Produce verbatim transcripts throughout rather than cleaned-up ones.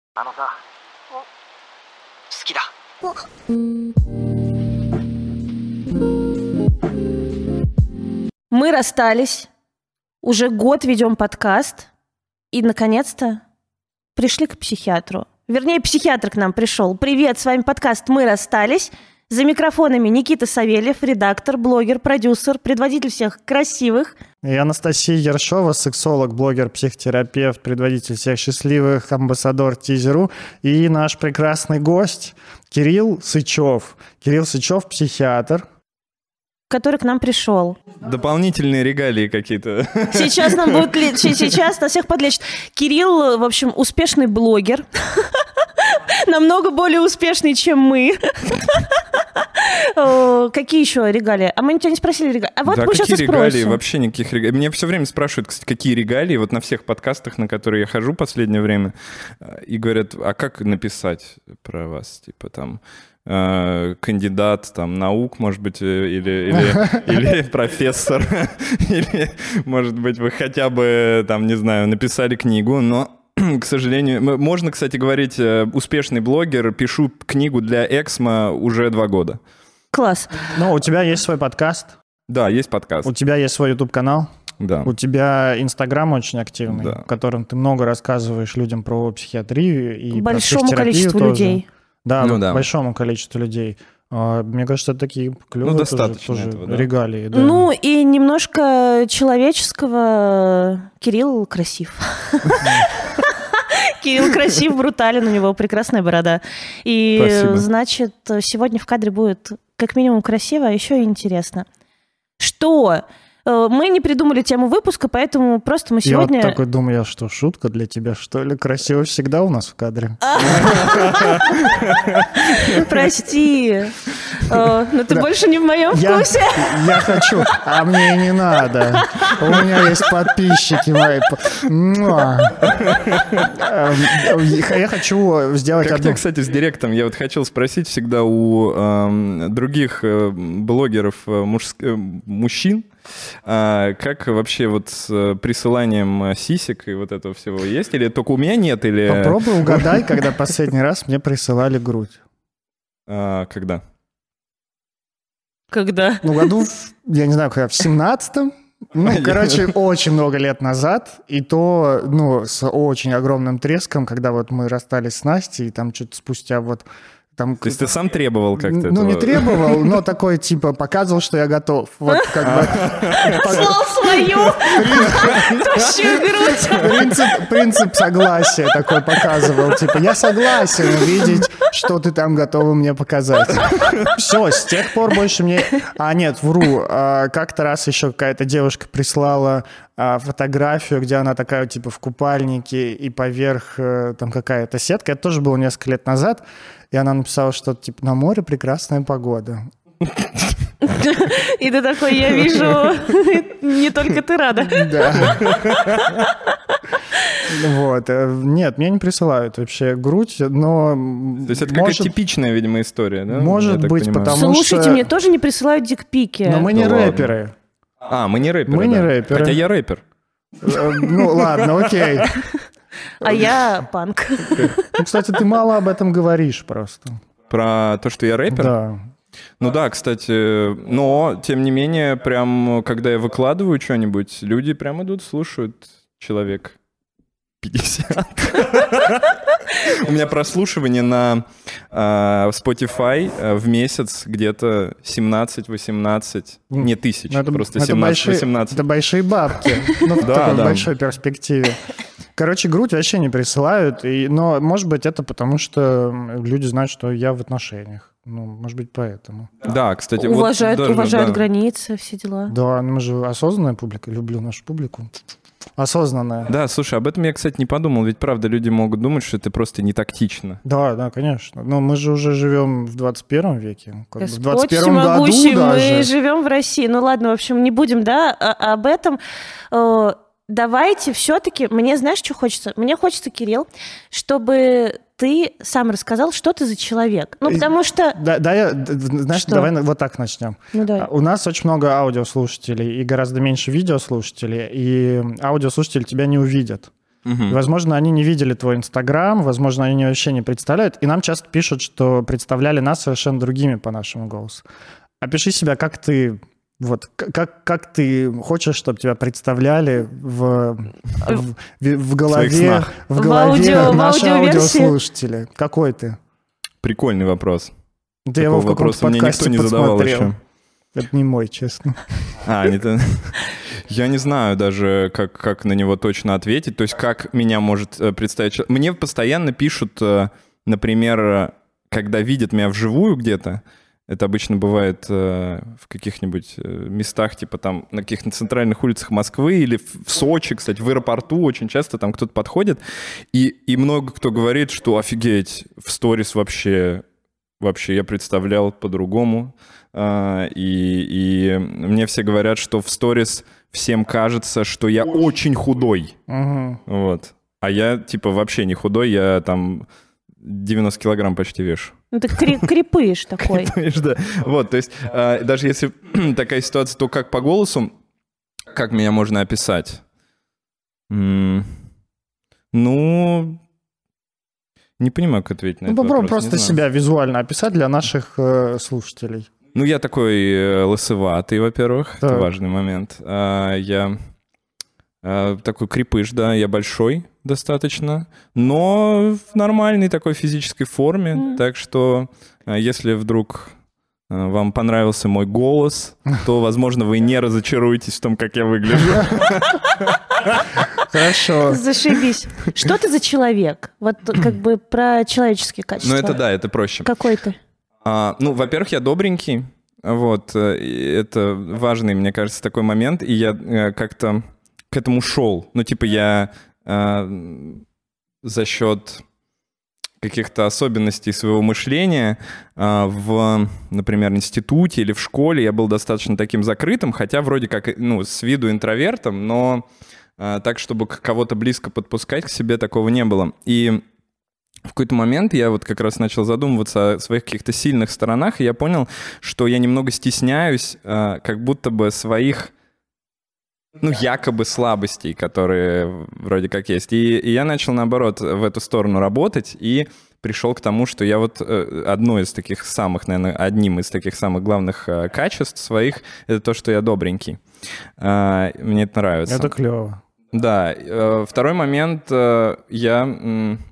あのさ、好きだ。 Мы расстались, уже год ведем подкаст, и, наконец-то, пришли к психиатру. Вернее, психиатр к нам пришел. Привет, с вами подкаст «Мы расстались». За микрофонами Никита Савельев, редактор, блогер, продюсер, предводитель всех красивых. И Анастасия Ершова, сексолог, блогер, психотерапевт, предводитель всех счастливых, амбассадор Тизеру. И наш прекрасный гость Кирилл Сычев. Кирилл Сычев, психиатр. Который к нам пришел. Дополнительные регалии какие-то. Сейчас нам будут лечить, сейчас нас всех подлечат. Кирилл, в общем, успешный блогер. Намного более успешный, чем мы. Какие еще регалии? А мы тебя не спросили регалии. А вот да, мы какие сейчас регалии? спросим. Вообще никаких регалий. Меня все время спрашивают, кстати, какие регалии, вот на всех подкастах, на которые я хожу в последнее время, и говорят, а как написать про вас? Типа там кандидат там, наук, может быть, или, или, или профессор, или, может быть, вы хотя бы, там, не знаю, написали книгу, но к сожалению, можно, кстати, говорить, успешный блогер, пишу книгу для Эксмо уже два года. Класс. Ну, у тебя есть свой подкаст? Да, есть подкаст. У тебя есть свой YouTube-канал? Да. У тебя Инстаграм очень активный, да. в котором ты много рассказываешь людям про психиатрию и большому про количеству тоже. людей. Да, ну, да, большому количеству людей. Мне кажется, это такие клевые ну, достаточно тоже, этого, тоже да. регалии. Да. Ну, и немножко человеческого. Кирилл красив. Кирилл красив, брутален, у него прекрасная борода. И, спасибо. Значит, сегодня в кадре будет как минимум красиво, а еще и интересно. Что? Мы не придумали тему выпуска, поэтому просто мы сегодня... Я вот такой думаю, я что, шутка для тебя, что ли? Красиво всегда у нас в кадре. Прости, но ты больше не в моем вкусе. Я хочу, а мне не надо. У меня есть подписчики мои. Я хочу сделать как одну... Как, кстати, с директом я вот хотел спросить всегда у э, других э, блогеров э, муж, э, мужчин, а как вообще вот с присыланием сисек и вот этого всего есть? Или только у меня нет? Или... Попробуй угадай, когда последний раз мне присылали грудь. А, когда? Когда? Ну, году, я не знаю, когда, в семнадцатом. Ну, короче, очень много лет назад. И то, ну, с очень огромным треском, когда вот мы расстались с Настей, и там что-то спустя вот... Там... То есть ты сам требовал как-то Ну, этого? не требовал, но такой, типа, показывал, что я готов. Вот как бы... Слал свою тощую грудь. Принцип, принцип согласия такой показывал. Типа, я согласен увидеть, что ты там готова мне показать. Все, с тех пор больше мне... А, нет, вру. Как-то раз еще какая-то девушка прислала фотографию, где она такая, типа, в купальнике, и поверх там какая-то сетка. Это тоже было несколько лет назад. И она написала что-то типа «На море прекрасная погода». И ты такой, я вижу, не только ты рада. Да. Вот. Нет, мне не присылают вообще грудь, но... То есть это какая-то типичная, видимо, история, да? Может быть, потому что... Слушайте, мне тоже не присылают дикпики. Но мы не рэперы. А, мы не рэперы, Мы не рэперы. Хотя я рэпер. Ну, ладно, окей. А я панк. Ну, кстати, ты мало об этом говоришь просто. Про то, что я рэпер? Да. Ну да, кстати, но, тем не менее, прям, когда я выкладываю что-нибудь, люди прям идут, слушают человек пятьдесят. У меня прослушивание на Spotify в месяц где-то семнадцать-восемнадцать, не тысяч, просто семнадцать-восемнадцать. Это большие бабки, ну, в такой большой перспективе. Короче, грудь вообще не присылают, и, но, может быть, это потому, что люди знают, что я в отношениях. Ну, может быть, поэтому. Да, кстати. Уважают, вот даже, уважают да. границы, все дела. Да, мы же осознанная публика, люблю нашу публику. Осознанная. Да, слушай, об этом я, кстати, не подумал, ведь правда люди могут думать, что это просто не тактично. Да, да, конечно. Но мы же уже живем в двадцать первом веке. Как Господь в двадцать первом году мы даже. живем в России. Ну ладно, в общем, не будем, да, об этом... Давайте все-таки, мне знаешь, что хочется? Мне хочется, Кирилл, чтобы ты сам рассказал, что ты за человек. Ну, потому что... Да, да я, знаешь, что? давай вот так начнем. Ну, давай. У нас очень много аудиослушателей и гораздо меньше видеослушателей, и аудиослушатели тебя не увидят. Мгм. И, возможно, они не видели твой Инстаграм, возможно, они вообще не представляют. И нам часто пишут, что представляли нас совершенно другими по нашему голосу. Опиши себя, как ты... Вот, к- как, как ты хочешь, чтобы тебя представляли в, в, в голове, В своих снах. в В голове аудио- в наши аудиоверсии. аудиослушатели? Какой ты? Прикольный вопрос. Да я его Такого в каком-то вопроса мне никто подкасте не задавал подсмотрел. еще. Это не мой, честно. А, не то. Я не знаю даже, как, как на него точно ответить. То есть, как меня может э, представить человек. Мне постоянно пишут, э, например, э, когда видят меня вживую где-то, это обычно бывает э, в каких-нибудь э, местах, типа там на каких-то центральных улицах Москвы или в, в Сочи, кстати, в аэропорту очень часто там кто-то подходит, и, и много кто говорит, что офигеть, в сторис вообще, вообще я представлял по-другому. А, и, и мне все говорят, что в сторис всем кажется, что я очень худой. Мгм. Вот. А я, типа, вообще не худой, я там девяносто килограмм почти вешу. Ну ты кри- крепыш такой. Понимаешь, да. Вот, то есть, а, даже если такая ситуация, то как по голосу, как меня можно описать? М, Ну, не понимаю, как ответить на Ну, этот попробуй вопрос, не просто знаю. себя визуально описать для наших э, слушателей. Ну, я такой э, лысоватый, во-первых, это Так. важный момент. А, я а, такой крепыш, да, я большой достаточно, но в нормальной такой физической форме. Мгм. Так что, а, если вдруг а, вам понравился мой голос, то, возможно, вы не разочаруетесь в том, как я выгляжу. Хорошо. Зашибись. Что ты за человек? Вот как бы про человеческие качества. Ну, это да, это проще. Какой ты? А, ну, во-первых, я добренький. Вот, э, и это важный, мне кажется, такой момент. И я э, как-то к этому шел. Ну, типа, я э, за счет каких-то особенностей своего мышления э, в, например, институте или в школе я был достаточно таким закрытым, хотя вроде как, ну, с виду интровертом, но э, так, чтобы к- кого-то близко подпускать к себе, такого не было. И в какой-то момент я вот как раз начал задумываться о своих каких-то сильных сторонах, и я понял, что я немного стесняюсь э, как будто бы своих, ну, якобы слабостей, которые вроде как есть. И, и я начал, наоборот, в эту сторону работать, и пришел к тому, что я вот э, одно из таких самых, наверное, одним из таких самых главных э, качеств своих, это то, что я добренький. Э, мне это нравится. Это клево. Да. э, Второй момент, э, я м,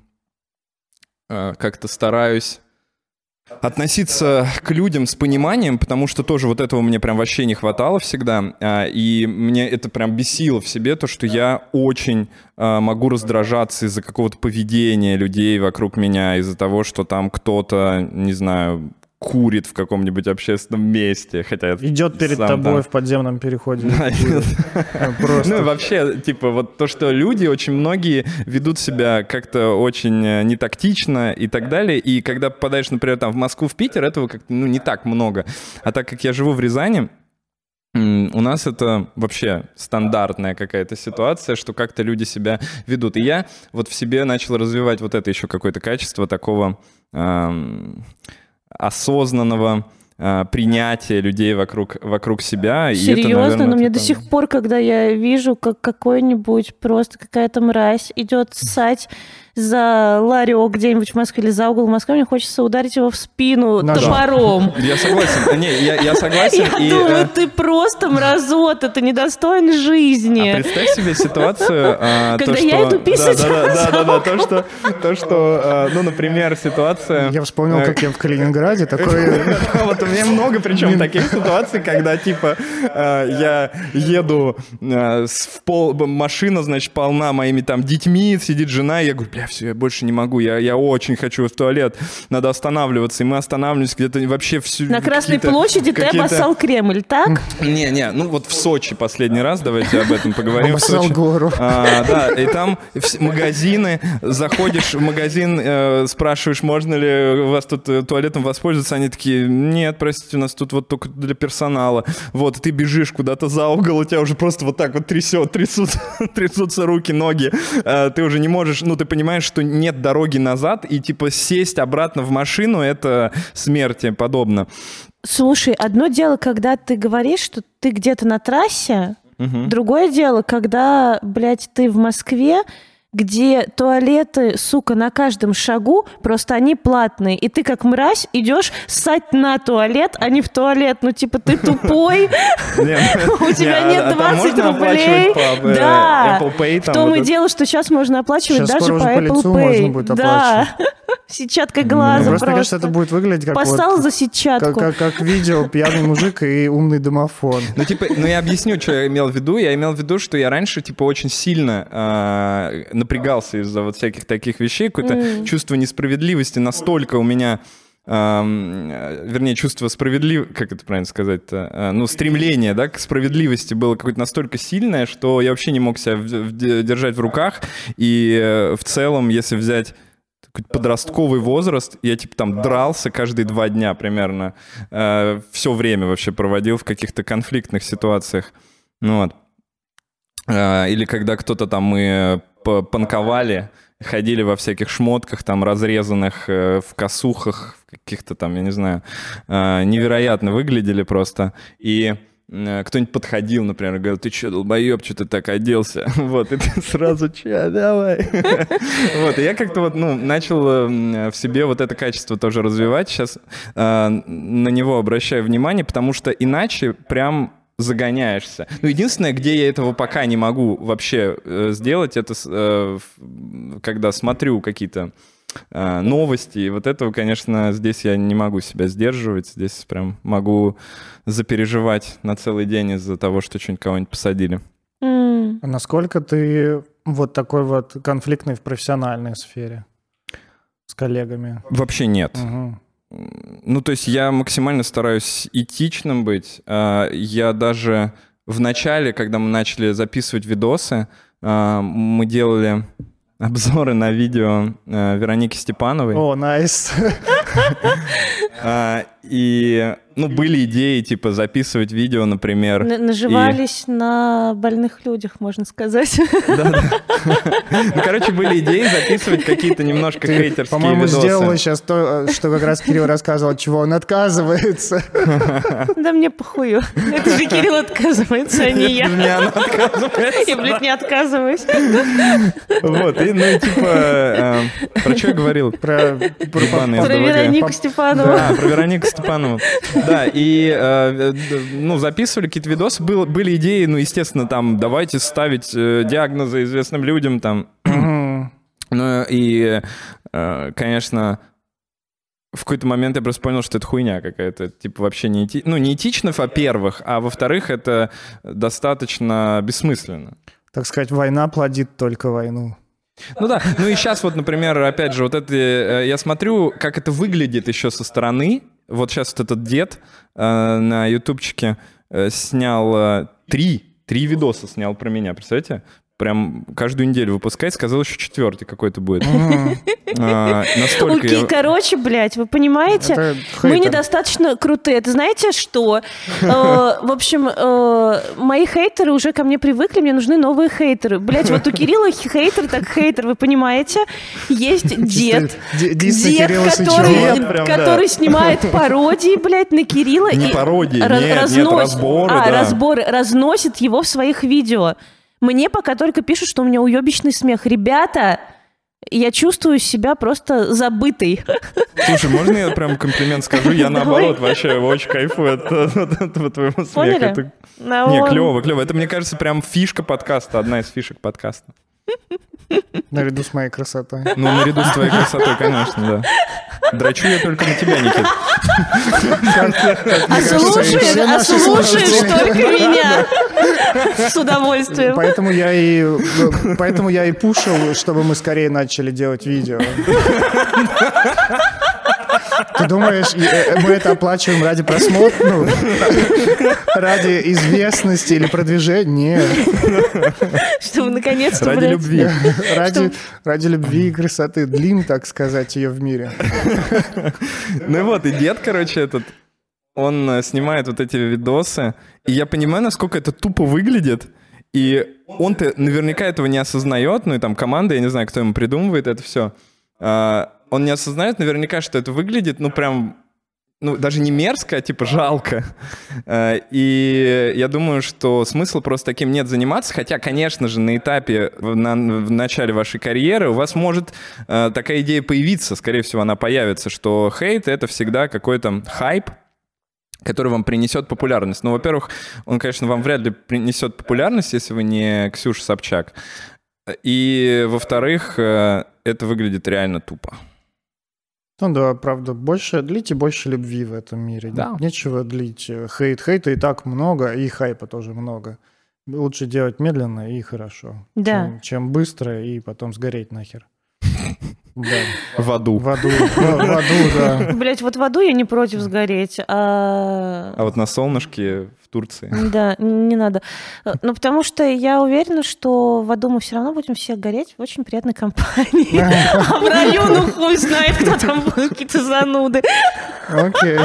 э, как-то стараюсь относиться к людям с пониманием, потому что тоже вот этого мне прям вообще не хватало всегда, а, и мне это прям бесило в себе, то, что я очень а, могу раздражаться из-за какого-то поведения людей вокруг меня, из-за того, что там кто-то, не знаю, курит в каком-нибудь общественном месте, хотя я Идет перед сам тобой там- в подземном переходе. Да, нет. Просто. Ну и вообще, типа, вот то, что люди, очень многие ведут себя как-то очень э, нетактично и так далее, и когда попадаешь, например, там в Москву, в Питер, этого как-то, ну, не так много. А так как я живу в Рязани, м, у нас это вообще стандартная какая-то ситуация, что как-то люди себя ведут. И я вот в себе начал развивать вот это еще какое-то качество такого ам, осознанного а, принятия людей вокруг, вокруг себя. И это, Серьезно? наверное, Но мне это до там- сих пор, когда я вижу, как какой-нибудь просто какая-то мразь идет ссать за ларек где-нибудь в Москве или за угол Москвы, мне хочется ударить его в спину Ножом. топором. Я согласен. Не, я, я согласен. Я и, думаю, э, ты просто мразота, ты недостоин жизни. а представь себе ситуацию, а, то, Когда что... я иду писать да, да, да, за да, да, то, что, то, что, а, ну, например, ситуация... Я вспомнил, э, как я в Калининграде такой... Вот у меня много, причем, таких ситуаций, когда, типа, э, я еду, э, с- в пол, б- машина, значит, полна моими там детьми, сидит жена, и я говорю, бля, все, я больше не могу, я, я очень хочу в туалет, надо останавливаться, и мы останавливаемся где-то вообще всю... На Красной какие-то- площади ты какие-то- обоссал Кремль, так? Не-не, ну вот в Сочи последний раз, давайте об этом поговорим. в Обоссал Сочи. гору. А, да, и там вс- магазины, заходишь в магазин, э, спрашиваешь, можно ли у вас тут э, туалетом воспользоваться, они такие, нет, простите, у нас тут вот только для персонала. Вот, и ты бежишь куда-то за угол, у тебя уже просто вот так вот трясет, трясутся, трясутся руки, ноги. А, ты уже не можешь, ну ты понимаешь, что нет дороги назад, и типа сесть обратно в машину, это смерти подобно. Слушай, одно дело, когда ты говоришь, что ты где-то на трассе, Мгм. другое дело, когда, блядь, ты в Москве, где туалеты, сука, на каждом шагу, просто они платные. И ты как мразь идешь ссать на туалет, а не в туалет. Ну, типа, ты тупой, у тебя нет двадцать рублей. Да, в том и дело, что сейчас можно оплачивать Сейчас даже скоро по уже по Apple лицу Pay. можно будет Да, сетчатка глаза Просто, мне кажется, просто. это будет выглядеть как Постал вот- за как, сетчатку. как, как видео пьяный мужик и умный домофон. Ну, типа, ну я объясню, что я имел в виду. Я имел в виду, что я раньше, типа, очень сильно э, напрягался из-за вот всяких таких вещей. Какое-то Mm. чувство несправедливости настолько у меня... эм, э, вернее, чувство справедливости, как это правильно сказать-то, Э, ну, стремление, да, к справедливости было какое-то настолько сильное, что я вообще не мог себя в- в- держать в руках, и э, в целом, если взять какой-то подростковый возраст, я типа там дрался каждые два дня примерно, э, все время вообще проводил в каких-то конфликтных ситуациях, ну вот. Э, или когда кто-то там мы п- панковали, ходили во всяких шмотках, там, разрезанных э, в косухах, в каких-то там, я не знаю, э, невероятно выглядели просто. И э, кто-нибудь подходил, например, и говорил: ты что, долбоеб, что ты так оделся? Вот, и ты сразу: че, давай. Вот, и я как-то вот, ну, начал э, в себе вот это качество тоже развивать. Сейчас э, на него обращаю внимание, потому что иначе прям загоняешься. Ну, единственное, где я этого пока не могу вообще э, сделать, это с- э, в- когда смотрю какие-то э, новости. И вот этого, конечно, здесь я не могу себя сдерживать. Здесь прям могу запереживать на целый день из-за того, что что-нибудь кого-нибудь посадили. М. А насколько ты вот такой вот конфликтный в профессиональной сфере с коллегами? Вообще нет. Мгм. Ну, то есть я максимально стараюсь этичным быть. А, Я даже в начале, когда мы начали записывать видосы, а, мы делали обзоры на видео а, Вероники Степановой. О, найс. А, И, ну, были идеи, типа, записывать видео, например. Н- Наживались на больных людях, можно сказать. Да-да. Ну, короче, были идеи записывать какие-то немножко Ты, хейтерские по-моему, видосы. сделала сейчас то, что как раз Кирилл рассказывал, от чего он отказывается. Да мне похую. Это же Кирилл отказывается, а не я. Не она отказывается. Я, блядь, не отказываюсь. Вот, и, ну, и типа, э, про что я говорил? Про, про- Ебаный по- Про СДВГ. Веронику Степанову. Да, про Веронику Степанову. Да, и, э, д- ну, записывали какие-то видосы, было, были идеи, ну, естественно, там, давайте ставить э, диагнозы известным людям, там. Мгм. Ну, и, э, конечно, в какой-то момент я просто понял, что это хуйня какая-то, типа, вообще не эти... ну, не этично, во-первых, а во-вторых, это достаточно бессмысленно. Так сказать, война плодит только войну. Ну да, ну и сейчас вот, например, опять же, вот это, э, я смотрю, как это выглядит еще со стороны. Вот сейчас вот этот дед э, на ютубчике э, снял э, три, три видоса снял про меня, представляете? Прям каждую неделю выпускает, сказал, еще четвертый какой-то будет. А, Настолько Окей, я... короче, блядь, вы понимаете? Это Мы хейтер. недостаточно крутые. Это знаете что? Э, В общем, э, мои хейтеры уже ко мне привыкли, мне нужны новые хейтеры. Блядь, вот у Кирилла хейтер так хейтер, вы понимаете? Есть дед. Ди- дисс на Дед, Кирилла Сычева. который, Дед прям, да. который снимает пародии, блядь, на Кирилла. Не и пародии, раз- нет, нет, разносит- разборы, А, да. разборы. Разносит его в своих видео. Мне пока только пишут, что у меня уебищный смех. Ребята, я чувствую себя просто забытой. Слушай, можно я прям комплимент скажу? Я наоборот вообще очень кайфую от, от- от этого твоего смеха. Поняли? Это- Ну, Не, он- клево, клево. Это, мне кажется, прям фишка подкаста, одна из фишек подкаста. Наряду с моей красотой. Ну, наряду с твоей красотой, конечно, да. Дрочу я только на тебя, Никит. А слушаешь, все а наши слушаешь слушатели. только меня. С удовольствием. Поэтому я и поэтому я и пушил, чтобы мы скорее начали делать видео. Ты думаешь, и, э, мы это оплачиваем ради просмотра? Ну, ради известности или продвижения? Нет. Чтобы наконец-то, Ради блядь, любви. Ради, ради любви и красоты. Длим, так сказать, ее в мире. Ну и вот, и дед, короче, этот, он э, снимает вот эти видосы, и я понимаю, насколько это тупо выглядит, и он-то наверняка этого не осознает, ну и там команда, я не знаю, кто ему придумывает это все, он не осознает наверняка, что это выглядит, ну прям ну, даже не мерзко, а типа жалко. И я думаю, что смысл просто таким нет заниматься, хотя, конечно же, на этапе, на, в начале вашей карьеры у вас может э, такая идея появиться, скорее всего, она появится, что хейт — это всегда какой-то хайп, который вам принесет популярность. Ну, во-первых, он, конечно, вам вряд ли принесет популярность, если вы не Ксюша Собчак. И, во-вторых, э, это выглядит реально тупо. Ну да, правда, больше длите больше любви в этом мире. Да. Нечего длить хейт. Хейта и так много, и хайпа тоже много. Лучше делать медленно и хорошо, Да. чем, чем быстро и потом сгореть нахер. Да. В аду. В аду, в аду, да. Блять, вот в аду я не против сгореть, а... А вот на солнышке в Турции. Да, не надо. Ну, потому что я уверена, что в аду мы все равно будем все гореть в очень приятной компании. А в раю, ну, хуй знает, кто там будет, какие-то зануды. Окей.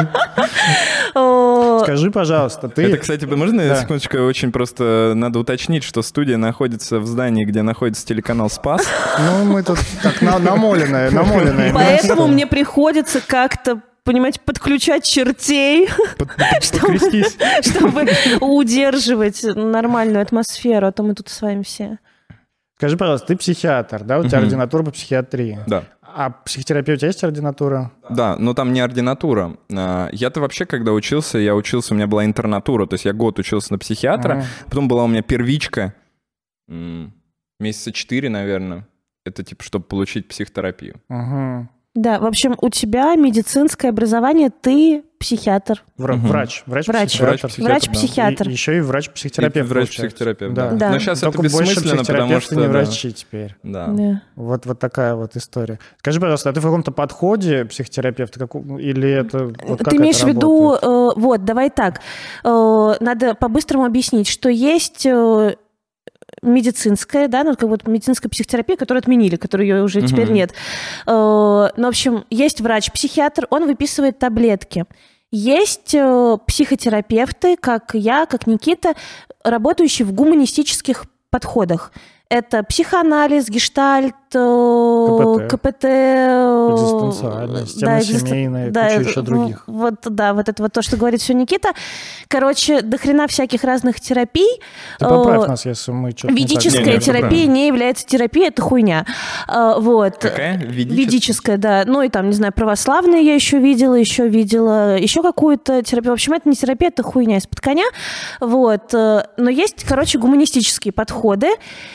Скажи, пожалуйста, ты... Это, кстати, можно Да. секундочку? Очень просто надо уточнить, что студия находится в здании, где находится телеканал «Спас». Ну, мы тут так на- намоленное, намоленное Поэтому место. мне приходится как-то, понимаете, подключать чертей, Покрестись. чтобы удерживать нормальную атмосферу, а то мы тут с вами все. Скажи, пожалуйста, ты психиатр, да? У тебя Мгм. ординатура по психиатрии. Да. А психотерапия у тебя есть ординатура? Да, но там не ординатура. А, Я-то вообще, когда учился, я учился, у меня была интернатура, то есть я год учился на психиатра, Ага. потом была у меня первичка, м, месяца четыре, наверное. Это типа, чтобы получить психотерапию. Ага. Да, в общем, у тебя медицинское образование, ты психиатр. Вра- Мгм. Врач. Врач. Врач-психиатр. Врач-психиатр, Врач-психиатр. И- еще и врач-психотерапевт. Врач-психотерапевт, да. Да. Но сейчас это Только больше бессмысленно, потому психотерапевты, что... не да, врачи теперь. да. Да. Вот, вот такая вот история. Скажи, пожалуйста, а ты в каком-то подходе психотерапевта? Как, или это... Вот как Ты имеешь это в виду, работает? э, вот, давай так, э, надо по-быстрому объяснить, что есть э, медицинская, да, ну, как бы медицинская психотерапия, которую отменили, которой ее уже Мгм. теперь нет. Э, ну, в общем, есть врач-психиатр, он выписывает таблетки. Есть э, психотерапевты, как я, как Никита, работающие в гуманистических подходах. Это психоанализ, гештальт, э, КПТ. КПТ, э, Экзистенциальность, тема да, экзистен- семейная, да, куча еще в- других. Вот, да, вот это вот то, что говорит все Никита. Короче, дохрена всяких разных терапий. Ты поправь Э, нас, если мы что-то не так Ведическая Не, не, всё терапия правильно. не является терапией, это хуйня. Э, Вот. Какая? Ведическая? Ведическая, да. Ну и там, не знаю, православные я еще видела, еще видела, еще какую-то терапию. В общем, это не терапия, это хуйня из-под коня. Вот. Э, Но есть, короче, гуманистические подходы.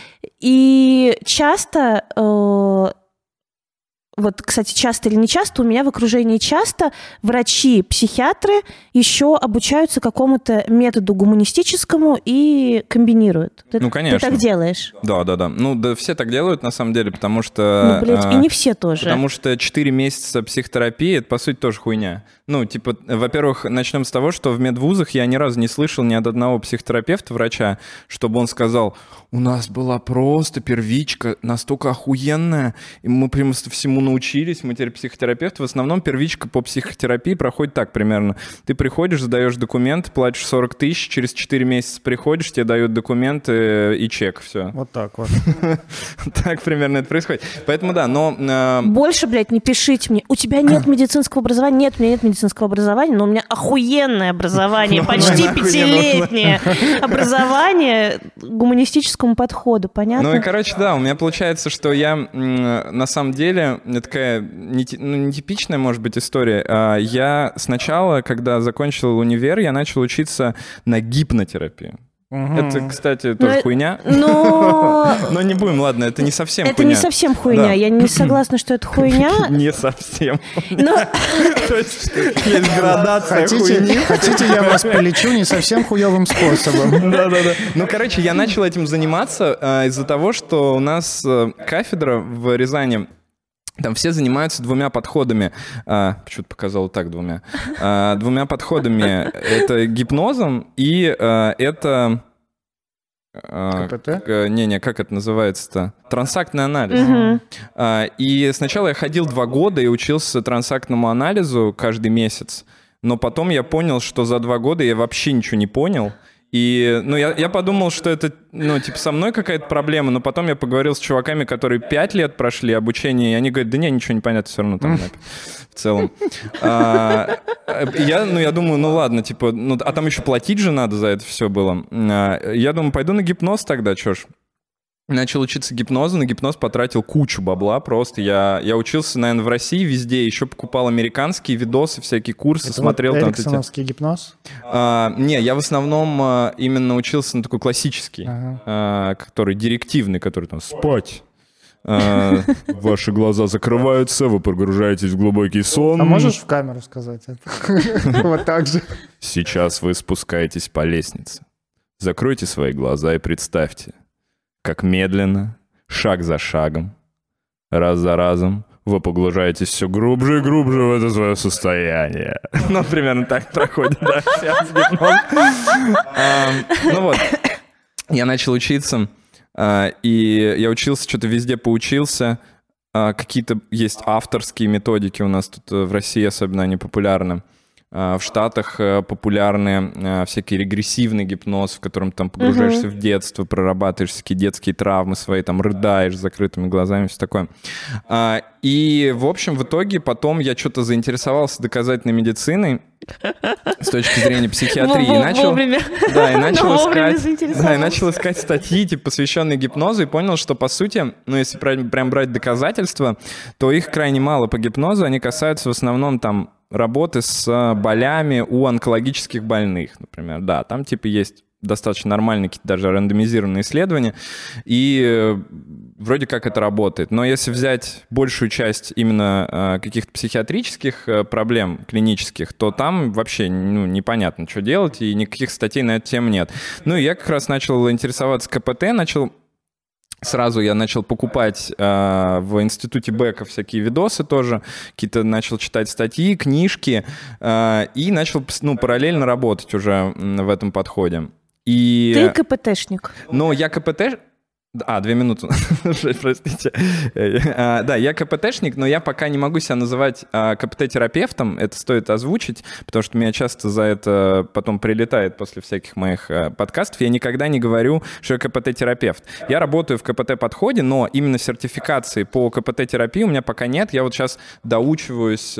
И часто, э, вот, кстати, часто или не часто, у меня в окружении часто врачи, психиатры еще обучаются какому-то методу гуманистическому и комбинируют. Ты, Ну, конечно. Ты так делаешь? Да, да, да. Ну, да, все так делают, на самом деле, потому что... Ну, блядь, а, и не все тоже. Потому что четыре месяца психотерапии — это, по сути, тоже хуйня. Ну, типа, во-первых, начнем с того, что в медвузах я ни разу не слышал ни от одного психотерапевта, врача, чтобы он сказал: у нас была просто первичка настолько охуенная, и мы прям всему научились, мы теперь психотерапевты. В основном первичка по психотерапии проходит так примерно. Ты приходишь, сдаешь документ, платишь сорок тысяч, через четыре месяца приходишь, тебе дают документы и чек, все. Вот так вот. Так примерно это происходит. Поэтому да, но... э, Больше, блядь, не пишите мне. У тебя нет медицинского образования? Нет, у меня нет медицинского образования, но у меня охуенное образование, Ну, почти нахуй не пятилетнее образование гуманистическому подходу, понятно? Ну и, короче, да, у меня получается, что я м, на самом деле, это такая нети- ну, нетипичная, может быть, история. А, Я сначала, когда закончил универ, я начал учиться на гипнотерапию. Мгм. Это, кстати, тоже Ну, хуйня. Но Но не будем, ладно, это не совсем это хуйня. не совсем хуйня. Да. Я не согласна, что это хуйня. Не совсем. Но То есть есть градация Хотите, хуйни. хотите, я вас полечу не совсем хуевым способом. Да-да-да. Ну, короче, я начал этим заниматься а, из-за того, что у нас а, кафедра в Рязани, там все занимаются двумя подходами. А, почему-то показал так двумя. А, двумя подходами. Это гипнозом и а, это... а, КПТ? к- Не-не, как это называется-то? Трансактный анализ. Мгм. А, И сначала я ходил два года и учился трансактному анализу каждый месяц. Но потом я понял, что за два года я вообще ничего не понял. и ну, я, я подумал, что это, ну, типа, со мной какая-то проблема, но потом я поговорил с чуваками, которые пять лет прошли обучение, и они говорят, да не, ничего не понятно все равно там в целом. А, я, ну, я думаю, ну ладно, типа, ну, а там еще платить же надо за это все было. А, я думаю, пойду на гипноз тогда, чё ж. Начал учиться гипнозу, на гипноз потратил кучу бабла просто. Я, я учился, наверное, в России везде, еще покупал американские видосы, всякие курсы, Это смотрел вот там... эриксоновский гипноз? А, не, я в основном а, именно учился на такой классический, Ага. а, который директивный, который там «спать». А, ваши глаза закрываются, вы погружаетесь в глубокий сон. А можешь в камеру сказать это? Вот так же. Сейчас вы спускаетесь по лестнице. Закройте свои глаза и представьте, как медленно, шаг за шагом, раз за разом вы погружаетесь все глубже и глубже в это свое состояние. Ну, примерно так проходит, да, сеанс гипноза. Ну вот, я начал учиться, а, и я учился, что-то везде поучился. А, какие-то есть авторские методики у нас тут в России, особенно они популярны. В Штатах популярны всякие регрессивный гипноз, в котором там погружаешься uh-huh. в детство, прорабатываешь всякие детские травмы свои, там рыдаешь с закрытыми глазами, все такое. И, в общем, в итоге потом я что-то заинтересовался доказательной медициной с точки зрения психиатрии. И начал, да, и начал искать, да, и начал искать статьи, типа, посвященные гипнозу, и понял, что, по сути, ну, если прям брать доказательства, то их крайне мало по гипнозу, они касаются в основном там работы с болями у онкологических больных, например. Да, там типа есть достаточно нормальные какие-то даже рандомизированные исследования, и вроде как это работает. Но если взять большую часть именно каких-то психиатрических проблем клинических, то там вообще ну, непонятно, что делать, и никаких статей на эту тему нет. Ну и я как раз начал интересоваться КПТ, начал... Сразу я начал покупать э, в институте Бека всякие видосы тоже, какие-то начал читать статьи, книжки, э, и начал ну, параллельно работать уже в этом подходе. И... Ты КПТшник. Ну, я КПТ... А, две минуты. Простите. Да, я КПТшник, но я пока не могу себя называть КПТ-терапевтом. Это стоит озвучить, потому что меня часто за это потом прилетает после всяких моих подкастов. Я никогда не говорю, что я КПТ-терапевт. Я работаю в КПТ-подходе, но именно сертификации по КПТ-терапии у меня пока нет. Я вот сейчас доучиваюсь,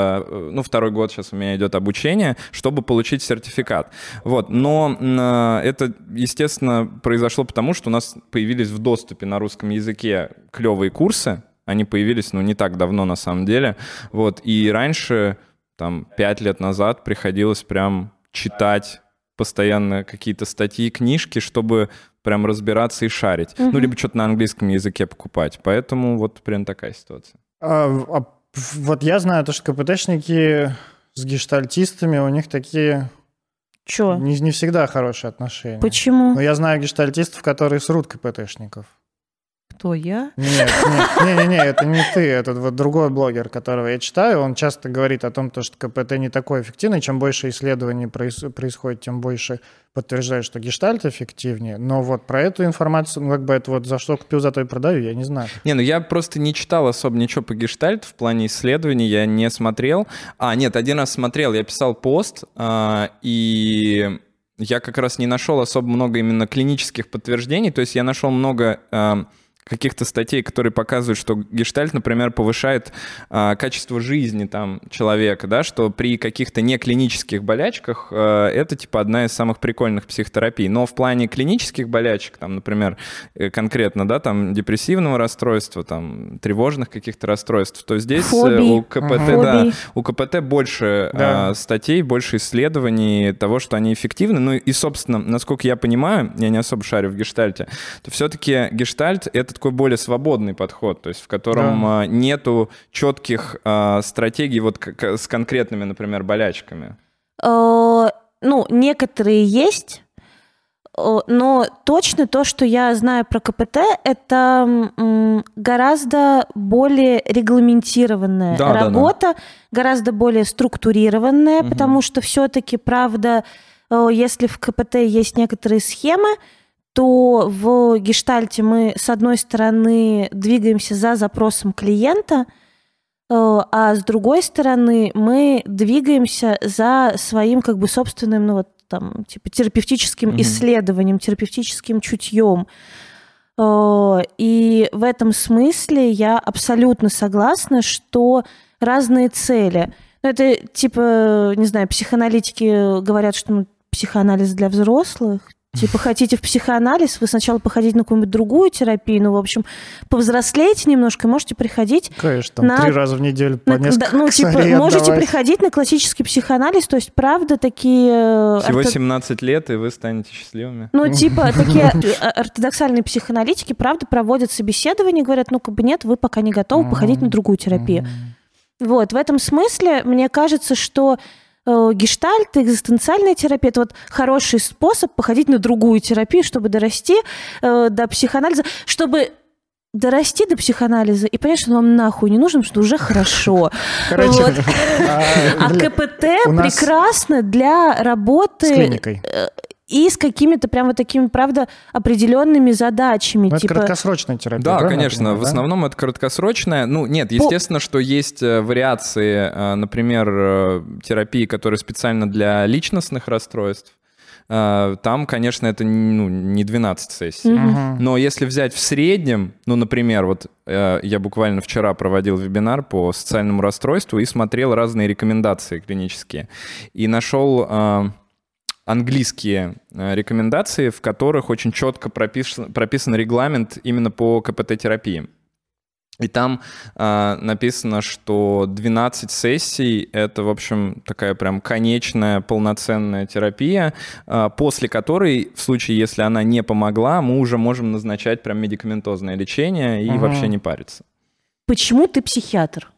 ну, второй год сейчас у меня идет обучение, чтобы получить сертификат. Вот. Но это, естественно, произошло потому, что у нас появились в доступе на русском языке клевые курсы. Они появились, ну, не так давно на самом деле. Вот. И раньше, там, пять лет назад приходилось прям читать постоянно какие-то статьи, книжки, чтобы прям разбираться и шарить. Mm-hmm. Ну, либо что-то на английском языке покупать. Поэтому вот прям такая ситуация. А, а, вот я знаю, то, что КПТшники с гештальтистами, у них такие... Чё? Не, не всегда хорошие отношения. Почему? Но я знаю гештальтистов, которые срут КПТшников. Кто, я? Нет, нет, не, не, не, это не ты, это вот другой блогер, которого я читаю, он часто говорит о том, что КПТ не такой эффективный, чем больше исследований происходит, тем больше подтверждает, что гештальт эффективнее, но вот про эту информацию, ну, как бы это вот за что купил, за то и продаю, я не знаю. Не, ну я просто не читал особо ничего по гештальту в плане исследований, я не смотрел. А, нет, один раз смотрел, я писал пост, а, и... я как раз не нашел особо много именно клинических подтверждений, то есть я нашел много... А, каких-то статей, которые показывают, что гештальт, например, повышает а, качество жизни там, человека, да, что при каких-то неклинических болячках а, это типа одна из самых прикольных психотерапий. Но в плане клинических болячек, там, например, конкретно, да, там, депрессивного расстройства, там, тревожных каких-то расстройств, то здесь Фобии. у КПТ, Ага. да, у КПТ больше Да. а, статей, больше исследований того, что они эффективны. Ну и, собственно, насколько я понимаю, я не особо шарю в гештальте, то все-таки гештальт — это такой более свободный подход, то есть в котором Да. а, нету четких а, стратегий вот к- с конкретными, например, болячками. Э, Ну, некоторые есть, э, но точно то, что я знаю про КПТ, это м, гораздо более регламентированная Да, да, да. работа, гораздо более структурированная, Мгм. потому что все-таки, правда, э, если в КПТ есть некоторые схемы, то в гештальте мы, с одной стороны, двигаемся за запросом клиента, э, а с другой стороны, мы двигаемся за своим как бы собственным ну, вот, там, типа, терапевтическим Мгм. исследованием, терапевтическим чутьем. Э, И в этом смысле я абсолютно согласна, что разные цели. Ну, это типа, не знаю, психоаналитики говорят, что ну, психоанализ для взрослых. Типа, хотите в психоанализ, вы сначала походите на какую-нибудь другую терапию, ну, в общем, повзрослейте немножко, можете приходить Конечно, там на- три раза в неделю по на- несколько да, ну, типа, косарей можете отдавать. приходить на классический психоанализ, то есть, правда, такие... э, Всего орто- семнадцать лет, и вы станете счастливыми. Ну, типа, такие э, ортодоксальные психоаналитики, правда, проводят собеседование, говорят, ну, как бы нет, вы пока не готовы походить на другую терапию. Вот, в этом смысле, мне кажется, что э, гештальт, экзистенциальная терапия — это вот хороший способ походить на другую терапию, чтобы дорасти э, до психоанализа, чтобы дорасти до психоанализа и понять, что вам нахуй не нужно, потому что уже хорошо. Короче, Вот. а, А для- КПТ у нас- прекрасно для с работы клиникой. э, и с какими-то прям вот такими, правда, определенными задачами. Ну, это типа... краткосрочная терапия. Да, правильно я конечно. понимаю, В да? основном это краткосрочная. Ну, нет, естественно, что есть э, вариации, э, например, э, терапии, которые специально для личностных расстройств. Э, Там, конечно, это ну, не двенадцать сессий. Мгм. Но если взять в среднем, ну, например, вот э, я буквально вчера проводил вебинар по социальному расстройству и смотрел разные рекомендации клинические. И нашел э, английские э, рекомендации, в которых очень четко прописан, прописан регламент именно по КПТ-терапии. И там э, написано, что двенадцать сессий — это, в общем, такая прям конечная полноценная терапия, э, после которой, в случае, если она не помогла, мы уже можем назначать прям медикаментозное лечение и Ага. вообще не париться. Почему ты психиатр?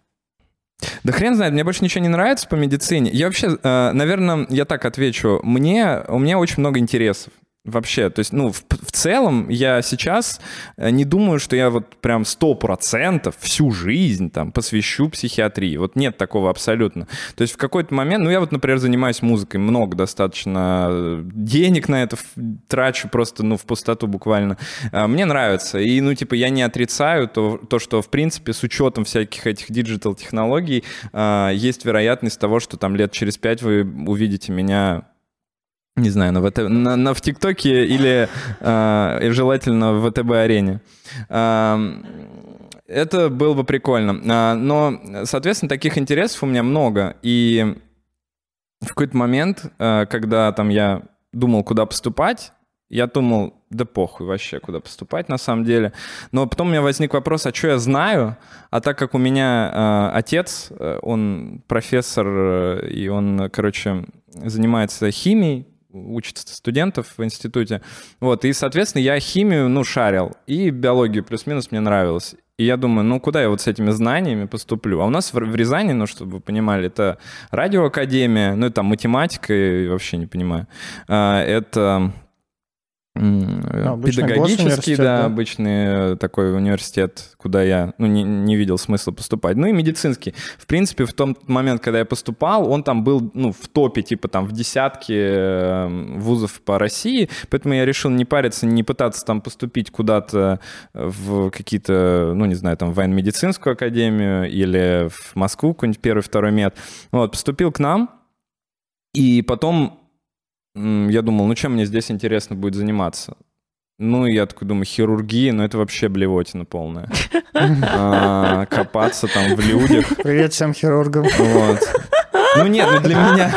Да хрен знает, мне больше ничего не нравится по медицине. Я вообще, э, наверное, я так отвечу. Мне, у меня очень много интересов. Вообще, то есть, ну, в, в целом я сейчас не думаю, что я вот прям сто процентов всю жизнь там посвящу психиатрии. Вот нет такого абсолютно. То есть в какой-то момент, ну, я вот, например, занимаюсь музыкой, много достаточно денег на это трачу просто, ну, в пустоту буквально. Мне нравится. И, ну, типа, я не отрицаю то, то что, в принципе, с учетом всяких этих диджитал-технологий есть вероятность того, что там лет через пять вы увидите меня... Не знаю, на, ВТ, на, на в ТикТоке или э, желательно в ВТБ-арене. Э, это было бы прикольно. Э, но, соответственно, таких интересов у меня много. И в какой-то момент, э, когда там я думал, куда поступать, я думал, да похуй вообще, куда поступать на самом деле. Но потом у меня возник вопрос, а что я знаю? А так как у меня э, отец, э, он профессор, э, и он, короче, занимается химией, учат студентов в институте. Вот, и, соответственно, я химию, ну, шарил, и биологию плюс-минус мне нравилось. И я думаю, ну, куда я вот с этими знаниями поступлю? А у нас в, в Рязани, ну, чтобы вы понимали, это радиоакадемия, ну, и там математика, я вообще не понимаю. А, это... Ну, педагогический, госуниверситет, да, да, обычный такой университет, куда я ну, не, не видел смысла поступать. Ну и медицинский. В принципе, в тот момент, когда я поступал, он там был ну, в топе, типа там в десятке вузов по России, поэтому я решил не париться, не пытаться там поступить куда-то в какие-то, ну не знаю, там в военно-медицинскую академию или в Москву, какой-нибудь первый, второй мед. Вот, поступил к нам, и потом я думал, ну чем мне здесь интересно будет заниматься? Ну, и я такой думаю, хирургия, ну это вообще блевотина полная. А, копаться там в людях. Привет всем хирургам. Вот. Ну нет, ну для меня...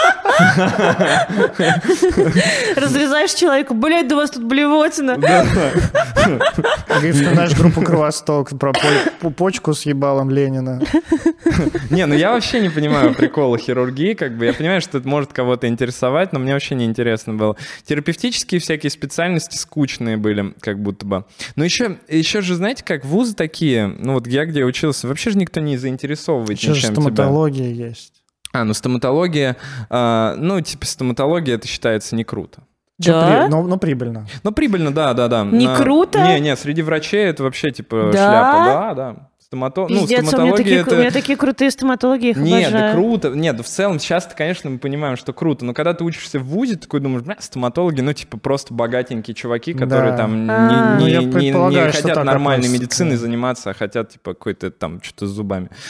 Разрезаешь человеку, блядь, да у вас тут блевотина. Говорит, что наша группа «Кровосток» про по- почку с ебалом Ленина. Не, ну я вообще не понимаю прикола хирургии, как бы. Я понимаю, что это может кого-то интересовать, но мне вообще не интересно было. Терапевтические всякие специальности скучные были, как будто бы. Но еще, еще же, знаете, как вузы такие, ну вот я где учился, вообще же никто не заинтересовывает Еще же ничем тебя. стоматология есть. А, ну стоматология, э, ну типа стоматология, это считается не круто. Чё Да? при- Но но прибыльно. Ну прибыльно, да, да, да. Не На- круто? Не, не, среди врачей это вообще типа Да? шляпа, да, да. Стомато... Ну, Пиздец, у меня, стоматология такие, это... у меня такие крутые стоматологи, я их Нет, да обожаю. круто. Нет, в целом сейчас, конечно, мы понимаем, что круто. Но когда ты учишься в вузе, ты такой думаешь, бля, стоматологи, ну, типа, просто богатенькие чуваки, которые Да. там А. не, Ну, я не- не- предполагаю, не что хотят так нормальной относятся к медициной ним. заниматься, а хотят, типа, какой-то там что-то с зубами.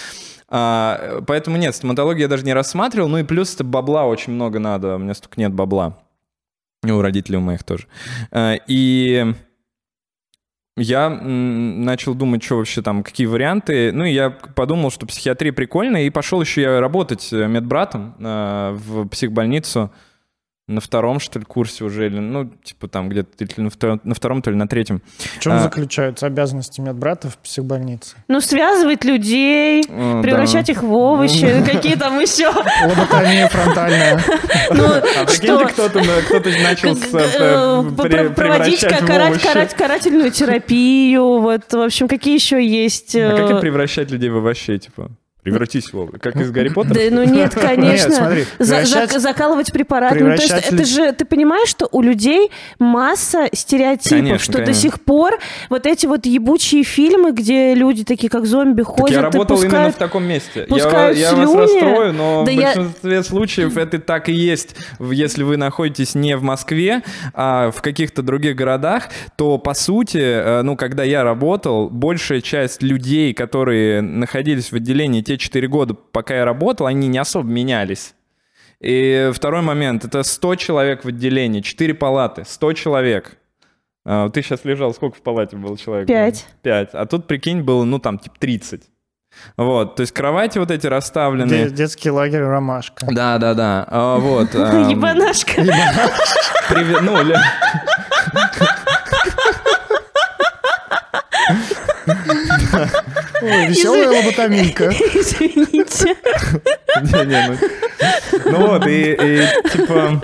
А, поэтому нет, стоматологию я даже не рассматривал. Ну и плюс это бабла очень много надо. У меня столько нет бабла. И у родителей у моих тоже. А, и я м, начал думать, что вообще там, какие варианты. Ну и я подумал, что психиатрия прикольная. И пошел еще я работать медбратом а, в психбольницу. На втором, что ли, курсе уже, или, ну, типа там где-то или на втором, на втором, то ли на третьем. В чем А, заключаются обязанности медбрата в психбольнице? Ну, связывать людей, О, превращать да. их в овощи, какие там еще. Лоботомия фронтальная. Ну, А прикиньте, кто-то, кто-то начал с, э, пре- проводить превращать в карать- овощи. карать- карательную терапию. Вот, в общем, какие еще есть... А как э, и превращать людей в овощей, типа? Превратись в овощи. Как из Гарри Поттера? Да, ну нет, конечно. Нет, смотри, За- превращать- за- закалывать препараты. Ну, то есть превращать это люд- же, ты понимаешь, что у людей масса стереотипов, Конечно, что до конечно. сих пор вот эти вот ебучие фильмы, где люди такие как зомби Так ходят я и работал именно пускают... в таком месте. Я, пускают я вас слюни. расстрою, но Да в я- большинстве случаев это так и есть. В- Если вы находитесь не в Москве, а в каких-то других городах, то, по сути, э, ну, когда я работал, большая часть людей, которые находились в отделении те четыре года, пока я работал, они не особо менялись. И второй момент. Это сто человек в отделении, четыре палаты, сто человек. А, Ты сейчас лежал, сколько в палате было человек? Пять. Пять. А тут, прикинь, было, ну, там, типа, тридцать. Вот, то есть кровати вот эти Де- расставлены. Детский лагерь «Ромашка». Да, да, да. А, вот. ам, Ебанашка. приве- Ну, ля- Ой, веселая лоботомийка. Извините. Не-не, ну- Ну вот, и, и, типа,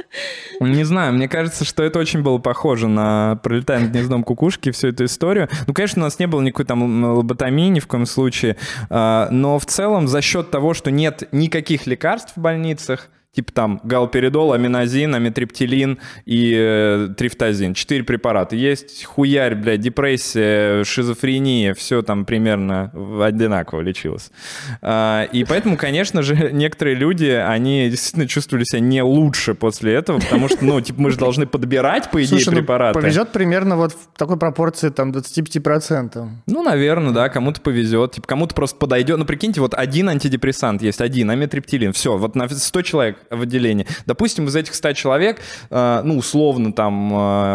не знаю, мне кажется, что это очень было похоже на «Пролетая над гнездом кукушки», всю эту историю. Ну, конечно, у нас не было никакой там лоботомии ни в коем случае, а, но в целом за счет того, что нет никаких лекарств в больницах, типа там галоперидол, аминозин, амитриптилин и э, трифтазин. Четыре препарата. Есть хуярь, блядь, депрессия, шизофрения, все там примерно одинаково лечилось. А, и поэтому, конечно же, некоторые люди, они действительно чувствовали себя не лучше после этого, потому что, ну, типа, мы же должны подбирать, по идее, Слушай, ну, препараты. повезет примерно вот в такой пропорции там двадцать пять процентов. Ну, наверное, да, кому-то повезет, типа, кому-то просто подойдет. Ну, прикиньте, вот один антидепрессант есть, один, амитриптилин, все, вот на сто человек в отделении. Допустим, из этих ста человек, э, ну, условно, там,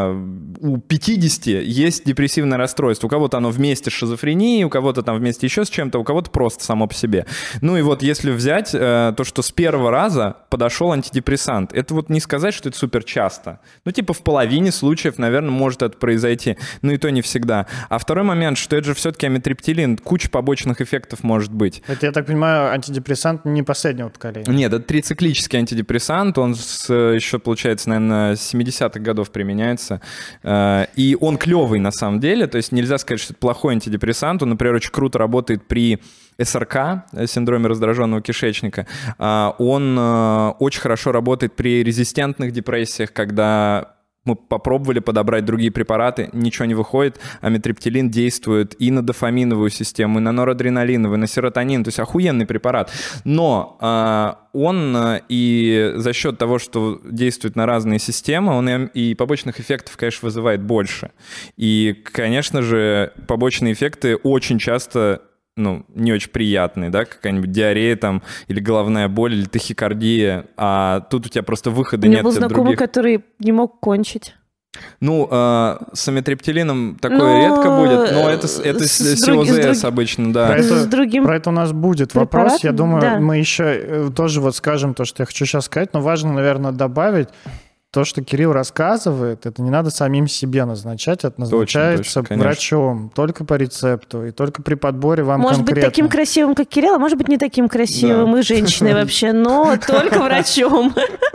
э, у пятидесяти есть депрессивное расстройство. У кого-то оно вместе с шизофренией, у кого-то там вместе еще с чем-то, у кого-то просто само по себе. Ну, и вот если взять э, то, что с первого раза подошел антидепрессант, это вот не сказать, что это супер часто. Ну, типа, в половине случаев, наверное, может это произойти. Ну, и то не всегда. А второй момент, что это же все-таки амитриптилин, куча побочных эффектов может быть. Это, я так понимаю, антидепрессант не последнего поколения. Нет, это трициклический антидепрессант, он с, еще, получается, наверное, с семидесятых годов применяется, э, и он клевый на самом деле, то есть нельзя сказать, что это плохой антидепрессант, он, например, очень круто работает при эс эр ка, синдроме раздраженного кишечника, э, он э, очень хорошо работает при резистентных депрессиях, когда мы попробовали подобрать другие препараты, ничего не выходит. Амитриптилин действует и на дофаминовую систему, и на норадреналиновую, и на серотонин. То есть охуенный препарат. Но э, он э, и за счет того, что действует на разные системы, он и, и побочных эффектов, конечно, вызывает больше. И, конечно же, побочные эффекты очень часто... ну, не очень приятные, да, какая-нибудь диарея там, или головная боль, или тахикардия, а тут у тебя просто выхода У меня нет был от знакомый, других. который не мог кончить. Ну, э, с амитриптилином такое Но редко будет, но это, с- это с- с с друг- с СИОЗС друг- обычно, Про да. это, С другим про это у нас будет вопрос. Я препаратом? думаю, Да. мы еще э, тоже вот скажем то, что я хочу сейчас сказать, но важно, наверное, добавить то, что Кирилл рассказывает, это не надо самим себе назначать, это назначается точно, конечно. врачом, только по рецепту и только при подборе вам Может конкретно. быть таким красивым, как Кирилл, а может быть не таким красивым, Да. и женщиной вообще, но только врачом.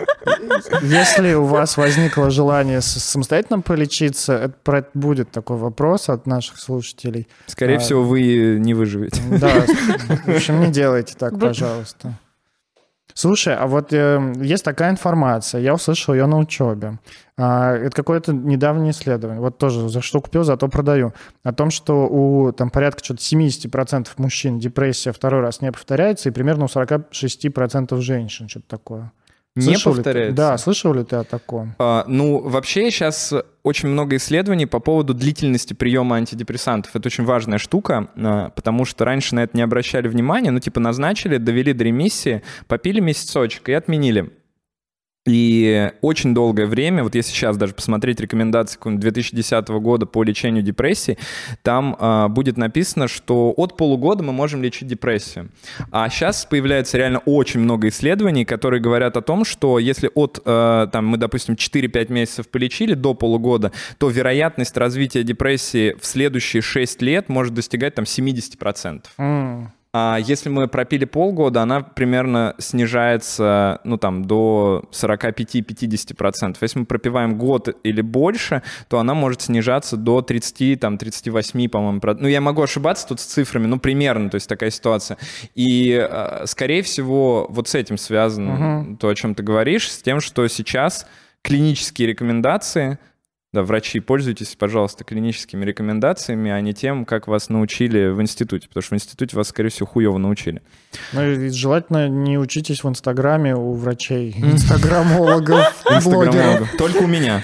Если у вас возникло желание с- самостоятельно полечиться, это, про это будет такой вопрос от наших слушателей. Скорее А, всего, вы не выживете. Да, в общем, не делайте так, Вот. пожалуйста. Слушай, а вот э, есть такая информация, я услышал ее на учебе. А, это какое-то недавнее исследование. Вот тоже за что купил, зато продаю. О том, что у там, порядка что-то семьдесят процентов мужчин депрессия второй раз не повторяется, и примерно у сорок шесть процентов женщин что-то такое. не Слышал ли ты- повторяется. Да, слышал ли ты о таком? А, ну, вообще сейчас очень много исследований по поводу длительности приема антидепрессантов. Это очень важная штука, а, потому что раньше на это не обращали внимания, ну, типа назначили, довели до ремиссии, попили месяцочек и отменили. И очень долгое время, вот если сейчас даже посмотреть рекомендации какого-нибудь две тысячи десятого года по лечению депрессии, там а, будет написано, что от полугода мы можем лечить депрессию. А сейчас появляется реально очень много исследований, которые говорят о том, что если от, а, там, мы, допустим, четыре-пять месяцев полечили до полугода, то вероятность развития депрессии в следующие шесть лет может достигать там семьдесят процентов. М. А если мы пропили полгода, она примерно снижается, ну, там, до сорок пять-пятьдесят процентов. Если мы пропиваем год или больше, то она может снижаться до тридцать, там, тридцать восемь, по-моему, процентов. Ну, я могу ошибаться тут с цифрами, ну, примерно, то есть такая ситуация. И, скорее всего, вот с этим связано Угу. то, о чем ты говоришь, с тем, что сейчас клинические рекомендации... Да, врачи, пользуйтесь, пожалуйста, клиническими рекомендациями, а не тем, как вас научили в институте, потому что в институте вас, скорее всего, хуево научили. Ну и желательно не учитесь в Инстаграме у врачей, инстаграмологов, блогеров. Инстаграмолога. Только у меня.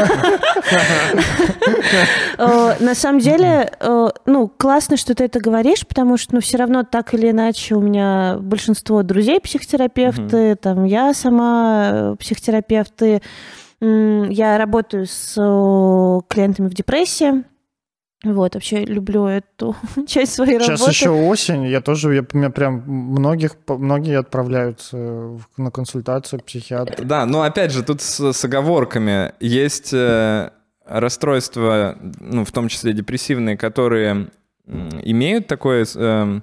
Э, На самом деле, э, ну, классно, что ты это говоришь, потому что, ну, все равно так или иначе у меня большинство друзей психотерапевты, там, я сама э, психотерапевты. М, Я работаю с э, клиентами в депрессии. Вот, вообще люблю эту часть своей Сейчас работы. еще осень, я тоже, я, меня прям многих, многие отправляются в- на консультацию к психиатру. Да, но опять же, тут с, с оговорками. Есть э, расстройства, ну, в том числе депрессивные, которые м, имеют такое... э,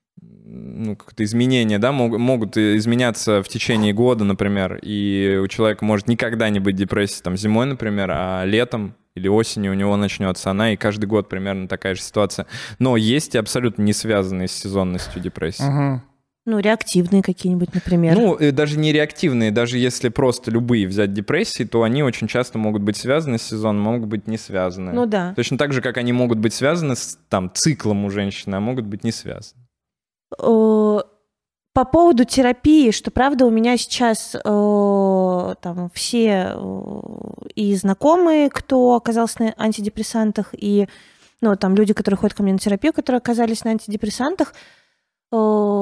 ну, как-то изменения, да, мог- могут изменяться в течение года, например, и у человека может никогда не быть депрессии там зимой, например, а летом или осенью у него начнется она, и каждый год примерно такая же ситуация. Но есть и абсолютно не связанные с сезонностью депрессии. Мгм. Ну, реактивные какие-нибудь, например. Ну, и даже не реактивные, даже если просто любые взять депрессии, то они очень часто могут быть связаны с сезоном, могут быть не связаны. Ну да. Точно так же, как они могут быть связаны с там, циклом у женщины, а могут быть не связаны. Э, По поводу терапии, что правда у меня сейчас э, там все э, и знакомые, кто оказался на антидепрессантах, и ну, там люди, которые ходят ко мне на терапию, которые оказались на антидепрессантах, э,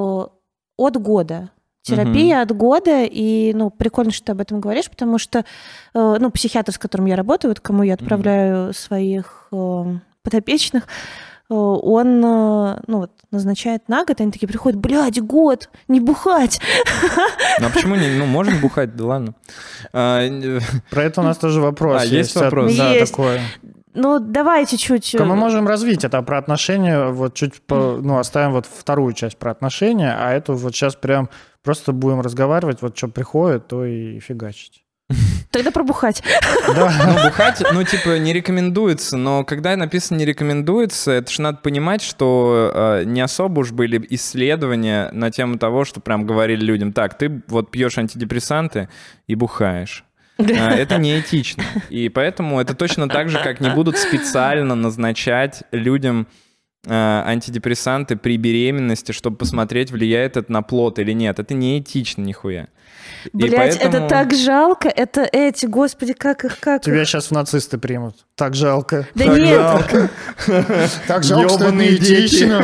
от года. Терапия от года, и ну, прикольно, что ты об этом говоришь, потому что э, ну, психиатр, с которым я работаю, вот кому я отправляю своих э, подопечных, э, он э, ну, вот, назначает на год, они такие приходят, блядь, год, не бухать. Ну, а почему не? Ну, можно бухать, да ладно. А, э, Про это у нас тоже вопрос А, есть от- вопрос? Да, Есть. такое. Ну, давайте чуть... Мы можем развить это про отношения, вот чуть, по- ну, оставим вот вторую часть про отношения, а эту вот сейчас прям просто будем разговаривать, вот что приходит, то и фигачить. Тогда пробухать. Да. Ну, бухать, ну, типа, не рекомендуется, но когда написано «не рекомендуется», это же надо понимать, что э, не особо уж были исследования на тему того, что прям говорили людям, так, ты вот пьешь антидепрессанты и бухаешь. А, Это неэтично. И поэтому это точно так же, как не будут специально назначать людям э, антидепрессанты при беременности, чтобы посмотреть, влияет это на плод или нет. Это неэтично нихуя. И Блять, поэтому- это так жалко, это эти, господи, как их, как Тебя их? сейчас в нацисты примут. Так жалко. Да Так нет, жалко. Так жалко, что это Ёбаные дети. неэтично.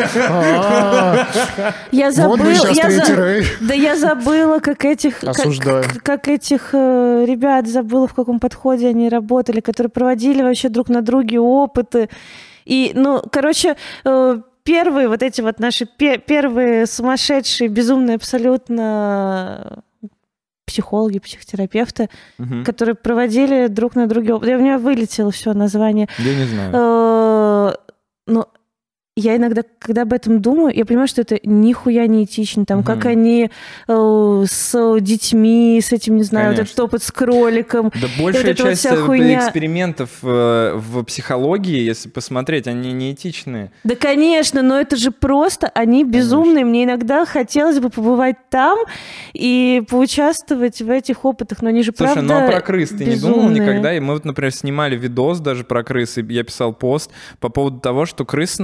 А, я Вот забыла, бы сейчас я за- третий рейх. да я забыла, как этих, как, Осуждаю. как- как этих э, ребят, забыла, в каком подходе они работали, которые проводили вообще друг на друге опыты. И, ну, короче, э, первые вот эти вот наши пе- первые сумасшедшие, безумные абсолютно психологи, психотерапевты, Мгм. которые проводили друг на друге опыт. У меня вылетело все название. Я не знаю. Э, Но я иногда, когда об этом думаю, я понимаю, что это нихуя не этично. Там, Мгм. как они э, с детьми, с этим, не знаю, вот Конечно. этот опыт с кроликом. Да большая вот эта вот часть вся э, хуйня. экспериментов э, в психологии, если посмотреть, они неэтичные. Да, конечно, но это же просто, они безумные. Мне иногда хотелось бы побывать там и поучаствовать в этих опытах, но они же Слушай, правда ну а про крыс ты не думал безумные. никогда? И мы вот, например, снимали видос даже про крыс, и я писал пост по поводу того, что крысы на самом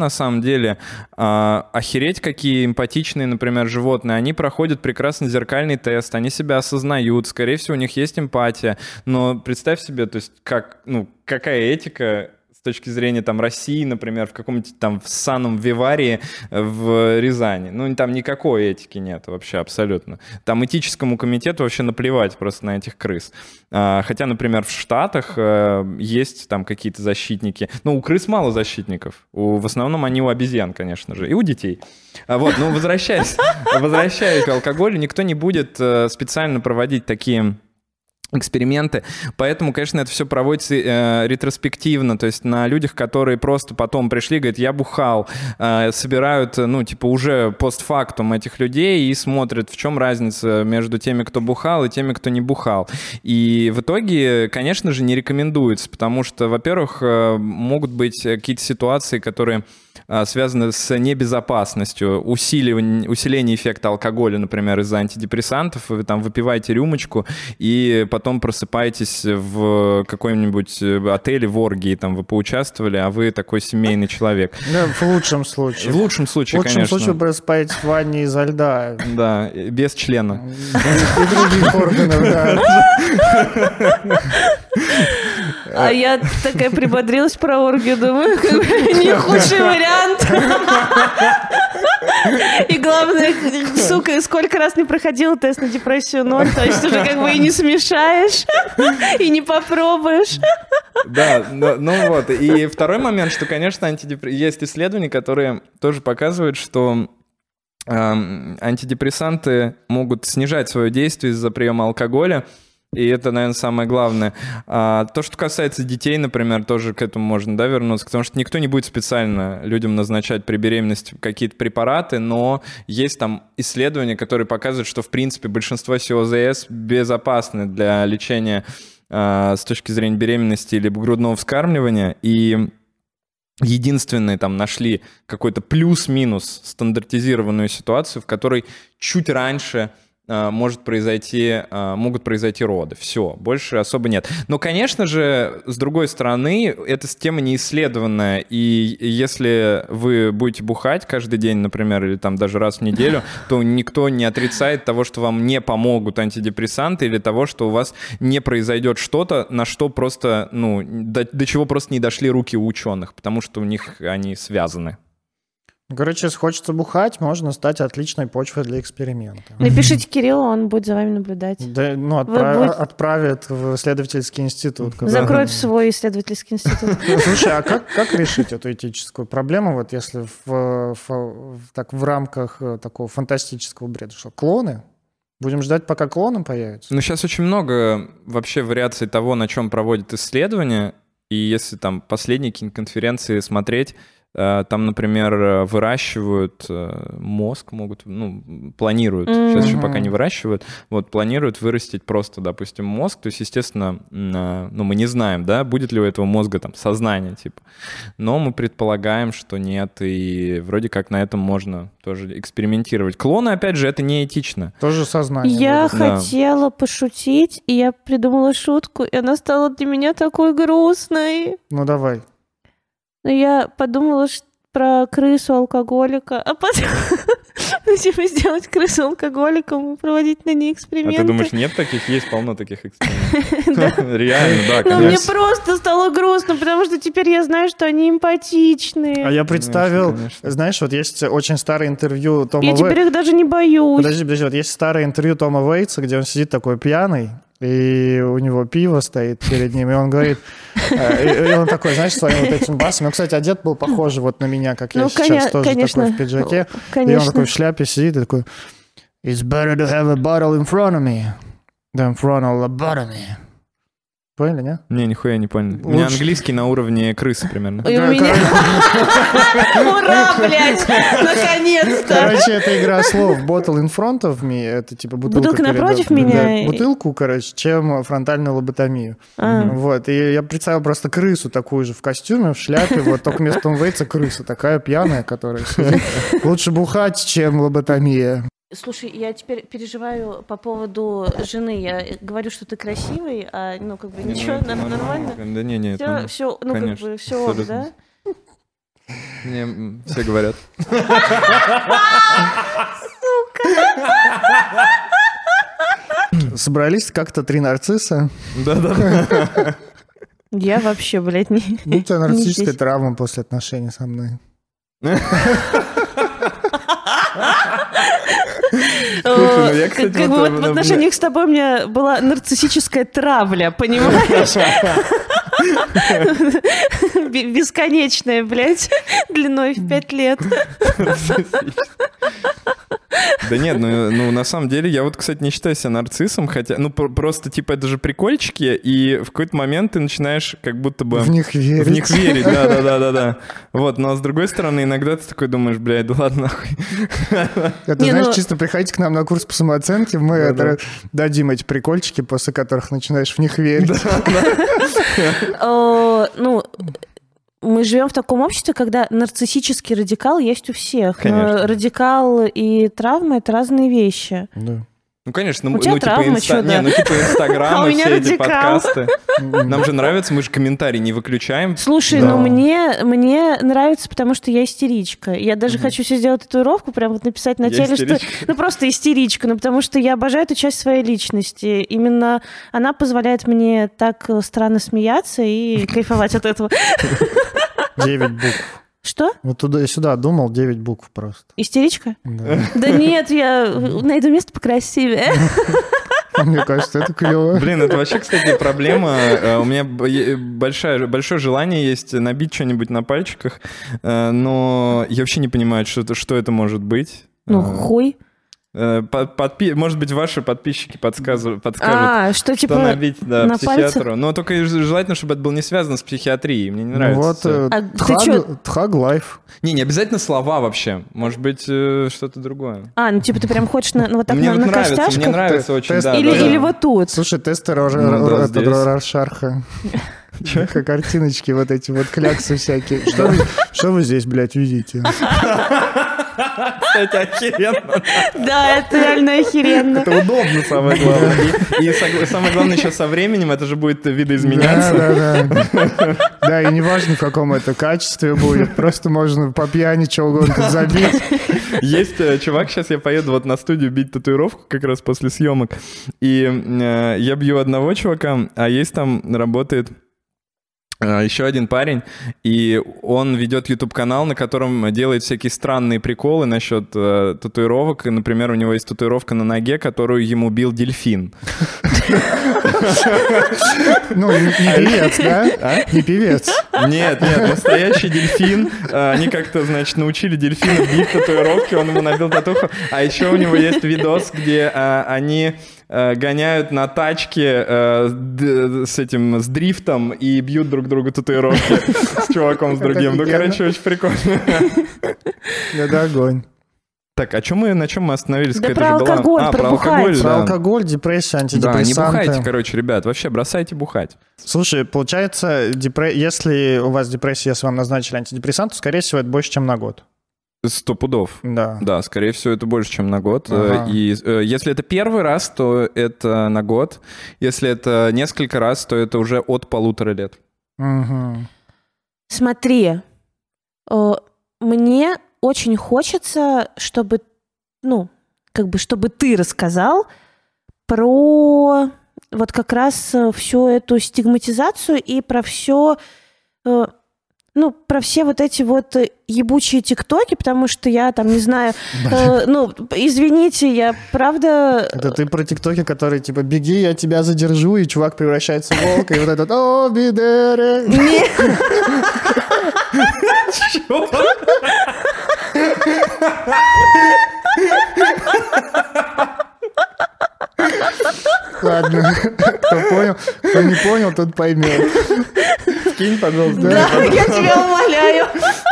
деле а, охереть, какие эмпатичные, например, животные. Они проходят прекрасный зеркальный тест, они себя осознают, скорее всего, у них есть эмпатия. Но представь себе, то есть как, ну, какая этика с точки зрения там России, например, в каком-нибудь там в ссаном Виварии в Рязани. Ну, там никакой этики нет вообще абсолютно. Там этическому комитету вообще наплевать просто на этих крыс. А, хотя, например, в Штатах а, есть там какие-то защитники. Ну, у крыс мало защитников. У, в основном они у обезьян, конечно же, и у детей. А, вот, ну, возвращаясь, возвращаясь к алкоголю, никто не будет а, специально проводить такие эксперименты. Поэтому, конечно, это все проводится э, ретроспективно, то есть на людях, которые просто потом пришли, говорят, я бухал, э, собирают, ну, типа, уже постфактум этих людей и смотрят, в чем разница между теми, кто бухал, и теми, кто не бухал. И в итоге, конечно же, не рекомендуется, потому что, во-первых, э, могут быть какие-то ситуации, которые э, связаны с небезопасностью, усиливание, усиление эффекта алкоголя, например, из-за антидепрессантов, вы там выпиваете рюмочку, и потом потом просыпаетесь в каком-нибудь отеле в оргии, там вы поучаствовали, а вы такой семейный человек. Да, в лучшем случае. В лучшем случае, конечно. В лучшем конечно. случае просыпаетесь в ванне изо льда. Да, без члена. И других органов, да. А я такая прибодрилась про оргию, думаю, не худший вариант. И главное, сука, сколько раз не проходила тест на депрессию ноль, то есть уже как бы и не смешаешь, и не попробуешь. Да, ну, ну вот. И второй момент, что, конечно, антидепр... есть исследования, которые тоже показывают, что э, антидепрессанты могут снижать свое действие из-за приема алкоголя. И это, наверное, самое главное. А, то, что касается детей, например, тоже к этому можно, да, вернуться, потому что никто не будет специально людям назначать при беременности какие-то препараты, но есть там исследования, которые показывают, что, в принципе, большинство си о зэ эс безопасны для лечения а, с точки зрения беременности или грудного вскармливания, и единственные там нашли какой-то плюс-минус стандартизированную ситуацию, в которой чуть раньше может произойти, могут произойти роды. Все, больше особо нет. Но, конечно же, с другой стороны, эта тема не исследованная, и если вы будете бухать каждый день, например, или там даже раз в неделю, то никто не отрицает того, что вам не помогут антидепрессанты, или того, что у вас не произойдет что-то, на что просто, ну, до, до чего просто не дошли руки у ученых, потому что у них они связаны. Короче, если хочется бухать, можно стать отличной почвой для эксперимента. Напишите Кириллу, он будет за вами наблюдать. Да, ну, отправ... будете... отправят в исследовательский институт. Куда... Закроют в свой исследовательский институт. Слушай, а как, как решить эту этическую проблему, вот если в, в, в, так, в рамках такого фантастического бреда? Что, клоны? Будем ждать, пока клоны появятся? Ну, сейчас очень много вообще вариаций того, на чем проводят исследования. И если там последние киноконференции смотреть, там, например, выращивают мозг, могут, ну, планируют, mm-hmm. сейчас еще пока не выращивают, вот, планируют вырастить просто, допустим, мозг, то есть, естественно, ну, мы не знаем, да, будет ли у этого мозга там сознание, типа, но мы предполагаем, что нет, и вроде как на этом можно тоже экспериментировать. Клоны, опять же, это не этично. Тоже сознание. Я будет. хотела да. пошутить, и я придумала шутку, и она стала для меня такой грустной. Ну, давай. Но я подумала что про крысу-алкоголика, а потом типа сделать крысу-алкоголиком и проводить на ней эксперименты. А ты думаешь, нет таких? Есть полно таких экспериментов. Реально, да, конечно. Но мне просто стало грустно, потому что теперь я знаю, что они эмпатичные. А я представил, знаешь, вот есть очень старое интервью Тома Уэйтса. Я теперь их даже не боюсь. Подожди, подожди, вот есть старое интервью Тома Уэйтса, где он сидит такой пьяный, и у него пиво стоит перед ним, и он говорит, и он такой, знаешь, своим вот этим басом, он, кстати, одет был похоже вот на меня, как я ну, сейчас тоже конечно. такой в пиджаке, конечно. И он такой в шляпе сидит и такой, it's better to have a bottle in front of me than frontal lobotomy. Поняли, нет? Не, нихуя не понял. У меня английский на уровне крысы примерно. Ой, у меня... Ура, блядь! Наконец-то! Короче, это игра слов. Bottle in front of me, это типа бутылка. Бутылка напротив меня? Бутылку, короче, чем фронтальную лоботомию. Вот, и я представил просто крысу такую же в костюме, в шляпе, вот только вместо Тома Уэйтса крыса такая пьяная, которая сидит. Лучше бухать, чем лоботомия. Слушай, я теперь переживаю по поводу жены. Я говорю, что ты красивый, а ну как бы ничего, нормально? Да не, не, все, все, ну как бы все, да? Мне м, все говорят. Собрались как-то три нарцисса. Да-да. Я вообще, блядь, не... Ну, у тебя не нарциссическая здесь. травма после отношений со мной. Слушай, ну я, кстати, Как как бы вот, вот в э, отношениях с тобой у меня была нарциссическая травля, понимаешь? Б- Бесконечная, блядь, длиной в пять лет. Да нет, ну, ну на самом деле я вот, кстати, не считаю себя нарциссом, хотя, ну пр- просто типа это же прикольчики, и в какой-то момент ты начинаешь как будто бы В них верить. в них верить, да, да, да, да, да. Вот, но с другой стороны, иногда ты такой думаешь, блядь, да ладно, нахуй. Это, Не, знаешь, ну- чисто приходите к нам на курс по самооценке, мы это дадим эти прикольчики, после которых начинаешь в них верить. Э, Ну, мы живем в таком обществе, когда нарциссический радикал есть у всех. Конечно. Но радикал и травма — это разные вещи. Да. Ну, конечно, ну, У тебя ну, типа, травма, инста... чё, не, да? ну, типа А Инстаграм у и меня все эти радикал. подкасты. Нам же нравится, мы же комментарии не выключаем. Слушай, Да. ну мне, мне нравится, потому что я истеричка. Я даже хочу себе сделать татуировку, прям вот написать на Я теле, что... истеричка. Ну просто истеричка, ну потому что я обожаю эту часть своей личности. Именно она позволяет мне так э, странно смеяться и кайфовать от этого. Девять букв. Что? Вот туда и сюда думал, девять букв просто. Истеричка? Да. Да нет, я найду место покрасивее. Мне кажется, это клево. Блин, это вообще, кстати, проблема. Э, У меня б- е- большая, большое желание есть набить что-нибудь на пальчиках, э, но я вообще не понимаю, что это, что это может быть. Ну, Э, хуй. э, под- подпи- Может быть, ваши подписчики подсказывают, подскажут, А, что что типа... набить да, на психиатру. Но только ж- желательно, чтобы это было не связано с психиатрией. Мне не Ну нравится. вот, э, А ты Тхаг- чё? Тхаг Лайф. Не, не обязательно слова вообще. Может быть, э, что-то другое. А, ну типа ты прям хочешь на, ну, вот так Мне на, вот на нравится, мне костяшках? нравится очень, тест- да. Или, да, да. или вот тут? Слушай, тесты Рор- Ну да, Рор- здесь. это Роршаха. Как картиночки вот эти вот, кляксы всякие. Что вы, что вы здесь, блядь, видите? Кстати, охеренно. Да, это реально охеренно. Это удобно, самое главное. И, и сог- самое главное, еще со временем это же будет видоизменяться. Да, да, да. Да, и неважно, в каком это качестве будет. Просто можно по пьяни что угодно тут забить. Есть э, чувак, сейчас я поеду вот на студию бить татуировку как раз после съемок. И э, я бью одного чувака, а есть там работает э, еще один парень, и он ведет YouTube-канал, на котором делает всякие странные приколы насчет э, татуировок. И, например, у него есть татуировка на ноге, которую ему бил дельфин. Ну, не, не певец, да? А? Не певец. Нет, нет, настоящий дельфин. А, Они как-то, значит, научили дельфина бить татуировки, он ему набил татуху. А еще у него есть видос, где а, они а, гоняют на тачке а, д- с этим, с дрифтом и бьют друг другу татуировки с чуваком, с другим. Ну, короче, очень прикольно. Это огонь. Так, а чё мы, на чем мы остановились? Да Какая-то про же была- алкоголь, А, про про алкоголь, бухать. Про да. алкоголь, депрессию, Да, не антидепрессанты. бухайте, короче, ребят, вообще бросайте бухать. Слушай, получается, депре- если у вас депрессия, если вам назначили антидепрессант, то, скорее всего, это больше, чем на год. Сто пудов. Да. Да, скорее всего, это больше, чем на год. Ага. Э, И э, если это первый раз, то это на год. Если это несколько раз, то это уже от полутора лет. Мгм. Смотри, э, мне очень хочется, чтобы, ну, как бы, чтобы ты рассказал про вот как раз э, всю эту стигматизацию и про все, э, ну, про все вот эти вот э, ебучие тиктоки, потому что я там, не знаю, э, ну, извините, я правда... Это ты про тиктоки, которые типа «беги, я тебя задержу», и чувак превращается в волка, и вот этот «О, бидере». Не- Ладно, кто понял, кто не понял, тот поймет. Кинь, пожалуйста. Да, я тебя умоляю.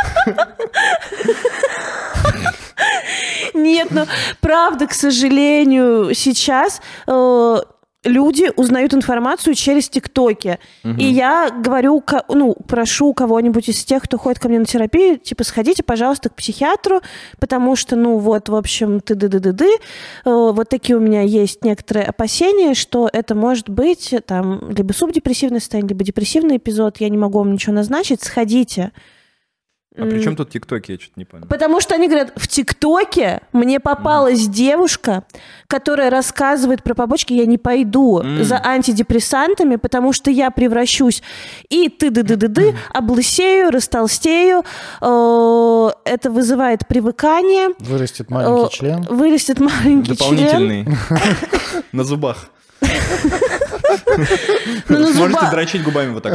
Нет, ну правда, к сожалению, сейчас э, люди узнают информацию через ТикТоки. И я говорю, ко- ну, прошу кого-нибудь из тех, кто ходит ко мне на терапию, типа, сходите, пожалуйста, к психиатру, потому что, ну, вот, в общем, ты ды ды ды ды Вот такие у меня есть некоторые опасения, что это может быть там либо субдепрессивное состояние, либо депрессивный эпизод. Я не могу вам ничего назначить. Сходите. А при чем тут ТикТоки, я что-то не понял. Потому что они говорят, в ТикТоке мне попалась mm. девушка, которая рассказывает про побочки, я не пойду mm. за антидепрессантами, потому что я превращусь и ты-ды-ды-ды-ды, mm. облысею, растолстею, это вызывает привыкание. Вырастет маленький член. Вырастет маленький член. Дополнительный. На зубах. Сможете дрочить губами вот так.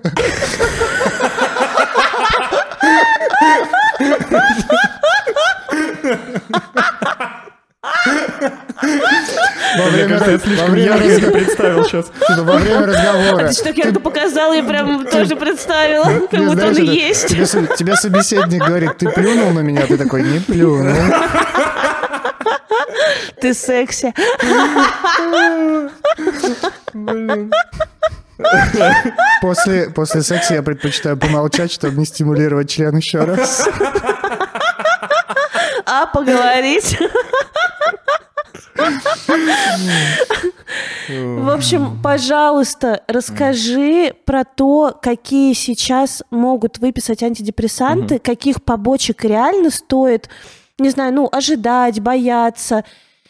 Во время, кажется, я слишком ярко это представил сейчас. Во время разговора. Ты что, так ярко показала, я прям тоже представила, как будто он и есть. Тебе собеседник говорит, ты плюнул на меня? Ты такой, не плюнул. Ты секси. После, после секса я предпочитаю помолчать, чтобы не стимулировать член еще раз. А поговорить? В общем, пожалуйста, расскажи про то, какие сейчас могут выписать антидепрессанты, угу. каких побочек реально стоит, не знаю, ну, ожидать, бояться.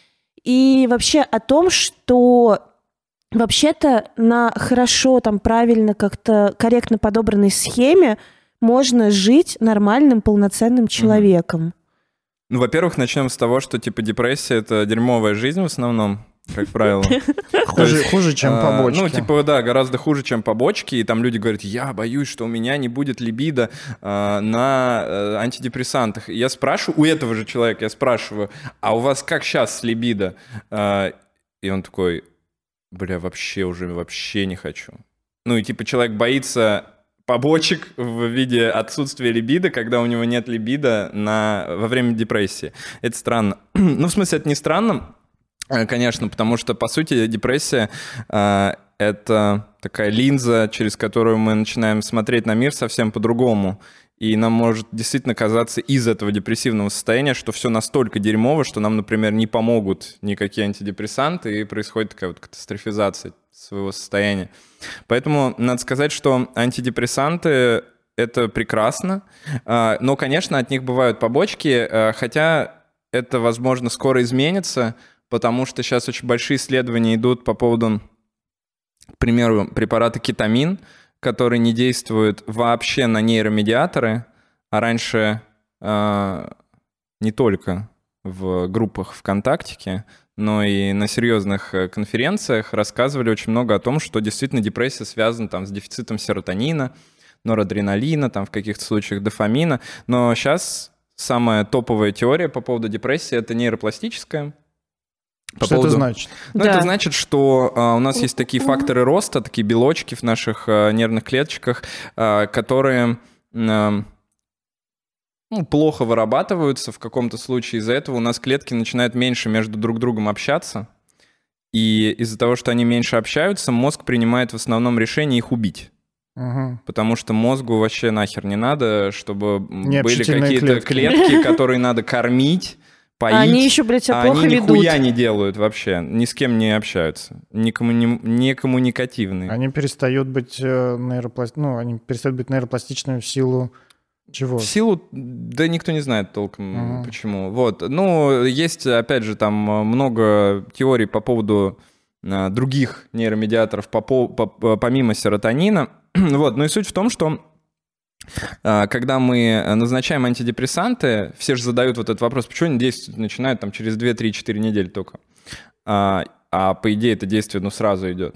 И вообще о том, что вообще-то на хорошо, там, правильно, как-то корректно подобранной схеме можно жить нормальным, полноценным человеком. Угу. Ну, во-первых, начнем с того, что, типа, депрессия — это дерьмовая жизнь в основном, как правило. Хуже, хуже, чем побочки. Ну, типа, да, гораздо хуже, чем побочки. И там люди говорят, я боюсь, что у меня не будет либидо э, на э, антидепрессантах. И я спрашиваю, у этого же человека я спрашиваю, а у вас как сейчас с либидо? Э, и он такой, бля, вообще уже вообще не хочу. Ну, и типа человек боится побочек в виде отсутствия либидо, когда у него нет либидо на, во время депрессии. Это странно. Ну, в смысле, это не странно, конечно, потому что, по сути, депрессия э, — это такая линза, через которую мы начинаем смотреть на мир совсем по-другому. И нам может действительно казаться из этого депрессивного состояния, что все настолько дерьмово, что нам, например, не помогут никакие антидепрессанты, и происходит такая вот катастрофизация своего состояния. Поэтому надо сказать, что антидепрессанты — это прекрасно, но, конечно, от них бывают побочки, хотя это, возможно, скоро изменится, потому что сейчас очень большие исследования идут по поводу, к примеру, препарата кетамин, который не действует вообще на нейромедиаторы, а раньше э, не только в группах ВКонтактике, но и на серьезных конференциях рассказывали очень много о том, что действительно депрессия связана там с дефицитом серотонина, норадреналина, там в каких-то случаях дофамина. Но сейчас самая топовая теория по поводу депрессии — это нейропластическая. По что поводу... это значит? Ну, да. Это значит, что а, у нас есть такие факторы роста, такие белочки в наших а, нервных клеточках, а, которые а, ну, плохо вырабатываются в каком-то случае. Из-за этого у нас клетки начинают меньше между друг другом общаться. И из-за того, что они меньше общаются, мозг принимает в основном решение их убить. Угу. Потому что мозгу вообще нахер не надо, чтобы были какие-то клетки. клетки, которые надо кормить, поить, а они еще, блядь, себя плохо они ведут. Они нихуя не делают вообще, ни с кем не общаются, не, коммуни... не коммуникативные. Они перестают быть нейропласт... ну, они перестают быть нейропластичными в силу чего? В силу, да никто не знает толком, uh-huh. почему. Вот, ну, есть, опять же, там много теорий по поводу а, других нейромедиаторов по, по, по, помимо серотонина. Вот, ну и суть в том, что когда мы назначаем антидепрессанты, все же задают вот этот вопрос, почему они действуют, начинают там через две-три-четыре недели только. А, а по идее это действие ну сразу идет.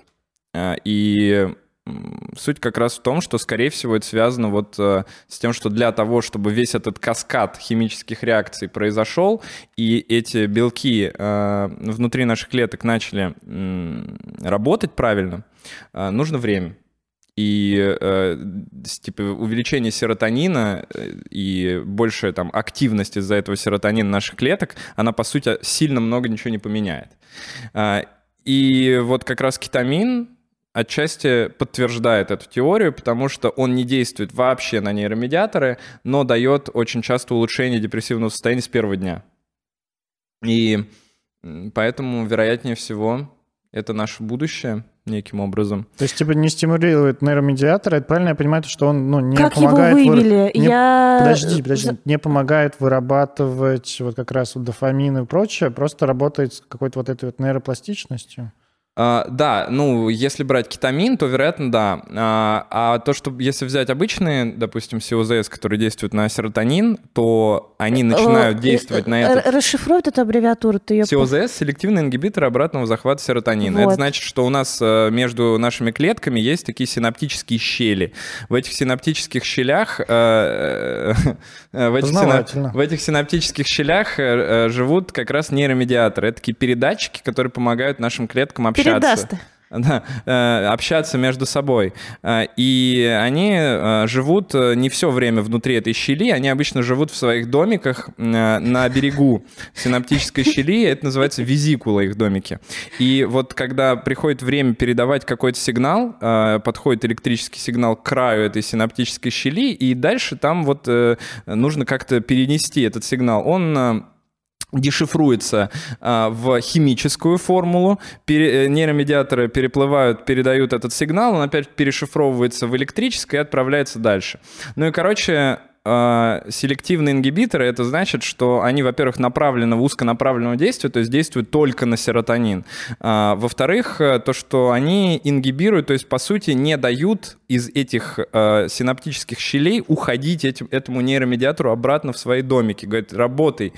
И суть как раз в том, что, скорее всего, это связано вот с тем, что для того, чтобы весь этот каскад химических реакций произошел, и эти белки внутри наших клеток начали работать правильно, нужно время. И э, типа, увеличение серотонина и большая там, активность из-за этого серотонина наших клеток, она, по сути, сильно много ничего не поменяет. Э, и вот как раз кетамин отчасти подтверждает эту теорию, потому что он не действует вообще на нейромедиаторы, но дает очень часто улучшение депрессивного состояния с первого дня. И поэтому, вероятнее всего, Это наше будущее неким образом. То есть, типа, не стимулирует нейромедиатор, это правильно я понимаю, что он ну, не как помогает... его вывели? Вы... Не... Я... Подожди, подожди. Не помогает вырабатывать вот как раз вот дофамин и прочее, просто работает с какой-то вот этой вот нейропластичностью? Uh, да, ну, если брать кетамин, то, вероятно, да. Uh, а то, что если взять обычные, допустим, си о зет эс, которые действуют на серотонин, то они начинают действовать на этот... Расшифруй эту аббревиатуру. Ты ее... си о зет эс — селективный ингибитор обратного захвата серотонина. Вот. Это значит, что у нас между нашими клетками есть такие синаптические щели. В этих синаптических щелях... в, этих синап... в этих синаптических щелях живут как раз нейромедиаторы. Это такие передатчики, которые помогают нашим клеткам общаться. Передаст. Да, э, общаться между собой. Э, и они э, живут не все время внутри этой щели, они обычно живут в своих домиках э, на берегу синаптической щели, это называется визикула, их домики. И вот когда приходит время передавать какой-то сигнал, э, подходит электрический сигнал к краю этой синаптической щели, и дальше там вот э, нужно как-то перенести этот сигнал. Он... Э, дешифруется а, в химическую формулу, пере, нейромедиаторы переплывают, передают этот сигнал, он опять перешифровывается в электрическое и отправляется дальше. Ну и, короче, а, селективные ингибиторы, это значит, что они, во-первых, направлены в узконаправленное действие, то есть действуют только на серотонин. А, во-вторых, то, что они ингибируют, то есть, по сути, не дают из этих а, синаптических щелей уходить этим, этому нейромедиатору обратно в свои домики. Говорят, работай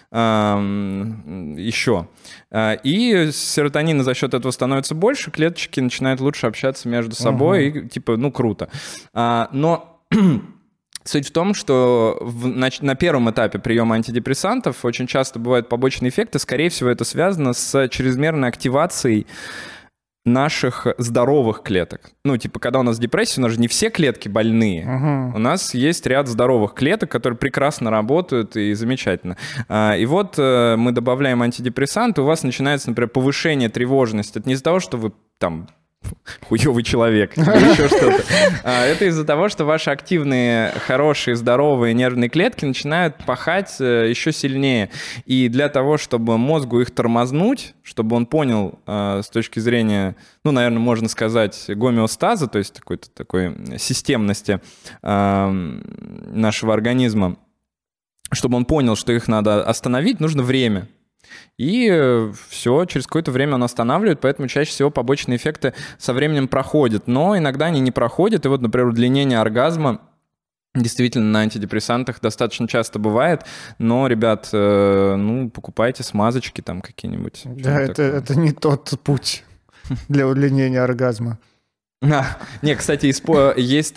еще. И серотонина за счет этого становится больше, клеточки начинают лучше общаться между собой, uh-huh. и типа, ну, круто. Но суть в том, что в, на, на первом этапе приема антидепрессантов очень часто бывают побочные эффекты, скорее всего, это связано с чрезмерной активацией наших здоровых клеток. Ну, типа, когда у нас депрессия, у нас же не все клетки больные. Uh-huh. У нас есть ряд здоровых клеток, которые прекрасно работают и замечательно. И вот мы добавляем антидепрессанты, у вас начинается, например, повышение тревожности. Это не из-за того, что вы там хуёвый человек или еще что-то. Это из-за того, что ваши активные, хорошие, здоровые нервные клетки начинают пахать еще сильнее. И для того, чтобы мозгу их тормознуть, чтобы он понял с точки зрения, ну, наверное, можно сказать, гомеостаза, то есть какой-то такой системности нашего организма, чтобы он понял, что их надо остановить, нужно время. И все, через какое-то время он останавливает, поэтому чаще всего побочные эффекты со временем проходят. Но иногда они не проходят. И вот, например, удлинение оргазма действительно на антидепрессантах достаточно часто бывает. Но, ребят, э, ну, покупайте смазочки там какие-нибудь. Да, это, это не тот путь для удлинения оргазма. Не, кстати, есть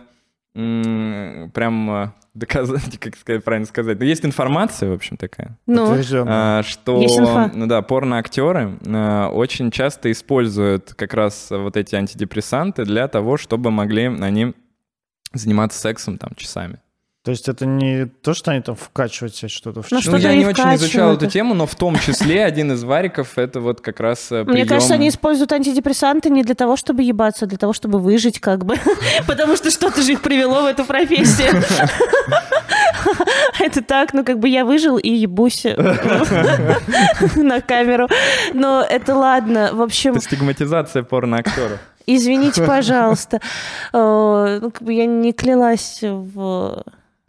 прям... доказать, как сказать, правильно сказать. Но есть информация, в общем, такая, ну, а, что ну, да, порноактеры а, очень часто используют как раз вот эти антидепрессанты для того, чтобы могли они заниматься сексом там часами. То есть это не то, что они там вкачивают себе что-то в ну, член? Ну, я не очень изучал эту тему, но в том числе один из вариков — это вот как раз прием... Мне кажется, они используют антидепрессанты не для того, чтобы ебаться, а для того, чтобы выжить как бы. Потому что что-то же их привело в эту профессию. Это так, ну как бы я выжил и ебусь на камеру. Но это ладно, в общем... Это стигматизация порноактеров. Извините, пожалуйста. Ну, как бы я не клялась в...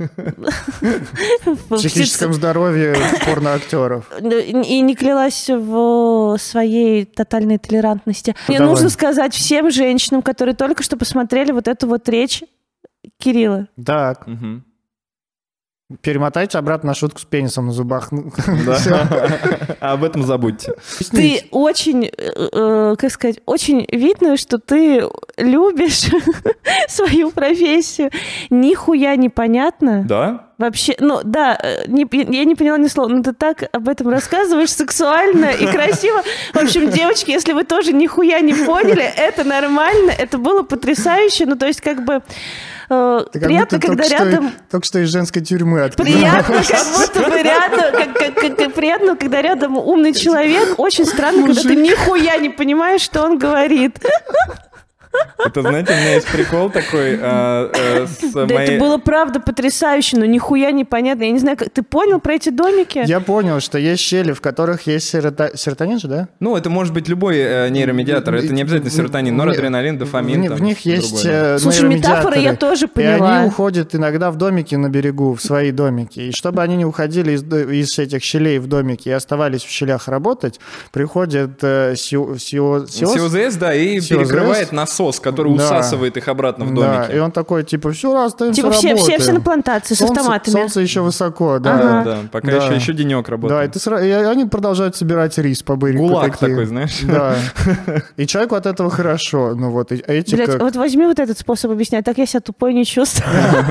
в психическом здоровье порноактеров. И не клялась в своей тотальной толерантности. Мне Давай. нужно сказать всем женщинам, которые только что посмотрели вот эту вот речь Кирилла. Так. Угу. Перемотайте обратно на шутку с пенисом на зубах. А об этом забудьте. Ты очень, э, как сказать, очень видно, что ты любишь свою профессию. Нихуя непонятно. Да? Вообще, ну да, не, я не поняла ни слова, но ты так об этом рассказываешь сексуально и красиво. В общем, девочки, если вы тоже нихуя не поняли, это нормально, это было потрясающе. Ну, то есть, как бы... Ты приятно, как когда только рядом... Что, только что из женской тюрьмы откуда. Приятно, как будто бы рядом... Как, как, как, как приятно, когда рядом умный человек. Очень странно, Мужик. Когда ты нихуя не понимаешь, что он говорит. Это, знаете, у меня есть прикол такой а, а, с Да моей... это было правда потрясающе, но нихуя непонятно. Я не знаю, как... Ты понял про эти домики? Я понял, что есть щели, в которых есть серото... серотонин же, да? Ну, это может быть любой э, нейромедиатор. Это не обязательно серотонин, норадреналин, дофамин. В, там, в них что-то есть другое. э, Слушай, нейромедиаторы, метафоры я тоже и поняла. они уходят иногда в домики на берегу, в свои домики. И чтобы они не уходили из, из этих щелей в домики и оставались в щелях работать, приходит э, сио, сио, сиос? СИОЗС, да, и СИОЗС. перекрывает насос, который Да. усасывает их обратно в Да, домике. и он такой, типа, все, раз, остаемся, Типа все, все, работаем. все на плантации с Солнце- автоматами. Солнце еще высоко, да. Ага. Да, да, пока Да. еще, еще денек работает. Да, и, ты сра- и они продолжают собирать рис по берегу. Гулаг такие. такой, знаешь. Да. И человеку от этого хорошо. Ну вот, и эти Блять, как... вот возьми вот этот способ объяснять, так я себя тупой не чувствую.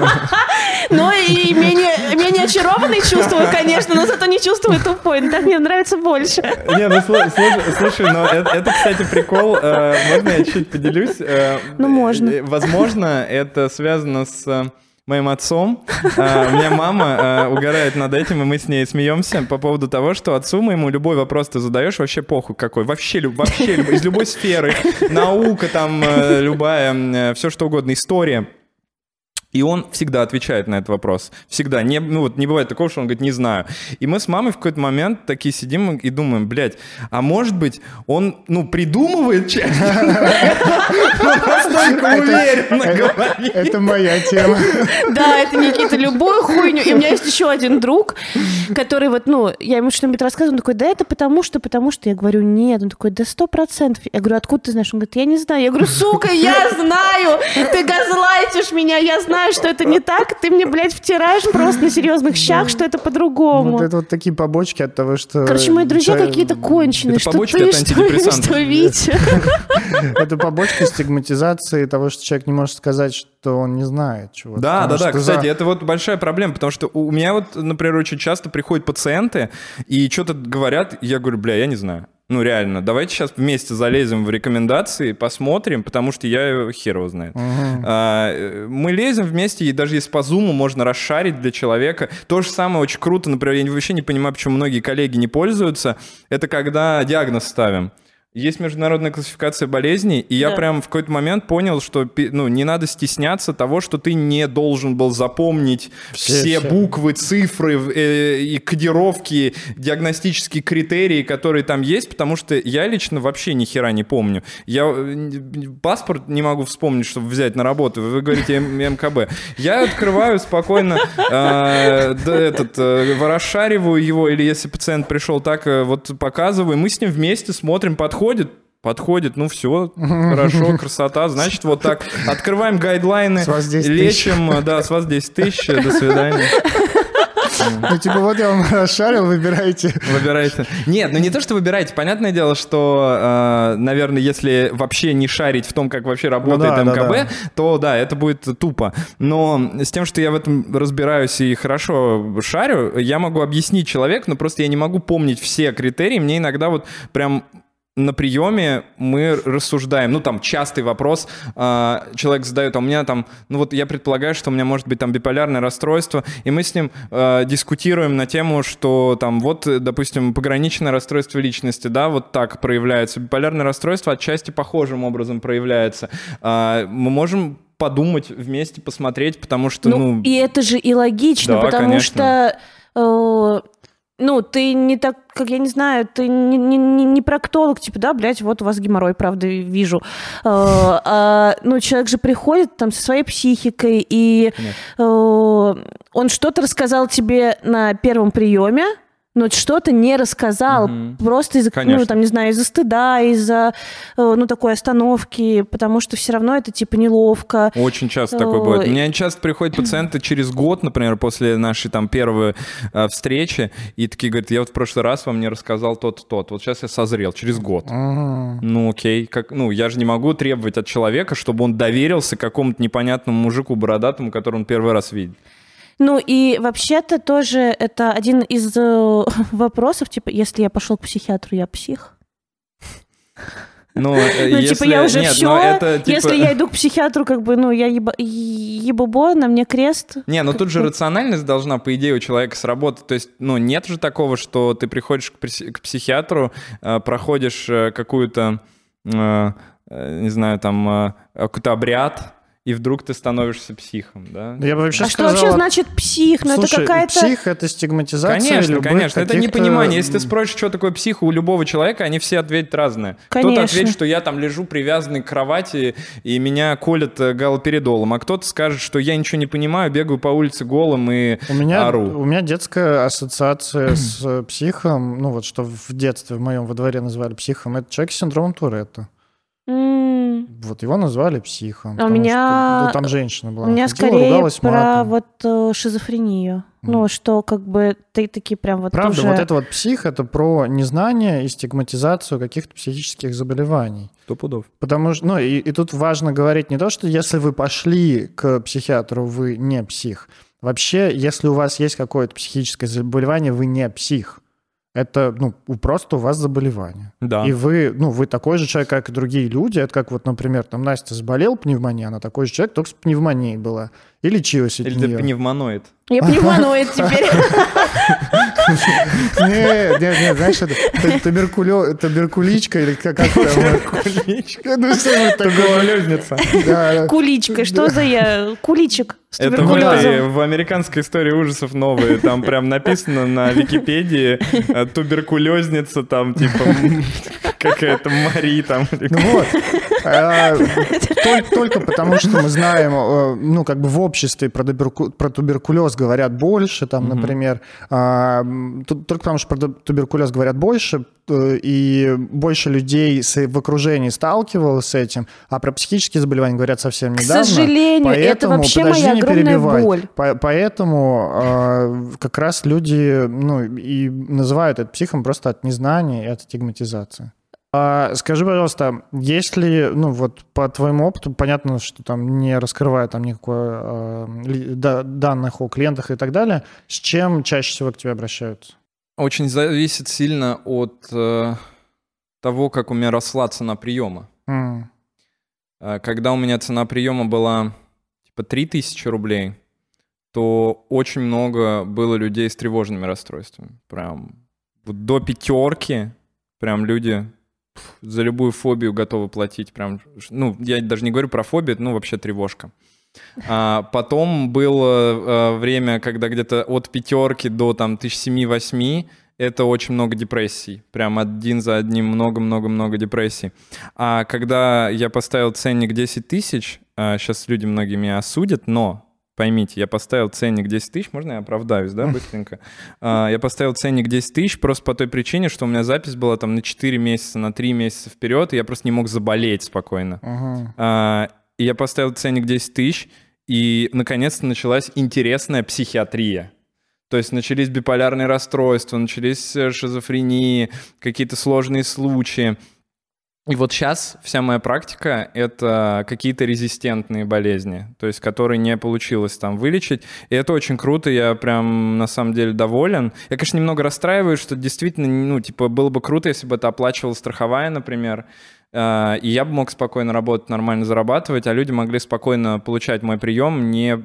Но и менее, менее очарованный чувствую, конечно, но зато не чувствую тупой. Ну, так мне нравится больше. Не, ну слу- слушай, слушай, ну это, это, кстати, прикол. Э, можно я чуть поделюсь? Э, Ну, можно. э, Возможно, это связано с э, моим отцом. Э, У меня мама э, угорает над этим, и мы с ней смеемся по поводу того, что отцу моему любой вопрос ты задаешь, вообще похуй какой. Вообще, люб- вообще люб- из любой сферы. Наука там, э, любая, все что угодно, история. И он всегда отвечает на этот вопрос. Всегда. Не, ну, вот не бывает такого, что он говорит, не знаю. И мы с мамой в какой-то момент такие сидим и думаем, блядь, а может быть, он, ну, придумывает часть? Настолько уверенно говорит. Это моя тема. Да, это Никита, любую хуйню. И у меня есть еще один друг, который вот, ну, я ему что-нибудь рассказываю, он такой, да это потому что, потому что. Я говорю, нет. Он такой, да сто процентов. Я говорю, откуда ты знаешь? Он говорит, я не знаю. Я говорю, сука, я знаю. Ты газлайтишь меня, я знаю, что это не так. Ты мне, блядь, втираешь просто на серьезных щах, что это по-другому. Вот это вот такие побочки от того, что... Короче, мои друзья человек- какие-то конченые. Это Что побочки ты, от что, антидепрессантов. что Витя. Это побочки стигматизации того, что человек не может сказать, что он не знает чего-то. Да, да, Потому да. что Кстати, за- это вот большая проблема, потому что у меня вот, например, очень часто приходят пациенты и что-то говорят, и я говорю, бля, я не знаю. Ну, реально, давайте сейчас вместе залезем в рекомендации, посмотрим, потому что я хер его знает. А, мы лезем вместе, и даже если по зуму можно расшарить для человека. То же самое очень круто, например, я вообще не понимаю, почему многие коллеги не пользуются, это когда диагноз ставим. Есть международная классификация болезней, и я Да. прям в какой-то момент понял, что пи- ну, не надо стесняться того, что ты не должен был запомнить Все- все, все. буквы, цифры э, и кодировки, диагностические критерии, которые там есть, потому что я лично вообще ни хера не помню. Я э, паспорт не могу вспомнить, чтобы взять на работу. Вы говорите М- МКБ. Я открываю спокойно, э, да, этот, э, расшариваю его, или если пациент пришел так, э, вот показываю, мы с ним вместе смотрим, подходит, подходит, ну все, хорошо, красота, значит, вот так, открываем гайдлайны, С вас десять тысяч. лечим, да, с вас десять тысяч, до свидания. Ну, типа, вот я вам расшарил, выбирайте. Выбирайте. Нет, ну не то, что выбирайте. Понятное дело, что, э, наверное, если вообще не шарить в том, как вообще работает да, да, МКБ, да. то да, это будет тупо. Но с тем, что я в этом разбираюсь и хорошо шарю, я могу объяснить человеку, но просто я не могу помнить все критерии. Мне иногда вот прям на приеме мы рассуждаем, ну, там, частый вопрос, э, человек задает, а у меня там, ну, вот я предполагаю, что у меня может быть там биполярное расстройство, и мы с ним э, дискутируем на тему, что там, вот, допустим, пограничное расстройство личности, да, вот так проявляется, биполярное расстройство отчасти похожим образом проявляется. Э, мы можем подумать вместе, посмотреть, потому что, Ну, ну... и это же и логично, Да, потому конечно. что... э, ну, ты не так, как я не знаю, ты не, не, не не проктолог, типа, да, блядь, вот у вас геморрой, правда, вижу. Э, а, ну, человек же приходит там со своей психикой, и э, он что-то рассказал тебе на первом приеме, но что-то не рассказал, Мгм. просто из-за, ну, Конечно. там, не знаю, из-за стыда, из-за, э, ну, такой остановки, потому что все равно это, типа, неловко. Очень часто такое бывает. У Ой. меня часто приходят пациенты через год, например, после нашей там первой э, встречи, и такие говорят, я вот в прошлый раз вам не рассказал тот тот. Вот сейчас я созрел, через год. Ага. Ну окей, как, ну я же не могу требовать от человека, чтобы он доверился какому-то непонятному мужику бородатому, которого он первый раз видит. Ну и вообще-то тоже это один из э, вопросов, типа, если я пошел к психиатру, я псих. Ну, э, Ну, если- типа, я уже нет, все. но это, типа- Если я иду к психиатру, как бы, ну, я еба- ебобо, на мне крест. Не, ну тут же Как- рациональность должна, по идее, у человека сработать. То есть, ну, нет же такого, что ты приходишь к, пси- к психиатру, э, проходишь э, какую-то... э, э, не знаю, там, э, какой-то обряд, и вдруг ты становишься психом, да? Я бы вообще А что сказала... вообще значит псих? Ну, это Слушай, какая-то... псих — это стигматизация Конечно, любых конечно. Это каких-то- непонимание. Если ты спросишь, что такое псих у любого человека, они все ответят разное. Кто-то Конечно. ответит, что я там лежу привязанный к кровати, и меня колят э, галоперидолом. А кто-то скажет, что я ничего не понимаю, бегаю по улице голым и У меня, ору. у меня детская ассоциация с психом, ну вот что в детстве в моем во дворе называли психом, это человек с синдромом Туретта. М, Вот его назвали психом. А у потому меня- что, ну, там женщина была. У меня ходила, скорее ругалась про матом. вот э, шизофрению. Ну, что как бы ты такие прям вот Правда, уже... вот это вот псих — это про незнание и стигматизацию каких-то психических заболеваний. Сто пудов. Потому что, ну, и, и тут важно говорить не то, что если вы пошли к психиатру, вы не псих. Вообще, если у вас есть какое-то психическое заболевание, вы не псих. Это, ну, у- просто у вас заболевание. Да. И вы, ну, вы такой же человек, как и другие люди. Это как вот, например, там Настя заболела пневмонией, она такой же человек, только с пневмонией была. И лечилась от Или ты нее. пневмоноид. Я пневмоноид теперь. Нет, нет, нет, знаешь, это т- туберкулё- туберкуличка или как как там? Туберкуличка. Ну, что-нибудь такое. Да, да. Куличка. Что за я? Куличик с Это в, туберкулезом. этой- в американской истории ужасов новые. Там прям написано на Википедии э, туберкулезница, там типа м, какая-то Мари там. Ну вот. А, тол- Только потому, что мы знаем, э, ну, как бы в обществе про туберку- про туберкулез говорят больше, там, например. а, м, т- Только потому, что про ту- туберкулез говорят больше, э, и больше людей с- в окружении сталкивалось с этим, а про психические заболевания говорят совсем К недавно. сожалению, это Поэтому- вообще подожди, моя не огромная перебивай. боль. По- Поэтому э, как раз люди, ну, и называют это психом просто от незнания и от стигматизации. А скажи, пожалуйста, если, ну, вот по твоему опыту, понятно, что там не раскрывая там никакой э, ли- да- данных о клиентах и так далее, с чем чаще всего к тебе обращаются? Очень зависит сильно от э, того, как у меня росла цена приема. М, Э, Когда у меня цена приема была типа три тысячи рублей, то очень много было людей с тревожными расстройствами. Прям вот до пятерки прям люди пф, за любую фобию готовы платить. Прям, ш- ну, я даже не говорю про фобию, ну, вообще тревожка. А потом было э, время, когда где-то от пятерки до там тысяч семи-восьми это очень много депрессий. Прям один за одним много-много-много депрессий. А когда я поставил ценник десять тысяч, сейчас люди многие меня осудят, но поймите, я поставил ценник десять тысяч, можно я оправдаюсь, да, быстренько? А, Я поставил ценник десять тысяч просто по той причине, что у меня запись была там на четыре месяца, на три месяца вперед, и я просто не мог заболеть спокойно. ага. А, И я поставил ценник десять тысяч, и наконец-то началась интересная психиатрия. То есть начались биполярные расстройства, начались э, шизофрении, какие-то сложные случаи. И вот сейчас вся моя практика — это какие-то резистентные болезни, то есть которые не получилось там вылечить. И это очень круто, я прям на самом деле доволен. Я, конечно, немного расстраиваюсь, что действительно, ну, типа, было бы круто, если бы это оплачивала страховая, например, э, и я бы мог спокойно работать, нормально зарабатывать, а люди могли спокойно получать мой прием, не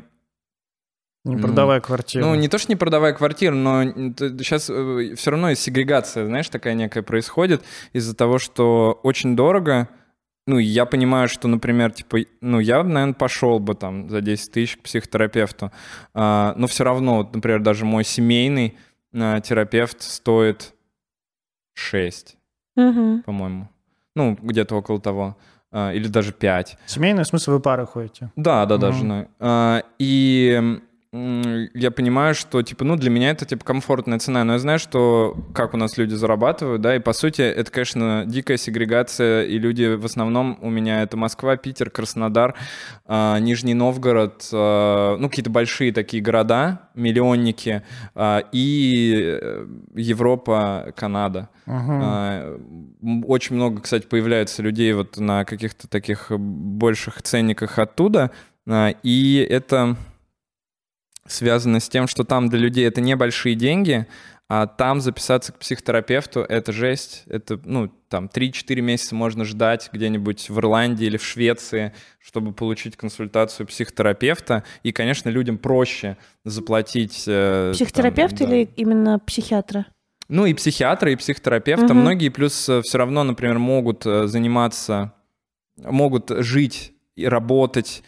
Не Ну, продавая квартиру. Ну, не то, что не продавая квартиру, но сейчас все равно есть сегрегация, знаешь, такая некая происходит из-за того, что очень дорого. Ну, и я понимаю, что, например, типа, ну, я, наверное, пошел бы там за десять тысяч к психотерапевту, а, но все равно, вот, например, даже мой семейный а, терапевт стоит шесть, Мгм. по-моему. Ну, где-то около того. А, или даже пять. Семейный, в смысле, вы пары ходите? Да, да, да, Мгм. женой. А, И м, я понимаю, что, типа, ну, для меня это, типа, комфортная цена, но я знаю, что как у нас люди зарабатывают, да, и, по сути, это, конечно, дикая сегрегация, и люди в основном у меня это Москва, Питер, Краснодар, а, Нижний Новгород, а, ну, какие-то большие такие города, миллионники, а, и э, Европа, Канада. Ага. А, м, Очень много, кстати, появляется людей вот на каких-то таких больших ценниках оттуда, а, и это связано с тем, что там для людей это небольшие деньги, а там записаться к психотерапевту — это жесть. Это, ну, там три-четыре месяца можно ждать где-нибудь в Ирландии или в Швеции, чтобы получить консультацию психотерапевта. И, конечно, людям проще заплатить... э, Психотерапевт там, да. или именно психиатра? Ну, и психиатра, и психотерапевта. Мгм. Многие плюс все равно, например, могут э, заниматься могут жить и работать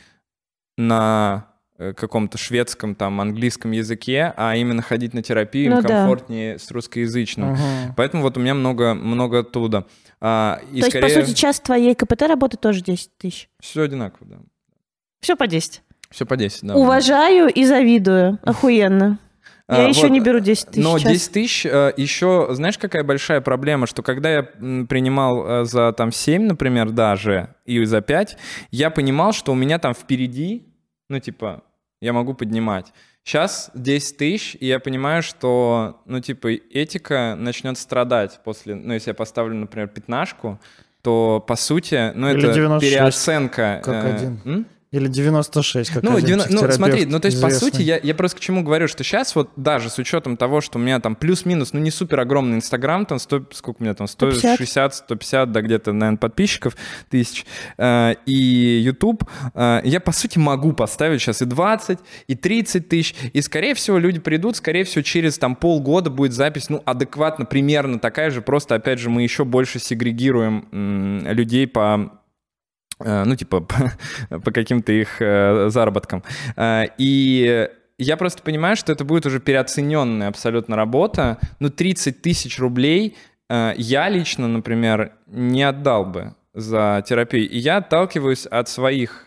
на каком-то шведском, там, английском языке, а именно ходить на терапию Ну им да. комфортнее с русскоязычным. Мгм. Поэтому вот у меня много, много оттуда. А, и То скорее есть, по сути, час твоей КПТ работы тоже десять тысяч. все одинаково, да. Все по десять. Все по десять, да. Уважаю и завидую. Охуенно. Я А, еще вот, не беру десять тысяч Но в час. десять тысяч э, еще, знаешь, какая большая проблема, что когда я м, принимал э, за там семь, например, даже, и за пять, я понимал, что у меня там впереди, ну, типа, я могу поднимать. Сейчас десять тысяч, и я понимаю, что, ну, типа, этика начнет страдать после, ну, если я поставлю, например, пятнашку, то, по сути, ну, Или это девяносто шесть, переоценка. как э, один. м? Или девяносто шесть, как Ну, один девяносто ну, психотерапевт смотри, ну, то есть, по известный. сути, я, я просто к чему говорю, что сейчас вот даже с учетом того, что у меня там плюс-минус, ну, не супер огромный Инстаграм, там, сто, сколько у меня там, сто шестьдесят сто пятьдесят, да, где-то, наверное, подписчиков тысяч, э, и YouTube, э, я, по сути, могу поставить сейчас и двадцать, и тридцать тысяч, и, скорее всего, люди придут, скорее всего, через там полгода будет запись, ну, адекватно, примерно такая же, просто, опять же, мы еще больше сегрегируем м, людей по... ну, типа, по, по каким-то их э, заработкам. Э, и я просто понимаю, что это будет уже переоцененная абсолютно работа. Ну, тридцать тысяч рублей э, я лично, например, не отдал бы за терапию. И я отталкиваюсь от своих,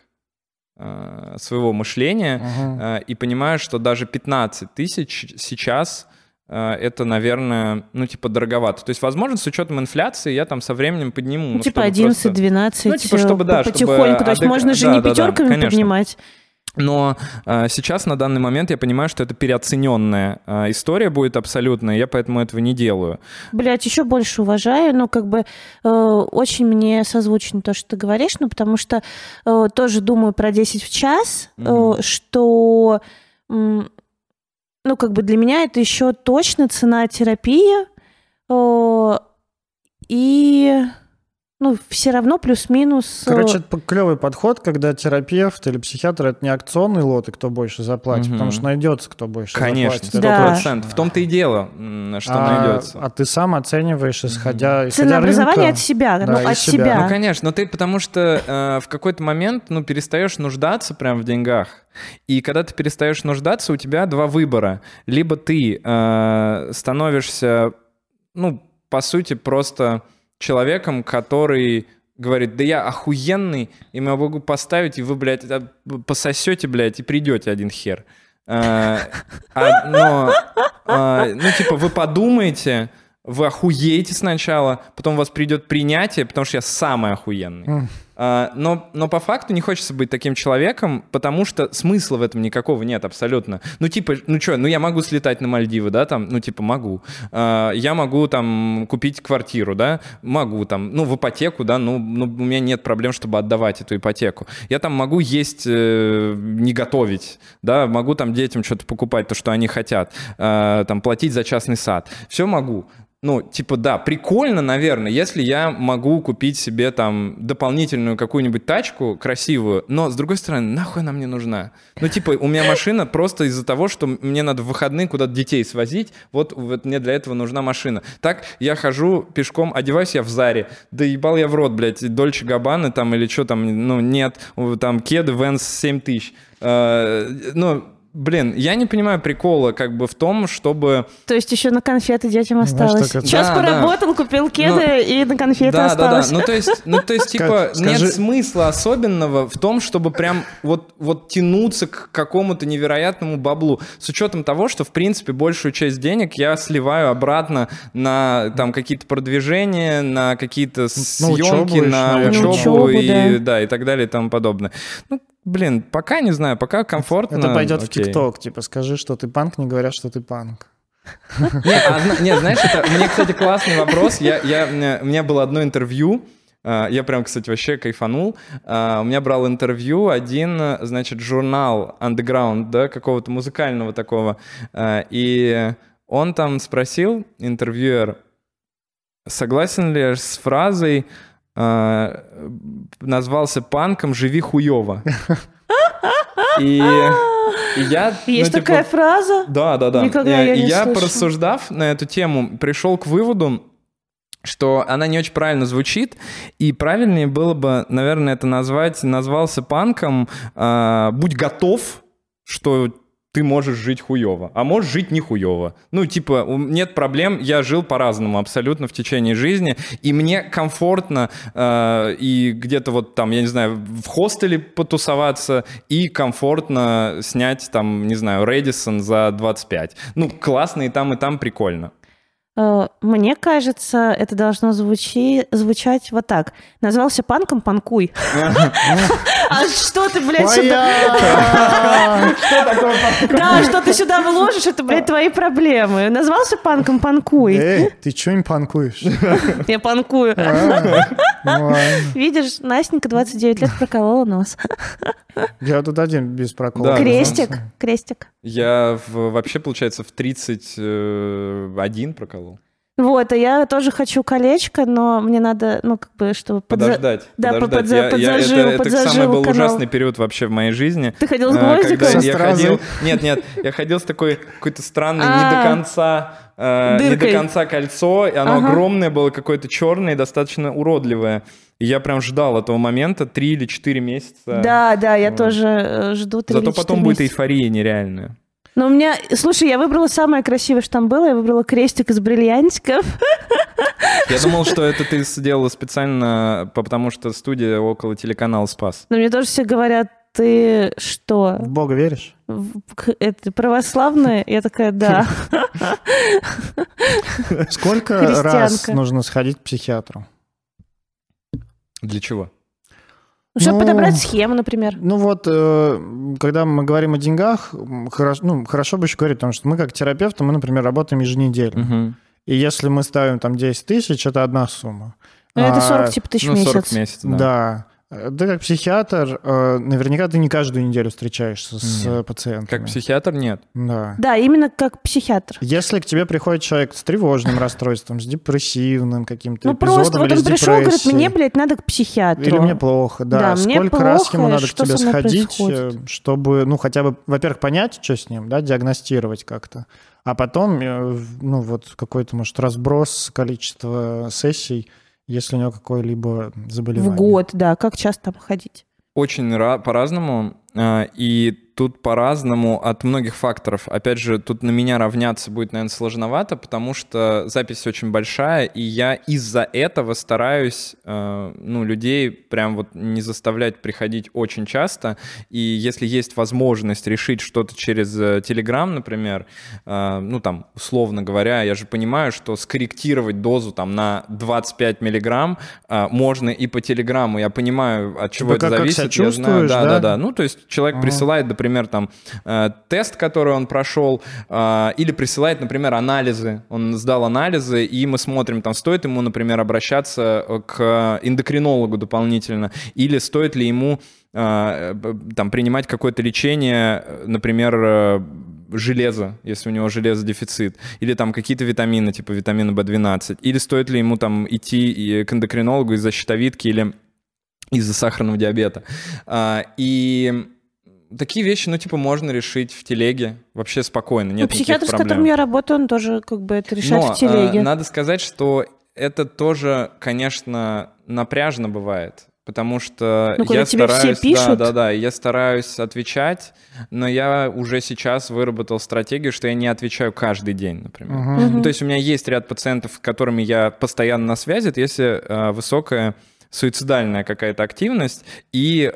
э, своего мышления Мгм. э, и понимаю, что даже пятнадцать тысяч сейчас... это, наверное, ну, типа, дороговато. То есть, возможно, с учетом инфляции я там со временем подниму. Ну, ну, типа чтобы одиннадцать-двенадцать, просто- Ну, типа, чтобы, да, чтобы потихоньку. То есть адек- можно же да, не да, да, пятерками конечно. поднимать. Но э, сейчас, на данный момент, я понимаю, что это переоцененная э, история будет абсолютно, и я поэтому этого не делаю. Блять, еще больше уважаю, ну, как бы э, очень мне созвучно то, что ты говоришь, ну, потому что э, тоже думаю про десять в час, э, Мгм. что, м, ну, как бы для меня это еще точно цена терапии, э, и, ну, все равно плюс-минус... э, Короче, это клевый подход, когда терапевт или психиатр — это не акционный лот, и кто больше заплатит, Мгм. потому что найдется, кто больше Конечно, заплатит. сто Да. процентов. В том-то и дело, м, что а, найдется. а ты сам оцениваешь, исходя, исходя Ценообразование рынка. от себя, Да, ну, из от себя. себя. Ну, конечно, но ты потому что э, в какой-то момент, ну, перестаешь нуждаться прям в деньгах. И когда ты перестаешь нуждаться, у тебя два выбора. Либо ты э, становишься, ну, по сути, просто человеком, который говорит, да я охуенный, и я могу поставить, и вы, блядь, это пососете, блядь, и придете один хер. Э, а, но, э, ну, типа, вы подумаете, вы охуеете сначала, потом у вас придет принятие, потому что я самый охуенный. М. А, но, но по факту не хочется быть таким человеком, потому что смысла в этом никакого нет абсолютно. Ну, типа, ну что, ну я могу слетать на Мальдивы, да, там, ну, типа, могу. А, я могу, там, купить квартиру, да, могу, там, ну, в ипотеку, да, ну, ну у меня нет проблем, чтобы отдавать эту ипотеку. Я там могу есть, э, не готовить, да, могу там детям что-то покупать, то, что они хотят, э, там, платить за частный сад. Все могу. Ну, типа, да, прикольно, наверное, если я могу купить себе там дополнительную какую-нибудь тачку красивую, но, с другой стороны, нахуй она мне нужна? Ну, типа, у меня машина просто из-за того, что мне надо в выходные куда-то детей свозить, вот, вот мне для этого нужна машина. Так я хожу пешком, одеваюсь я в Заре, да ебал я в рот, блядь, Дольче Габбаны там или что там, ну, нет, там кеды Вэнс семь тысяч. Э, ну, блин, я не понимаю прикола как бы в том, чтобы... То есть еще на конфеты детям Знаешь, осталось. так это- Час Да, поработал, купил кеды, и на конфеты Да, да, да. осталось. Ну, то есть, ну, то есть, типа, Скажи- нет смысла особенного в том, чтобы прям вот, вот тянуться к какому-то невероятному баблу. С учетом того, что, в принципе, большую часть денег я сливаю обратно на там какие-то продвижения, на какие-то съемки, учебу еще, на наверное. учебу, На учебу, и, да. да, и так далее и тому подобное. Ну, блин, пока не знаю, пока комфортно. Это пойдет в окей. ТикТок, типа, скажи, что ты панк, не говорят, что ты панк. Не, а зна- не, знаешь, это мне, кстати, классный вопрос. Я, я, у меня- у меня было одно интервью, а, я прям, кстати, вообще кайфанул. А, У меня брал интервью один, значит, журнал Underground, да, какого-то музыкального такого. А, И он там спросил, интервьюер, согласен ли я с фразой, а, назвался панком «Живи хуёво». И, и я... Есть ну, такая типа, фраза? да, да, да. Никогда Э, я и не я, слышала. порассуждав на эту тему, пришел к выводу, что она не очень правильно звучит, и правильнее было бы, наверное, это назвать, назвался панком э, «Будь готов, что ты можешь жить хуёво, а можешь жить не хуёво». Ну, типа, нет проблем, я жил по-разному абсолютно в течение жизни, и мне комфортно э, и где-то вот там, я не знаю, в хостеле потусоваться, и комфортно снять там, не знаю, Рэдисон за двадцать пять. Ну, классно и там, и там прикольно. Мне кажется, это должно звучи, звучать вот так. Назвался панком — панкуй. А что ты, блядь, сюда... Что такое панк? Да, что ты сюда вложишь, это, блядь, твои проблемы. Назвался панком — панкуй. Эй, ты чё не панкуешь? Я панкую. Ну ладно. Видишь, Настенька двадцать девять лет проколола нос. Я тут один без прокола. Да, Крестик, крестик. Я в- вообще, получается, в тридцать один проколол. Вот, а я тоже хочу колечко, но мне надо, ну, как бы, чтобы... подза- Подождать. Да, подождать. подза- Я- я- подзажил, это, это подзажил самый был канал. ужасный период вообще в моей жизни. Ты ходил с Э, гвоздиком? когда Со я стразы? ходил, нет, нет, я ходил с такой какой-то странной, А, не до конца, э, не до дыркой. конца кольцо, и оно Ага. огромное было, какое-то черное и достаточно уродливое. И я прям ждал этого момента три или четыре месяца. Да, да, я Вот. тоже э, жду три Зато или четыре потом будет месяца. эйфория нереальная. Но у меня... Слушай, я выбрала самое красивое, что там было. Я выбрала крестик из бриллиантиков. Я думал, что это ты сделала специально, потому что студия около телеканала «Спас». Но мне тоже все говорят, ты что, В Бога веришь? в- к- это православная? Я такая, да. Сколько Христианка. раз нужно сходить к психиатру? Для чего? Чтобы Ну, подобрать схему, например. Ну вот, э, когда мы говорим о деньгах, м, хорошо, ну, хорошо бы еще говорить, потому что мы как терапевты, мы, например, работаем еженедельно. Мгм. И если мы ставим там десять тысяч, это одна сумма. Ну, это А, сорок типа тысяч Ну, в сорок месяц. в месяц, да. Да. Ты как психиатр, э, наверняка ты не каждую неделю встречаешься с Нет. э, пациентами. Как психиатр нет. Да. Да, именно как психиатр. Если к тебе приходит человек с тревожным расстройством, с депрессивным каким-то Ну эпизодом просто вот или он с пришел, говорит, депрессией, мне, блядь, надо к психиатру. или мне плохо, да. Да, мне Сколько раз ему плохо, надо к что тебе со мной сходить, происходит? э, чтобы, ну, хотя бы, во-первых, понять, что с ним, да, диагностировать как-то, а потом, э, ну, вот какой-то, может, разброс количества сессий, если у него какое-либо заболевание. В год, да. Как часто там ходить? Очень ра- по-разному, а, и тут по-разному от многих факторов. Опять же, тут на меня равняться будет, наверное, сложновато, потому что запись очень большая, и я из-за этого стараюсь, э, ну, людей прям вот не заставлять приходить очень часто, и если есть возможность решить что-то через э, Telegram, например, э, ну, там, условно говоря, я же понимаю, что скорректировать дозу там на двадцать пять миллиграмм э, можно и по Телеграмму, я понимаю, от чего Типа это как- как зависит. себя Я знаю, чувствуешь, да, да? да, да. Ну, то есть человек Ага. присылает, например, там э, тест, который он прошел, э, или присылает, например, анализы. Он сдал анализы, и мы смотрим, там, стоит ему, например, обращаться к эндокринологу дополнительно, или стоит ли ему э, там принимать какое-то лечение, например, э, железо, если у него железодефицит, или там какие-то витамины, типа витамина бэ двенадцать, или стоит ли ему там идти и к эндокринологу из-за щитовидки или из-за сахарного диабета. А, и такие вещи, ну, типа, можно решить в телеге вообще спокойно, нет Ну, никаких психиатр, с проблем. которым я работаю, он тоже как бы это решает Но в телеге. а, надо сказать, что это тоже, конечно, напряжно бывает, потому что Ну, когда я тебе все стараюсь, пишут. да, да, да, я стараюсь отвечать, но я уже сейчас выработал стратегию, что я не отвечаю каждый день, например. Мгм. Мгм. Ну, то есть у меня есть ряд пациентов, с которыми я постоянно на связи, это если э, высокая суицидальная какая-то активность, и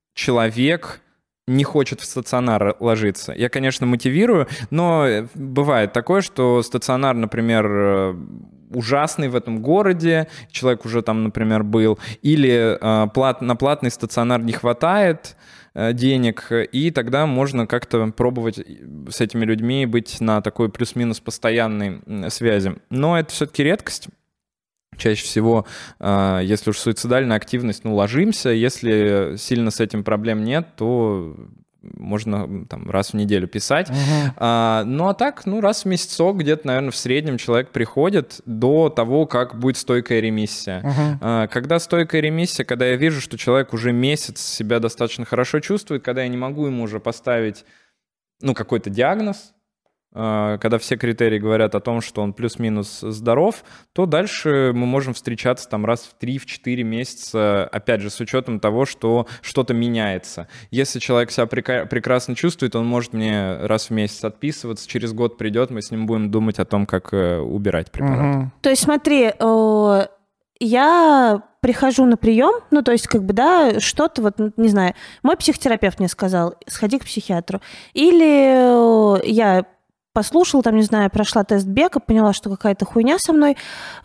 человек не хочет в стационар ложиться. Я, конечно, мотивирую, но бывает такое, что стационар, например, э, ужасный в этом городе, человек уже там, например, был, или э, плат, на платный стационар не хватает э, денег, и тогда можно как-то пробовать с этими людьми быть на такой плюс-минус постоянной м, связи. Но это все-таки редкость. Чаще всего, э, если уж суицидальная активность, ну, ложимся. Если сильно с этим проблем нет, то можно там раз в неделю писать. Мгм. А, ну, а так, ну, раз в месяцок где-то, наверное, в среднем человек приходит до того, как будет стойкая ремиссия. Мгм. А, когда стойкая ремиссия, когда я вижу, что человек уже месяц себя достаточно хорошо чувствует, когда я не могу ему уже поставить, ну, какой-то диагноз, когда все критерии говорят о том, что он плюс-минус здоров, то дальше мы можем встречаться там раз в три-четыре месяца, опять же, с учетом того, что что-то меняется. Если человек себя прека- прекрасно чувствует, он может мне раз в месяц отписываться, через год придет, мы с ним будем думать о том, как э, убирать препарат. Угу. То есть смотри, э, я прихожу на прием, ну, то есть, как бы, да, что-то, вот, не знаю, мой психотерапевт мне сказал, сходи к психиатру. Или э, я послушала, там, не знаю, прошла тест Бека, поняла, что какая-то хуйня со мной, э,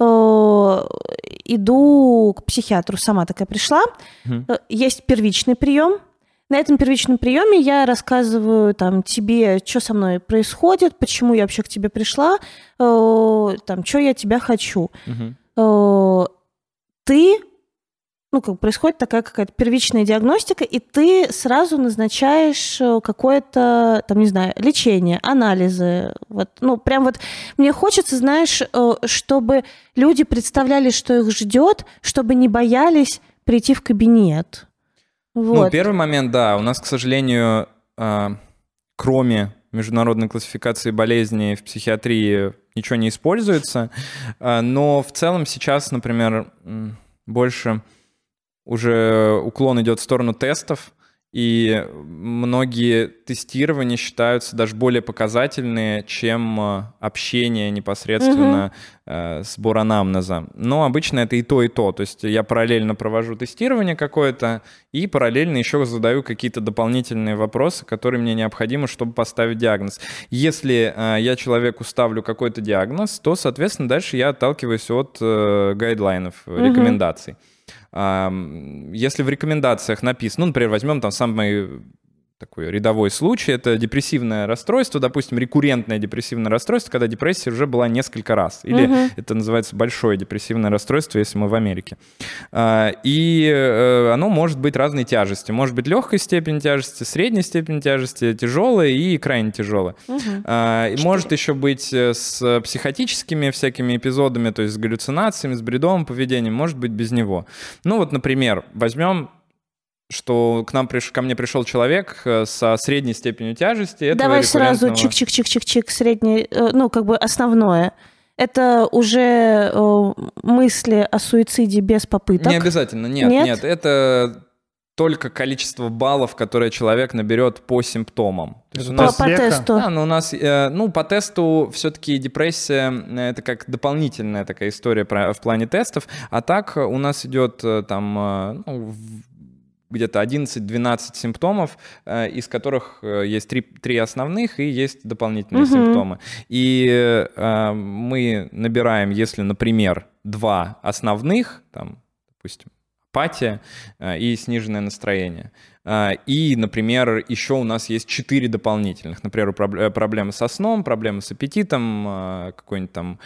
иду к психиатру, сама такая пришла. Mm-hmm. Есть первичный прием. На этом первичном приеме я рассказываю там, тебе, что со мной происходит, почему я вообще к тебе пришла, э, там, что я тебя хочу. Mm-hmm. Э, ты... Ну, как происходит такая какая-то первичная диагностика, и ты сразу назначаешь какое-то, там, не знаю, лечение, анализы. Вот, ну, прям вот мне хочется, знаешь, чтобы люди представляли, что их ждет, чтобы не боялись прийти в кабинет. Вот. Ну, первый момент, да, у нас, к сожалению, кроме международной классификации болезней в психиатрии ничего не используется, но в целом сейчас, например, больше... уже уклон идет в сторону тестов, и многие тестирования считаются даже более показательные, чем общение непосредственно mm-hmm. э, сбор анамнеза. Но обычно это и то, и то. То есть я параллельно провожу тестирование какое-то, и параллельно еще задаю какие-то дополнительные вопросы, которые мне необходимы, чтобы поставить диагноз. Если э, я человеку ставлю какой-то диагноз, то, соответственно, дальше я отталкиваюсь от э, гайдлайнов, mm-hmm. рекомендаций. Если в рекомендациях написано, ну, например, возьмем там самый такой рядовой случай, это депрессивное расстройство, допустим, рекуррентное депрессивное расстройство, когда депрессия уже была несколько раз. Или угу. это называется большое депрессивное расстройство, если мы в Америке. И оно может быть разной тяжести. Может быть легкой степени тяжести, средней степени тяжести, тяжелой и крайне тяжелой. Угу. Может еще быть с психотическими всякими эпизодами, то есть с галлюцинациями, с бредовым поведением, может быть без него. Ну вот, например, возьмем что к нам приш... ко мне пришел человек со средней степенью тяжести. Давай сразу рекуррентного... чик-чик-чик-чик-чик, средний, ну, как бы основное. Это уже э, мысли о суициде без попыток? Не обязательно, нет, нет, нет. Это только количество баллов, которые человек наберет по симптомам. То есть по, у нас... по тесту? Да, но у нас, э, ну, по тесту все-таки депрессия — это как дополнительная такая история про... в плане тестов, а так у нас идет там... Ну, где-то одиннадцать-двенадцать симптомов, э, из которых э, есть три, три основных и есть дополнительные угу. симптомы. И э, мы набираем, если, например, два основных, там, допустим, апатия э, и сниженное настроение. Э, и, например, еще у нас есть четыре дополнительных. Например, проб- проблемы со сном, проблемы с аппетитом, э, какое-нибудь там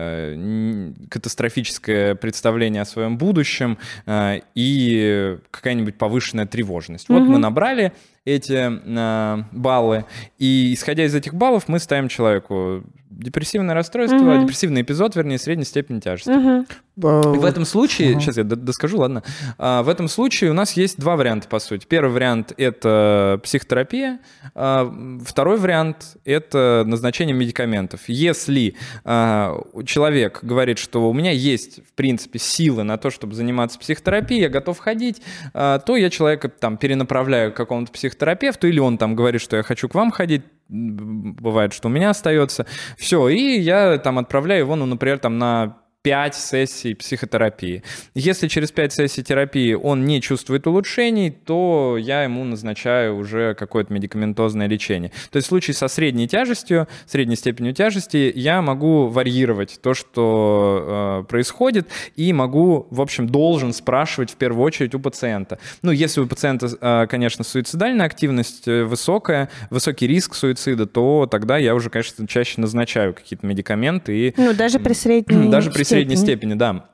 э, катастрофическое представление о своем будущем э, и какая-нибудь повышенная тревожность. Mm-hmm. Вот мы набрали эти э, баллы, и, исходя из этих баллов, мы ставим человеку депрессивное расстройство, mm-hmm. депрессивный эпизод, вернее, средней степени тяжести. Mm-hmm. И в этом случае, uh-huh. сейчас я доскажу, ладно, а, в этом случае у нас есть два варианта, по сути. Первый вариант — это психотерапия, а, второй вариант — это назначение медикаментов. Если а, человек говорит, что у меня есть, в принципе, силы на то, чтобы заниматься психотерапией, я готов ходить, а, то я человека там перенаправляю к какому-то психотерапевту, или он там говорит, что я хочу к вам ходить, бывает, что у меня остается, все, и я там отправляю его, ну, например, там на пять сессий психотерапии. Если через пять сессий терапии он не чувствует улучшений, то я ему назначаю уже какое-то медикаментозное лечение. То есть в случае со средней тяжестью, средней степенью тяжести, я могу варьировать то, что э, происходит, и могу, в общем, должен спрашивать в первую очередь у пациента. Ну, если у пациента, э, конечно, суицидальная активность высокая, высокий риск суицида, то тогда я уже, конечно, чаще назначаю какие-то медикаменты. И, ну, даже при средней даже при средней степени, да.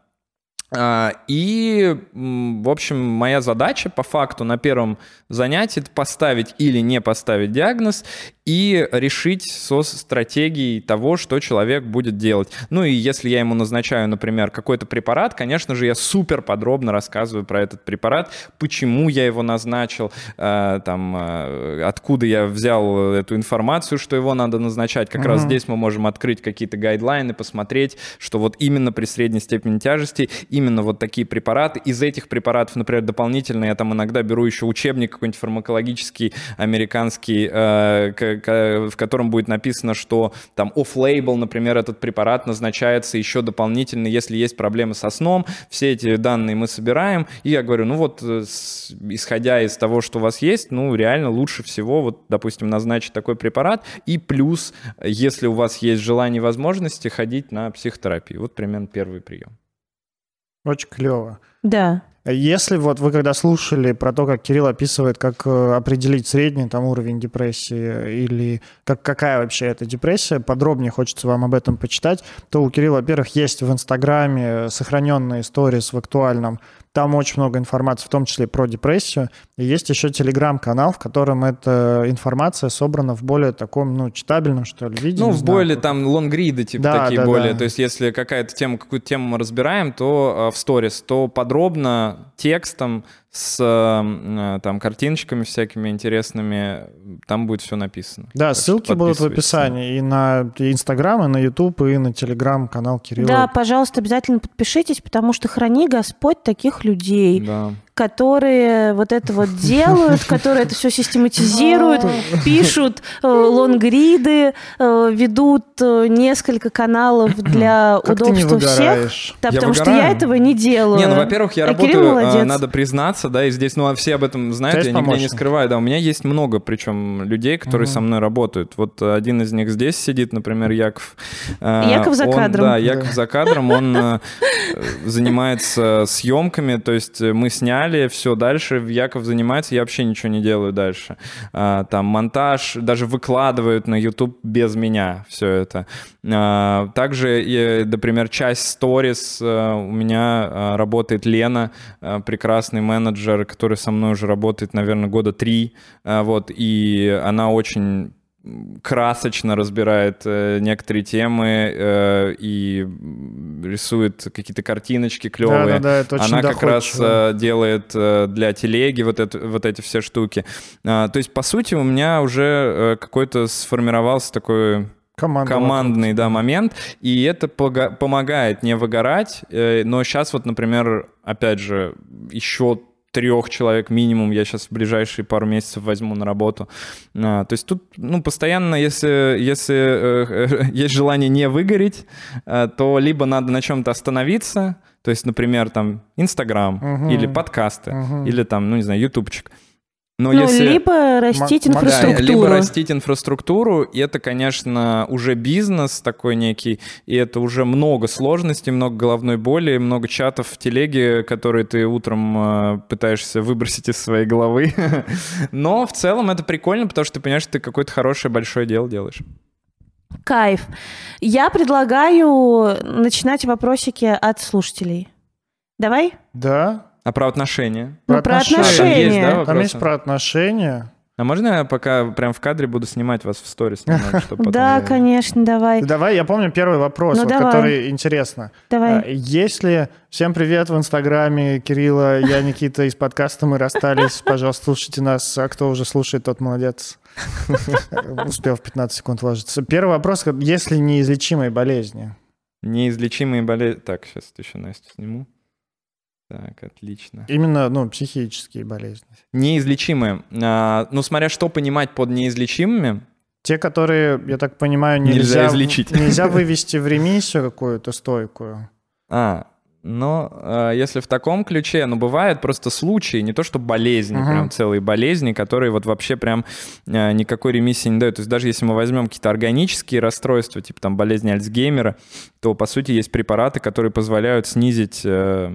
И, в общем, моя задача по факту на первом занятии — это поставить или не поставить диагноз и решить со стратегией того, что человек будет делать. Ну и если я ему назначаю, например, какой-то препарат, конечно же, я супер подробно рассказываю про этот препарат, почему я его назначил, э, там, э, откуда я взял эту информацию, что его надо назначать. Как mm-hmm. раз здесь мы можем открыть какие-то гайдлайны, посмотреть, что вот именно при средней степени тяжести именно вот такие препараты. Из этих препаратов, например, дополнительно я там иногда беру еще учебник какой-нибудь фармакологический, американский, э, к, к, в котором будет написано, что там off-label, например, этот препарат назначается еще дополнительно, если есть проблемы со сном. Все эти данные мы собираем, и я говорю, ну вот, с, исходя из того, что у вас есть, ну реально лучше всего, вот, допустим, назначить такой препарат, и плюс, если у вас есть желание и возможности, ходить на психотерапию. Вот примерно первый прием. Очень клево. Да. Если вот вы когда слушали про то, как Кирилл описывает, как определить средний там уровень депрессии или как, какая вообще это депрессия, подробнее хочется вам об этом почитать, то у Кирилла, во-первых, есть в Инстаграме сохраненные сторис в актуальном. Там очень много информации, в том числе про депрессию. И есть еще Телеграм-канал, в котором эта информация собрана в более таком, ну, читабельном, что ли, виде. Ну, в более там лонгриды, типа да, такие да, более. Да. То есть если какая-то тема, какую-то тему мы разбираем, то э, в сторис, то подробно текстом с э, там картиночками всякими интересными, там будет все написано. Да, так ссылки будут в описании и на Инстаграм, и на Ютуб, и на Телеграм-канал Кирилла. Да, пожалуйста, обязательно подпишитесь, потому что храни Господь таких людей, да. которые вот это вот делают, которые это все систематизируют, пишут э, лонгриды, э, ведут э, несколько каналов для как удобства всех. Да, я потому выгораю. что я этого не делаю. Не, ну, во-первых, я а работаю, надо признаться, да, и здесь, ну, все об этом знают, Конечно, я нигде помощник. не скрываю, да, у меня есть много, причем, людей, которые угу. со мной работают. Вот один из них здесь сидит, например, Яков. Яков за он, кадром. Да, Яков да. за кадром, он занимается съемками, то есть мы сняли, все, дальше Яков занимается, я вообще ничего не делаю дальше. Там монтаж, даже выкладывают на YouTube без меня все это. Также, например, часть сторис у меня работает Лена, прекрасный менеджер, который со мной уже работает, наверное, года три, вот, и она очень красочно разбирает э, некоторые темы э, и рисует какие-то картиночки клевые. Да, да, да, это очень Она как раз доходчиво. э, делает э, для телеги вот, это, вот эти все штуки. А, то есть, по сути, у меня уже э, какой-то сформировался такой... Команда командный да, момент, и это пога- помогает не выгорать, э, но сейчас вот, например, опять же, еще трех человек минимум я сейчас в ближайшие пару месяцев возьму на работу. А, то есть тут, ну, постоянно, если, если э, э, есть желание не выгореть, э, то либо надо на чем-то остановиться, то есть, например, там, Инстаграм, угу. или подкасты, угу. или там, ну, не знаю, ютубчик. Но ну, если... либо растить М- инфраструктуру. Да, либо растить инфраструктуру, и это, конечно, уже бизнес такой некий, и это уже много сложностей, много головной боли, много чатов в телеге, которые ты утром э, пытаешься выбросить из своей головы. Но в целом это прикольно, потому что ты понимаешь, что ты какое-то хорошее большое дело делаешь. Кайф. Я предлагаю начинать вопросики от слушателей. Давай? Да. А про отношения? Ну, Про про отношения. отношения. Там есть, да, Там вопросы? есть про отношения. А можно я пока прям в кадре буду снимать вас в сторис? немного, чтобы потом Да, я- конечно, давай. Давай, я помню первый вопрос, Ну, вот, давай. который интересно. Давай. А, Если... Всем привет в Инстаграме, Кирилла, я Никита из подкаста «Мы расстались». Пожалуйста, слушайте нас. А кто уже слушает, тот молодец. Успел в пятнадцать секунд вложиться. Первый вопрос. Есть ли неизлечимые болезни? Неизлечимые болезни... Так, сейчас еще Настю сниму. Так, отлично. Именно, ну, психические болезни. Неизлечимые. А, ну, смотря что понимать под неизлечимыми. Те, которые, я так понимаю, Нельзя нельзя, излечить. нельзя вывести в ремиссию какую-то стойкую. А, но а, если в таком ключе, ну, бывают просто случаи, не то что болезни, Мгм. прям целые болезни, которые вот вообще прям а, никакой ремиссии не дают. То есть даже если мы возьмем какие-то органические расстройства, типа там болезни Альцгеймера, то, по сути, есть препараты, которые позволяют снизить... э,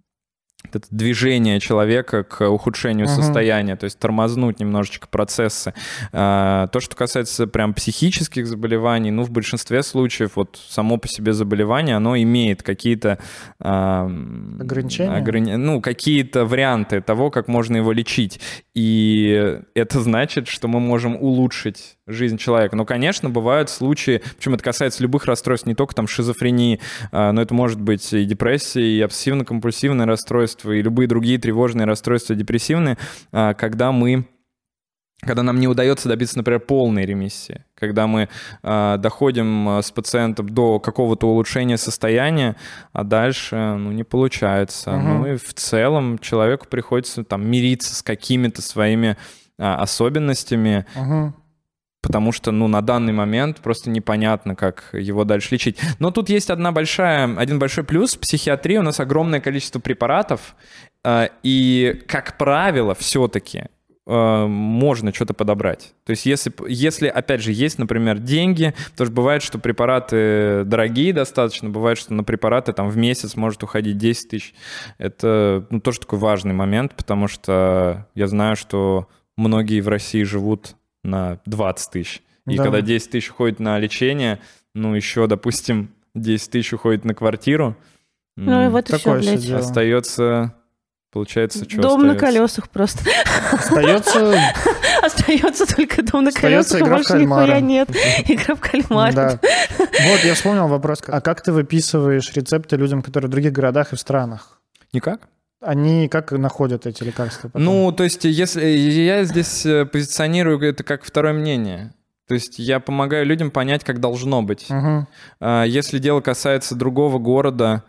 это движение человека к ухудшению Мгм. состояния, то есть тормознуть немножечко процессы. А, То, что касается прям психических заболеваний, ну, в большинстве случаев вот само по себе заболевание, оно имеет какие-то... а, Ограничения? ограни- Ну, какие-то варианты того, как можно его лечить. И это значит, что мы можем улучшить жизнь человека. Но, конечно, бывают случаи, причем это касается любых расстройств, не только там шизофрении, но это может быть и депрессия, и обсессивно-компульсивное расстройство, и любые другие тревожные расстройства депрессивные, когда мы когда нам не удается добиться, например, полной ремиссии, когда мы э, доходим с пациентом до какого-то улучшения состояния, а дальше ну, не получается. Угу. Ну и в целом человеку приходится там мириться с какими-то своими э, особенностями, угу. потому что ну, на данный момент просто непонятно, как его дальше лечить. Но тут есть одна большая, один большой плюс. В психиатрии у нас огромное количество препаратов, э, и, как правило, все-таки можно что-то подобрать. То есть если, если, опять же, есть, например, деньги, потому что бывает, что препараты дорогие достаточно, бывает, что на препараты там в месяц может уходить десять тысяч. Это ну, тоже такой важный момент, потому что я знаю, что многие в России живут на двадцать тысяч. И да. когда десять тысяч уходит на лечение, ну еще, допустим, десять тысяч уходит на квартиру, ну и вот и все, блядь. Остается... Получается, что Дом остается? на колесах просто. Остается... Остается только дом на колесах, игра больше нихуя нет. Игра в кальмара. Да. Вот, я вспомнил вопрос. А как ты выписываешь рецепты людям, которые в других городах и в странах? Никак. Они как находят эти лекарства потом? Ну, то есть, если я здесь позиционирую это как второе мнение. То есть я помогаю людям понять, как должно быть. Угу. Если дело касается другого города,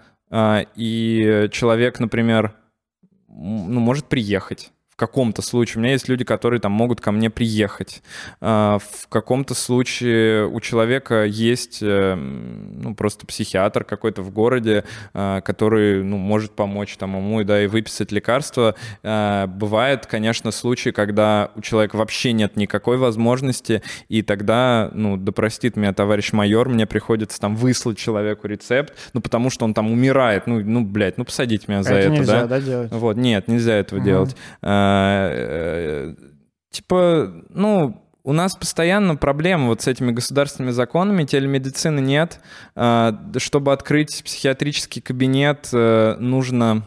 и человек, например, ну, может приехать в каком-то случае. У меня есть люди, которые там могут ко мне приехать. В каком-то случае у человека есть ну, просто психиатр какой-то в городе, который ну, может помочь там, ему да, и выписать лекарства. Бывает, конечно, случаи, когда у человека вообще нет никакой возможности, и тогда, ну, да простит меня товарищ майор, мне приходится там выслать человеку рецепт, ну, потому что он там умирает. Ну, ну блядь, ну, посадите меня за это. Это нельзя, да? да, делать? Вот, нет, нельзя этого угу. делать. Типа, ну, у нас постоянно проблемы вот с этими государственными законами, телемедицины нет. Чтобы открыть психиатрический кабинет, нужно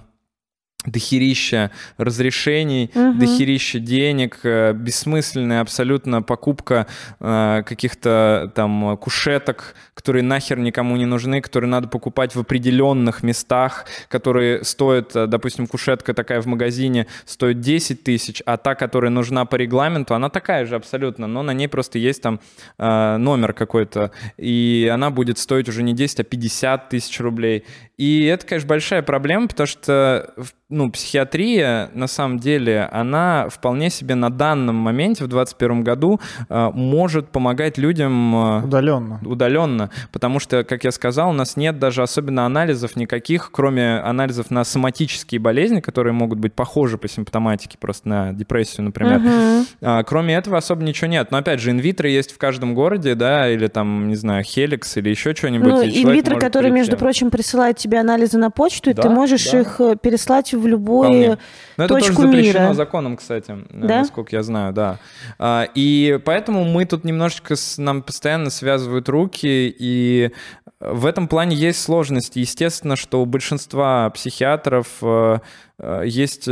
дохерища разрешений, угу. дохерища денег, бессмысленная абсолютно покупка э, каких-то там кушеток, которые нахер никому не нужны, которые надо покупать в определенных местах, которые стоят, допустим, кушетка такая в магазине стоит десять тысяч, а та, которая нужна по регламенту, она такая же абсолютно, но на ней просто есть там э, номер какой-то, и она будет стоить уже не десять, а пятьдесят тысяч рублей. И это, конечно, большая проблема, потому что ну, психиатрия, на самом деле, она вполне себе на данном моменте, в двадцать первом году, э, может помогать людям... Э, удаленно. Удаленно, потому что, как я сказал, у нас нет даже особенно анализов никаких, кроме анализов на соматические болезни, которые могут быть похожи по симптоматике, просто на депрессию, например. Uh-huh. А, кроме этого особо ничего нет. Но, опять же, инвитро есть в каждом городе, да, или там, не знаю, Хеликс, или еще что-нибудь. Ну, инвитро, который, прийти. между прочим, присылает тебе анализы на почту, да, и ты можешь да. их переслать в любую Но точку это тоже запрещено мира. законом, кстати, да? насколько я знаю, да. И поэтому мы тут немножечко, с, нам постоянно связывают руки, и в этом плане есть сложности. Естественно, что у большинства психиатров есть...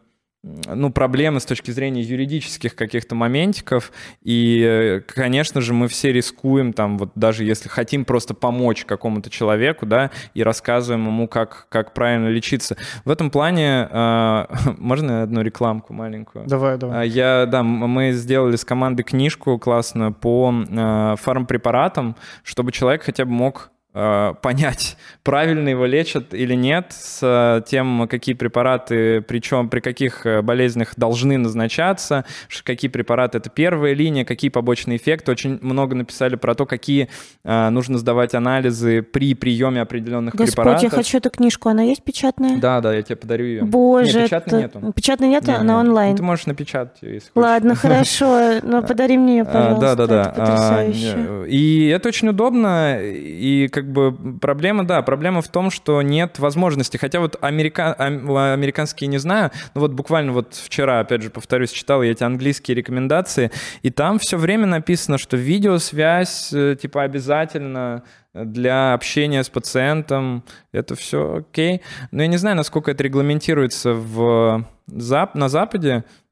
ну, проблемы с точки зрения юридических каких-то моментиков, и, конечно же, мы все рискуем, там, вот даже если хотим просто помочь какому-то человеку, да, и рассказываем ему, как, как правильно лечиться. В этом плане, э, можно одну рекламку маленькую? Давай, давай. Я, да, мы сделали с командой книжку классную по э, фармпрепаратам, чтобы человек хотя бы мог понять, правильно его лечат или нет, с тем, какие препараты, причем при каких болезнях должны назначаться, какие препараты — это первая линия, какие побочные эффекты. Очень много написали про то, какие а, нужно сдавать анализы при приеме определенных Господь, препаратов. Господь, я хочу эту книжку. Она есть печатная? Да, да, я тебе подарю ее. Боже, нет, печатной это... нету. Печатной нет, не, она не. онлайн. Ну, ты можешь напечатать ее, если хочешь. Ладно, хорошо, но подари мне ее, пожалуйста. Да, да, да. Это потрясающе. И это очень удобно, и как бы проблема, да, проблема в том, что нет возможности. Хотя вот америка... американские не знаю, но вот буквально вот вчера, опять же, повторюсь, читал я эти английские рекомендации, и там все время написано, что видеосвязь типа обязательно для общения с пациентом, это все окей. Но я не знаю, насколько это регламентируется в... Зап... на Западе.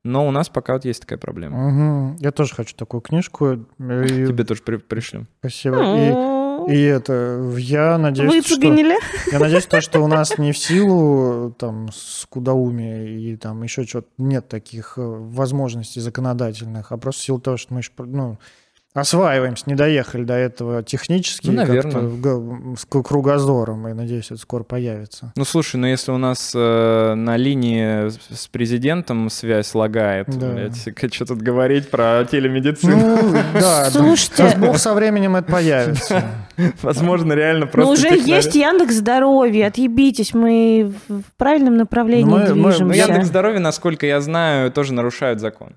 но у нас пока вот есть такая проблема. Угу. Я тоже хочу такую книжку. И... Тебе тоже при- пришлем. Спасибо. И, и это, я надеюсь, Вы что... цугинили? Я надеюсь, то, что у нас не в силу там скудоумия и там еще что-то нет таких возможностей законодательных, а просто в силу того, что мы еще, ну, осваиваемся, не доехали до этого технически, ну, наверное. как-то с кругозором, и надеюсь, это скоро появится. Ну, слушай, ну если у нас э, на линии с президентом связь лагает, да. блядь, что тут говорить про телемедицину? Ну, да, Слушайте. даст Бог, со временем это появится. Возможно, реально просто... Ну, уже есть Яндекс.Здоровье, отъебитесь, мы в правильном направлении Мы- мы- движемся. Ну, Яндекс.Здоровье, насколько я знаю, тоже нарушают закон.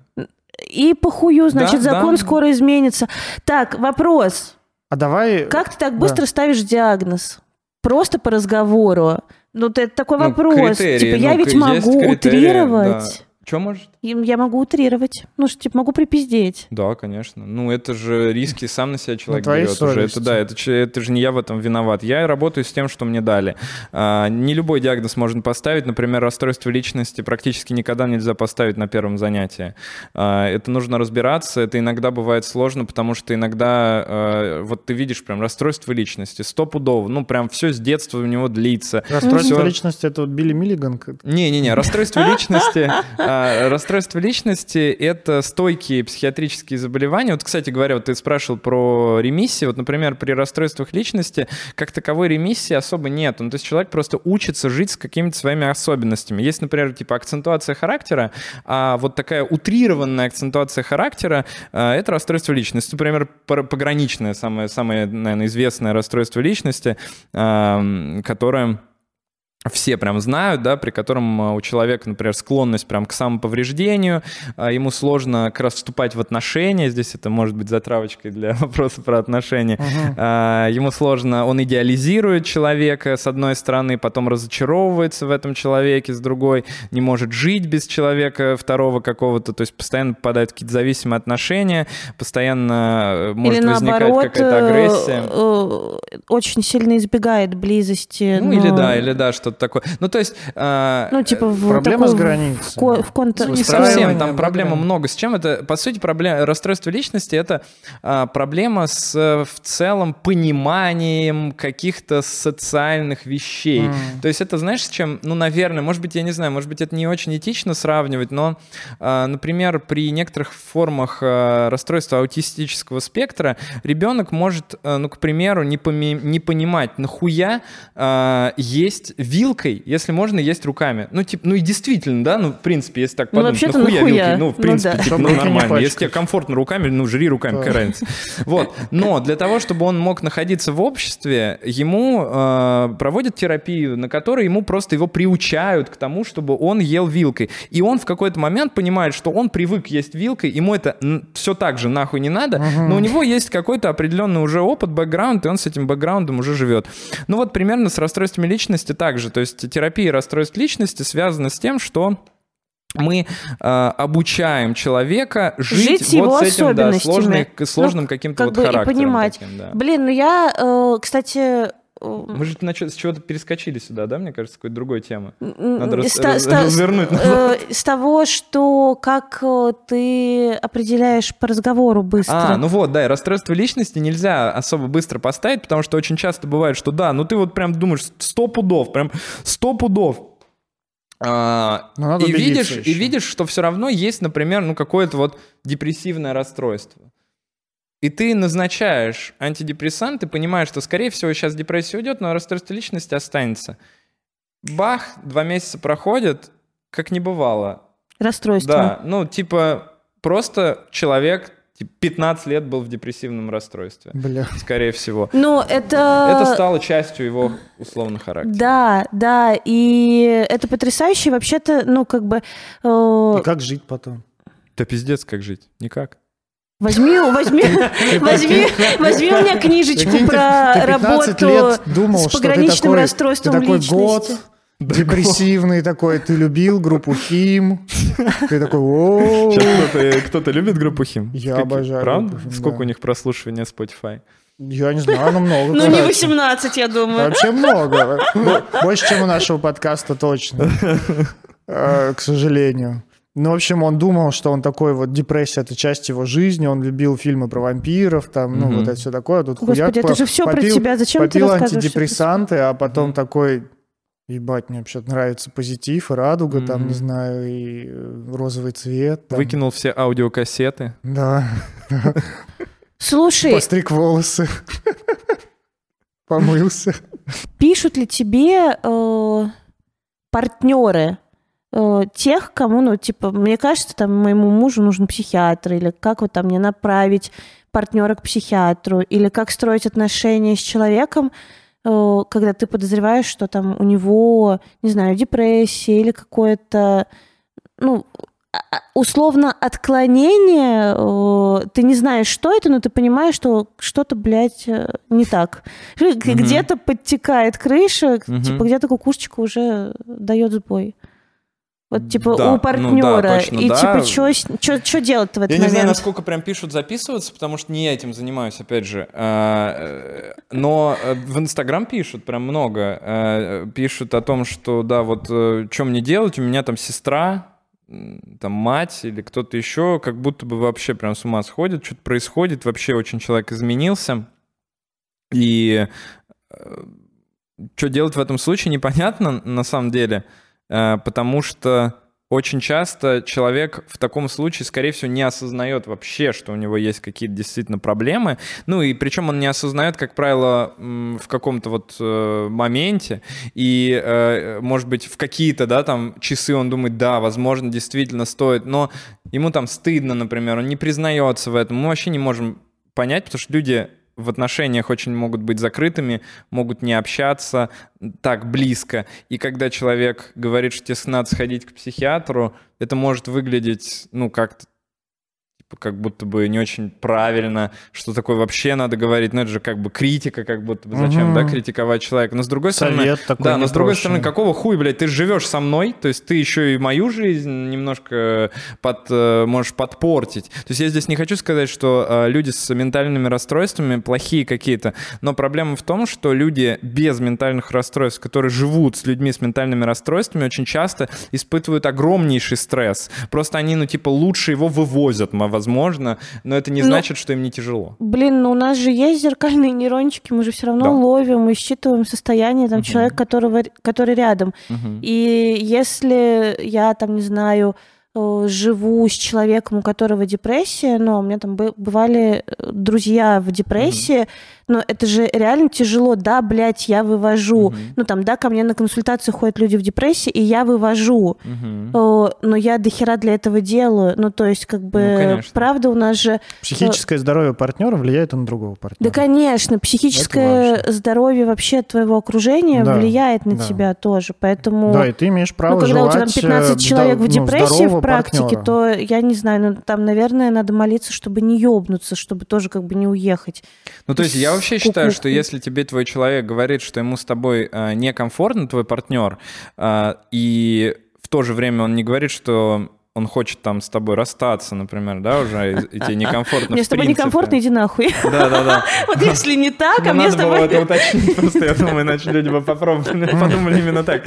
И похую, значит, Да, закон да. скоро изменится. Так, вопрос. А давай... Как ты так Да. быстро ставишь диагноз? Просто по разговору. Ну, это такой Ну, вопрос. критерии, Типа, я ну, ведь есть могу критерии, утрировать. Что может? И Я могу утрировать. Ну, что, типа, могу припиздеть. Да, конечно. Ну, это же риски сам на себя человек На твоей берет. Уже. Это, совести. да, это, че- это же не я в этом виноват. Я работаю с тем, что мне дали. А, не любой диагноз можно поставить. Например, расстройство личности практически никогда нельзя поставить на первом занятии. А, это нужно разбираться. Это иногда бывает сложно, потому что иногда, а, вот ты видишь прям расстройство личности, стопудово. Ну, прям все с детства у него длится. Расстройство Всё- личности — это вот Билли Миллиган. как- Не-не-не, расстройство личности, а, расстройство личности — это стойкие психиатрические заболевания. Вот, кстати говоря, вот ты спрашивал про ремиссии. Вот, например, при расстройствах личности как таковой ремиссии особо нет. Ну, то есть человек просто учится жить с какими-то своими особенностями. Есть, например, типа акцентуация характера, а вот такая утрированная акцентуация характера а, — это расстройство личности. Например, пор- пограничное, самое, самое, наверное, известное расстройство личности, а, которое... все прям знают, да, при котором а, у человека, например, склонность прям к самоповреждению, а, ему сложно как раз вступать в отношения, здесь это может быть затравочкой для вопроса про отношения, Мгм. А, ему сложно, он идеализирует человека с одной стороны, потом разочаровывается в этом человеке с другой, не может жить без человека второго какого-то, то есть постоянно попадает в какие-то зависимые отношения, постоянно э, может Или возникать наоборот, какая-то агрессия. э, э, очень сильно избегает близости. Ну но- или да, или да, что-то такое. Ну то есть... а, Ну, типа, в Проблема такой- с в- границей. В, ко- в контр- Ну, не Устраивание совсем, там проблема проблем. много. С чем это? По сути, проблема, расстройство личности — это а, проблема с э, в целом пониманием каких-то социальных вещей. М. То есть это, знаешь, с чем, ну, наверное, может быть, я не знаю, может быть, это не очень этично сравнивать, но, а, например, при некоторых формах а, расстройства аутистического спектра ребенок может, а, ну, к примеру, не, поми- не понимать, нахуя а, есть вилкой, если можно есть руками. Ну, типа, ну и действительно, да, ну, в принципе, если так Ну, подумать, вообще-то нахуя нахуя? вилкой? Ну, в Ну, принципе, да. типа, Чтобы ну, руки не нормально. Если пачкать. тебе комфортно руками, ну, жри руками, Да. какая разница. Вот. Но для того, чтобы он мог находиться в обществе, ему э, проводят терапию, на которой ему просто его приучают к тому, чтобы он ел вилкой. И он в какой-то момент понимает, что он привык есть вилкой, ему это все так же нахуй не надо, но у него есть какой-то определенный уже опыт, бэкграунд, и он с этим бэкграундом уже живет. Ну вот примерно с расстройствами личности также. То есть терапия расстройств личности связана с тем, что мы э, обучаем человека жить, Жить с его вот с этим, да, особенностями. сложный- Ну, сложным каким-то как вот бы и характером. понимать. таким, да. Блин, ну я, э, кстати... э, Мы же на чё- с чего-то перескочили сюда, да, мне кажется, с какой-то другой темы. м, Надо рас- ста- раз- ста- развернуть э, С того, что как э, ты определяешь по разговору быстро. А, ну вот, да, и расстройство личности нельзя особо быстро поставить, потому что очень часто бывает, что да, ну ты вот прям думаешь, сто пудов, прям сто пудов. А, Но надо и, убедиться видишь, еще. и видишь, что все равно есть, например, ну какое-то вот депрессивное расстройство. И ты назначаешь антидепрессант, ты понимаешь, что, скорее всего, сейчас депрессия уйдет, но расстройство личности останется. Бах, два месяца проходят, как не бывало. Расстройство. Да, ну, типа, просто человек типа, пятнадцать лет был в депрессивном расстройстве, Бля. скорее всего. Ну, это... Это стало частью его условно характера. Да, да, и это потрясающе. Вообще-то, ну, как бы... э, И как жить потом? Да пиздец, как жить? Никак. Возьми, возьми, возьми, возьми у меня книжечку Прикинь, ты- про ты пятнадцать работу лет думал, с что ты пограничным такой, расстройством ты такой личности. год депрессивный такой, ты любил группу Хим, ты такой, о Сейчас кто-то, кто-то любит группу Хим? Я Какие? обожаю Правда? группу Хим, Сколько да. у них прослушивания Spotify? Я не знаю, но много. Ну, не кстати. восемнадцать, я думаю. Вообще много. Бо- Больше, чем у нашего подкаста, точно. Э, К сожалению. Ну, в общем, он думал, что он такой вот, депрессия — это часть его жизни, он любил фильмы про вампиров, там, ну, Мгм. вот это все такое. Тут Господи, хуяк это по- же все про попил- тебя. Зачем ты Попил рассказываешь? антидепрессанты, а потом Мгм. такой, ебать, мне вообще нравится позитив, и радуга, там, Мгм. не знаю, и э, розовый цвет. там. Выкинул все аудиокассеты. Да, Слушай, постриг волосы, помылся. пишут ли тебе э, партнеры э, тех, кому, ну, типа, мне кажется, там, моему мужу нужен психиатр, или как вот там мне направить партнера к психиатру, или как строить отношения с человеком, э, когда ты подозреваешь, что там у него, не знаю, депрессия или какое-то, ну, а- а- условно отклонение, э, ты не знаешь, что это, но ты понимаешь, что что-то, блядь, э, не так. Г- Мгм. Где-то подтекает крыша, Мгм. типа где-то кукушечка уже дает сбой. Вот типа Да, у ну партнера. да, точно, И да. типа что делать-то в этот Я не момент? знаю, насколько прям пишут записываться, потому что не я этим занимаюсь, опять же. А, э, Но э, в Инстаграм пишут прям много. Э, Пишут о том, что да, вот что мне делать, у меня там сестра, м, там мать или кто-то еще, как будто бы вообще прям с ума сходит, что-то происходит, вообще очень человек изменился. И что делать в этом случае, непонятно на самом деле, э, потому что очень часто человек в таком случае, скорее всего, не осознает вообще, что у него есть какие-то действительно проблемы. Ну и причем он не осознает, как правило, м, в каком-то вот э, моменте. И, э, может быть, в какие-то, да, там часы он думает, да, возможно, действительно стоит. Но ему там стыдно, например, он не признается в этом. Мы вообще не можем понять, потому что люди в отношениях очень могут быть закрытыми, могут не общаться так близко. И когда человек говорит, что тебе надо сходить к психиатру, это может выглядеть, ну, как-то типа, как будто бы не очень правильно, что такое вообще надо говорить. Ну, это же как бы критика, как будто бы зачем, Мгм. да, критиковать человека. Но с другой стороны... Совет такой Да, но с другой непрошенный. стороны, какого хуя, блядь, ты живешь со мной, то есть ты еще и мою жизнь немножко под, э, можешь подпортить. То есть я здесь не хочу сказать, что э, люди с ментальными расстройствами плохие какие-то, но проблема в том, что люди без ментальных расстройств, которые живут с людьми с ментальными расстройствами, очень часто испытывают огромнейший стресс. Просто они, ну, типа, лучше его вывозят, м, возможно, но это не Ну, значит, что им не тяжело. Блин, ну у нас же есть зеркальные нейрончики, мы же все равно Да. ловим и считываем состояние там Мгм. человека, которого, который рядом. Мгм. И если я там, не знаю, э, живу с человеком, у которого депрессия, но у меня там бы- бывали э, друзья в депрессии, но это же реально тяжело. Да, блядь, я вывожу. Мгм. Ну там, да, ко мне на консультацию ходят люди в депрессии, и я вывожу. Мгм. Э, Но я дохера для этого делаю. Ну, то есть, как бы, Ну, конечно. правда, у нас же... Психическое здоровье партнера влияет и на другого Да, партнера. конечно, психическое Это здоровье вообще твоего окружения Да, влияет на да. тебя тоже. Поэтому... Да, и ты имеешь право Ну, когда у тебя там желать, пятнадцать э, человек да, в ну, депрессии здорового в практике, партнера. то я не знаю, ну там, наверное, надо молиться, чтобы не ёбнуться, чтобы тоже как бы не уехать. Ну, то есть я вообще считаю, что Кукухой. если тебе твой человек говорит, что ему с тобой э, некомфортно, твой партнер, э, и в то же время он не говорит, что он хочет там с тобой расстаться, например, да, уже, и, и тебе некомфортно Мне в с тобой принципе. некомфортно, иди нахуй. Да-да-да. Вот если не так, а Ну, мне с надо было тобой... это уточнить, просто я думаю, иначе люди бы попробовали, подумали именно так.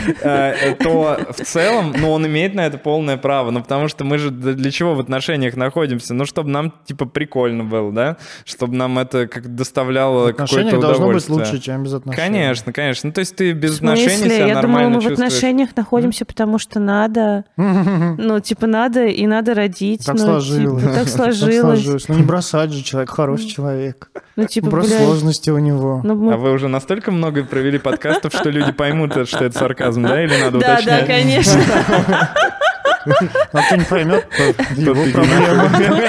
Э, То в целом, ну, он имеет на это полное право, ну, потому что мы же для чего в отношениях находимся? Ну, чтобы нам, типа, прикольно было, да? Чтобы нам это как доставляло В отношениях какое-то должно быть удовольствие. лучше, чем без отношений. Конечно, конечно. Ну, то есть ты без В отношений смысле? себя Я думала, нормально мы в чувствуешь. отношениях находимся, потому что надо. Ну, типа, надо и надо родить. Так ну, сложилось. типа, так Так сложилось. сложилось. Ну не бросать же, человек хороший человек. Ну, типа, Просто блядь, сложности у него. ну, мы- А вы уже настолько много провели подкастов, что люди поймут, что это сарказм, да? Или надо Да, да, уточнять? конечно. А кто не поймет, то его иди проблема.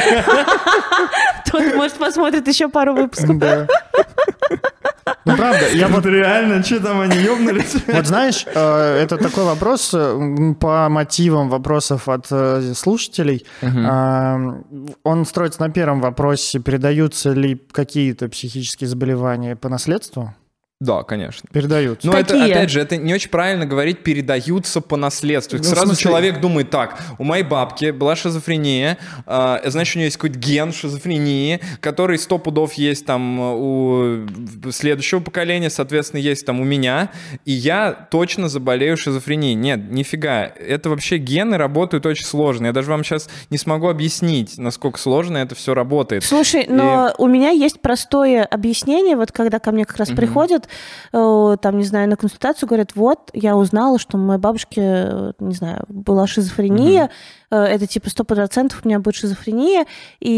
Тот, может, посмотрит еще пару выпусков. Да. Ну правда, я вот реально, что там они ёбнулись? Вот знаешь, э, это такой вопрос э, по мотивам вопросов от э, слушателей. Э, Он строится на первом вопросе, передаются ли какие-то психические заболевания по наследству? Да, конечно. Передаются. Но это, Какие? опять же, это не очень правильно говорить «передаются по наследству». Ну, в Сразу смысле- человек думает так: у моей бабки была шизофрения, э, значит, у нее есть какой-то ген шизофрении, который сто пудов есть там у следующего поколения, соответственно, есть там у меня, и я точно заболею шизофренией. Нет, нифига. Это вообще гены работают очень сложно. Я даже вам сейчас не смогу объяснить, насколько сложно это все работает. Слушай, но у меня есть простое объяснение, вот когда ко мне как раз Мгм. приходят, э, там, не знаю, на консультацию, говорят, вот, я узнала, что у моей бабушки, э, не знаю, была шизофрения, э, это типа сто процентов у меня будет шизофрения,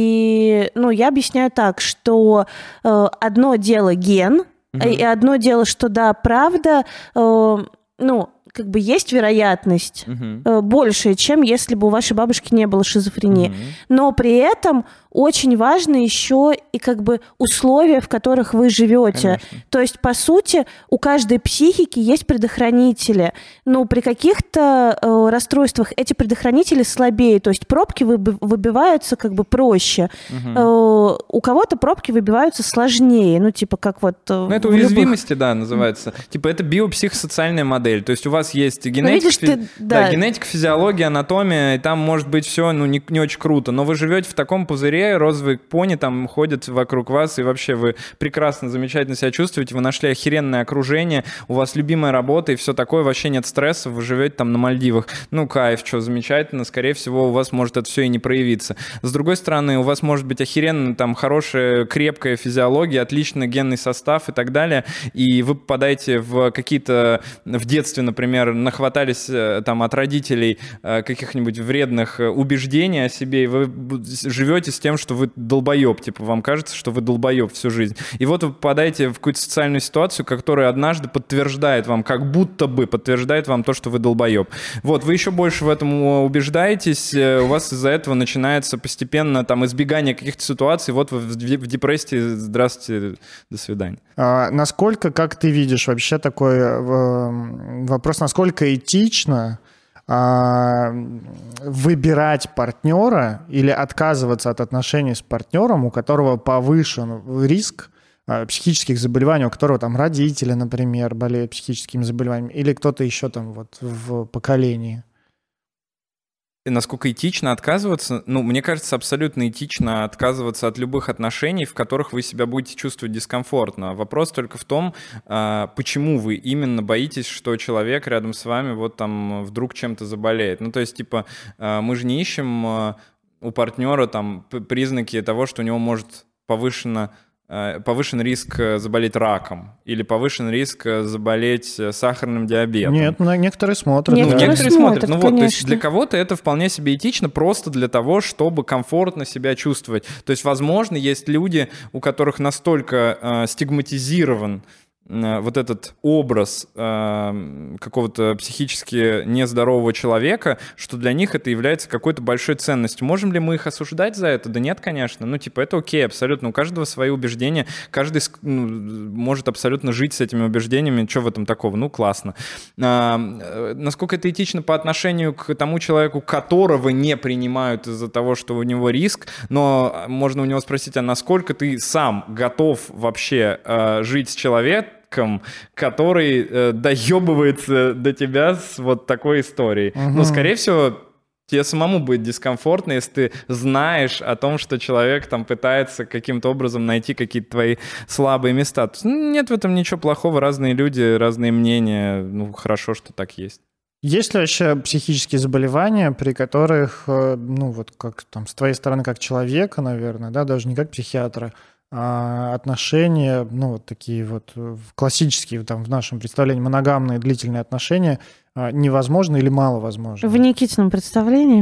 и, ну, я объясняю так, что э, одно дело ген, Мгм. и одно дело, что, да, правда, э, ну, как бы есть вероятность Мгм. э, большая, чем если бы у вашей бабушки не было шизофрении. Мгм. Но при этом очень важно еще и как бы условия, в которых вы живете. Конечно. То есть, по сути, у каждой психики есть предохранители. Ну, при каких-то э, расстройствах эти предохранители слабее. То есть пробки выби- выбиваются как бы проще. Мгм. Э, у кого-то пробки выбиваются сложнее. Ну, типа как вот... э, Ну, это в любых- уязвимости, да, называется. Типа это биопсихосоциальная модель. То есть у вас есть генетика, видишь, ты- фи- да. да, генетика, физиология, анатомия, и там может быть все ну, не, не очень круто. Но вы живете в таком пузыре, розовые пони там ходят вокруг вас, и вообще вы прекрасно, замечательно себя чувствуете, вы нашли охеренное окружение, у вас любимая работа и все такое, вообще нет стресса, вы живете там на Мальдивах. Ну, кайф, что, замечательно, скорее всего, у вас может это все и не проявиться. С другой стороны, у вас может быть охеренно там хорошая, крепкая физиология, отличный генный состав и так далее, и вы попадаете в какие-то, в детстве, например, нахватались э, там от родителей э, каких-нибудь вредных э, убеждений о себе, и вы бу- живете с тем, что вы долбоеб, типа вам кажется, что вы долбоеб всю жизнь. И вот вы попадаете в какую-то социальную ситуацию, которая однажды подтверждает вам, как будто бы подтверждает вам то, что вы долбоеб. Вот, вы еще больше в этом э, убеждаетесь, э, у вас из-за этого начинается постепенно там избегание каких-то ситуаций, вот вы в, в депрессии, здравствуйте, до свидания. А, насколько, как ты видишь, вообще такой э, вопрос, насколько этично а, выбирать партнера или отказываться от отношений с партнером, у которого повышен риск а, психических заболеваний, у которого там родители, например, болеют психическими заболеваниями, или кто-то еще там вот в поколении? И насколько этично отказываться? Ну, мне кажется, абсолютно этично отказываться от любых отношений, в которых вы себя будете чувствовать дискомфортно. Вопрос только в том, а, почему вы именно боитесь, что человек рядом с вами вот там вдруг чем-то заболеет. Ну, то есть, типа, а, мы же не ищем а, у партнера там п- признаки того, что у него может повышено э, повышен риск э, заболеть раком или повышен риск э, заболеть э, сахарным диабетом. Нет, на- некоторые смотрят. Ну, да. Некоторые некоторые смотрят. смотрят, Ну вот, то есть конечно. для кого-то это вполне себе этично, просто для того, чтобы комфортно себя чувствовать. То есть, возможно, есть люди, у которых настолько э, стигматизирован э, вот этот образ э, какого-то психически нездорового человека, что для них это является какой-то большой ценностью. Можем ли мы их осуждать за это? Да нет, конечно. Ну, типа, это окей, абсолютно. У каждого свои убеждения. Каждый ск- ну, может абсолютно жить с этими убеждениями. Что в этом такого? Ну, классно. А, э, насколько это этично по отношению к тому человеку, которого не принимают из-за того, что у него риск, но можно у него спросить, а насколько ты сам готов вообще э, жить с человеком, который э, доебывается до тебя с вот такой историей. Мгм. Ну, скорее всего, тебе самому будет дискомфортно, если ты знаешь о том, что человек там пытается каким-то образом найти какие-то твои слабые места. То есть, ну, нет в этом ничего плохого, разные люди, разные мнения, ну, хорошо, что так есть. Есть ли вообще психические заболевания, при которых, э, ну вот как там с твоей стороны как человека, наверное, да, даже не как психиатра, а отношения, ну вот такие вот э, классические там в нашем представлении моногамные длительные отношения а, невозможны или маловозможны? В Никитином представлении.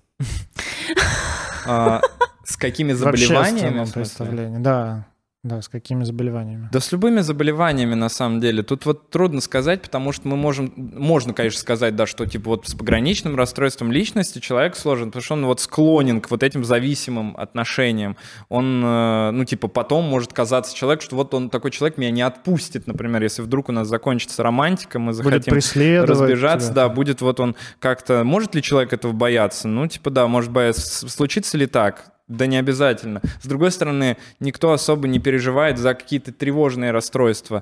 А, с какими В заболеваниями? общественном в смысле? представлении, да. Да, с какими заболеваниями? Да с любыми заболеваниями, на самом деле. Тут вот трудно сказать, потому что мы можем... Можно, конечно, сказать, да, что типа вот с пограничным расстройством личности человек сложен, потому что он вот склонен к вот этим зависимым отношениям. Он, э, ну, типа, потом может казаться человеку, что вот он такой человек меня не отпустит, например, если вдруг у нас закончится романтика, мы Будет захотим преследовать разбежаться, тебя. да, будет вот он как-то... Может ли человек этого бояться? Ну, типа, да, может бояться. Случится ли так? Да не обязательно. С другой стороны, никто особо не переживает за какие-то тревожные расстройства.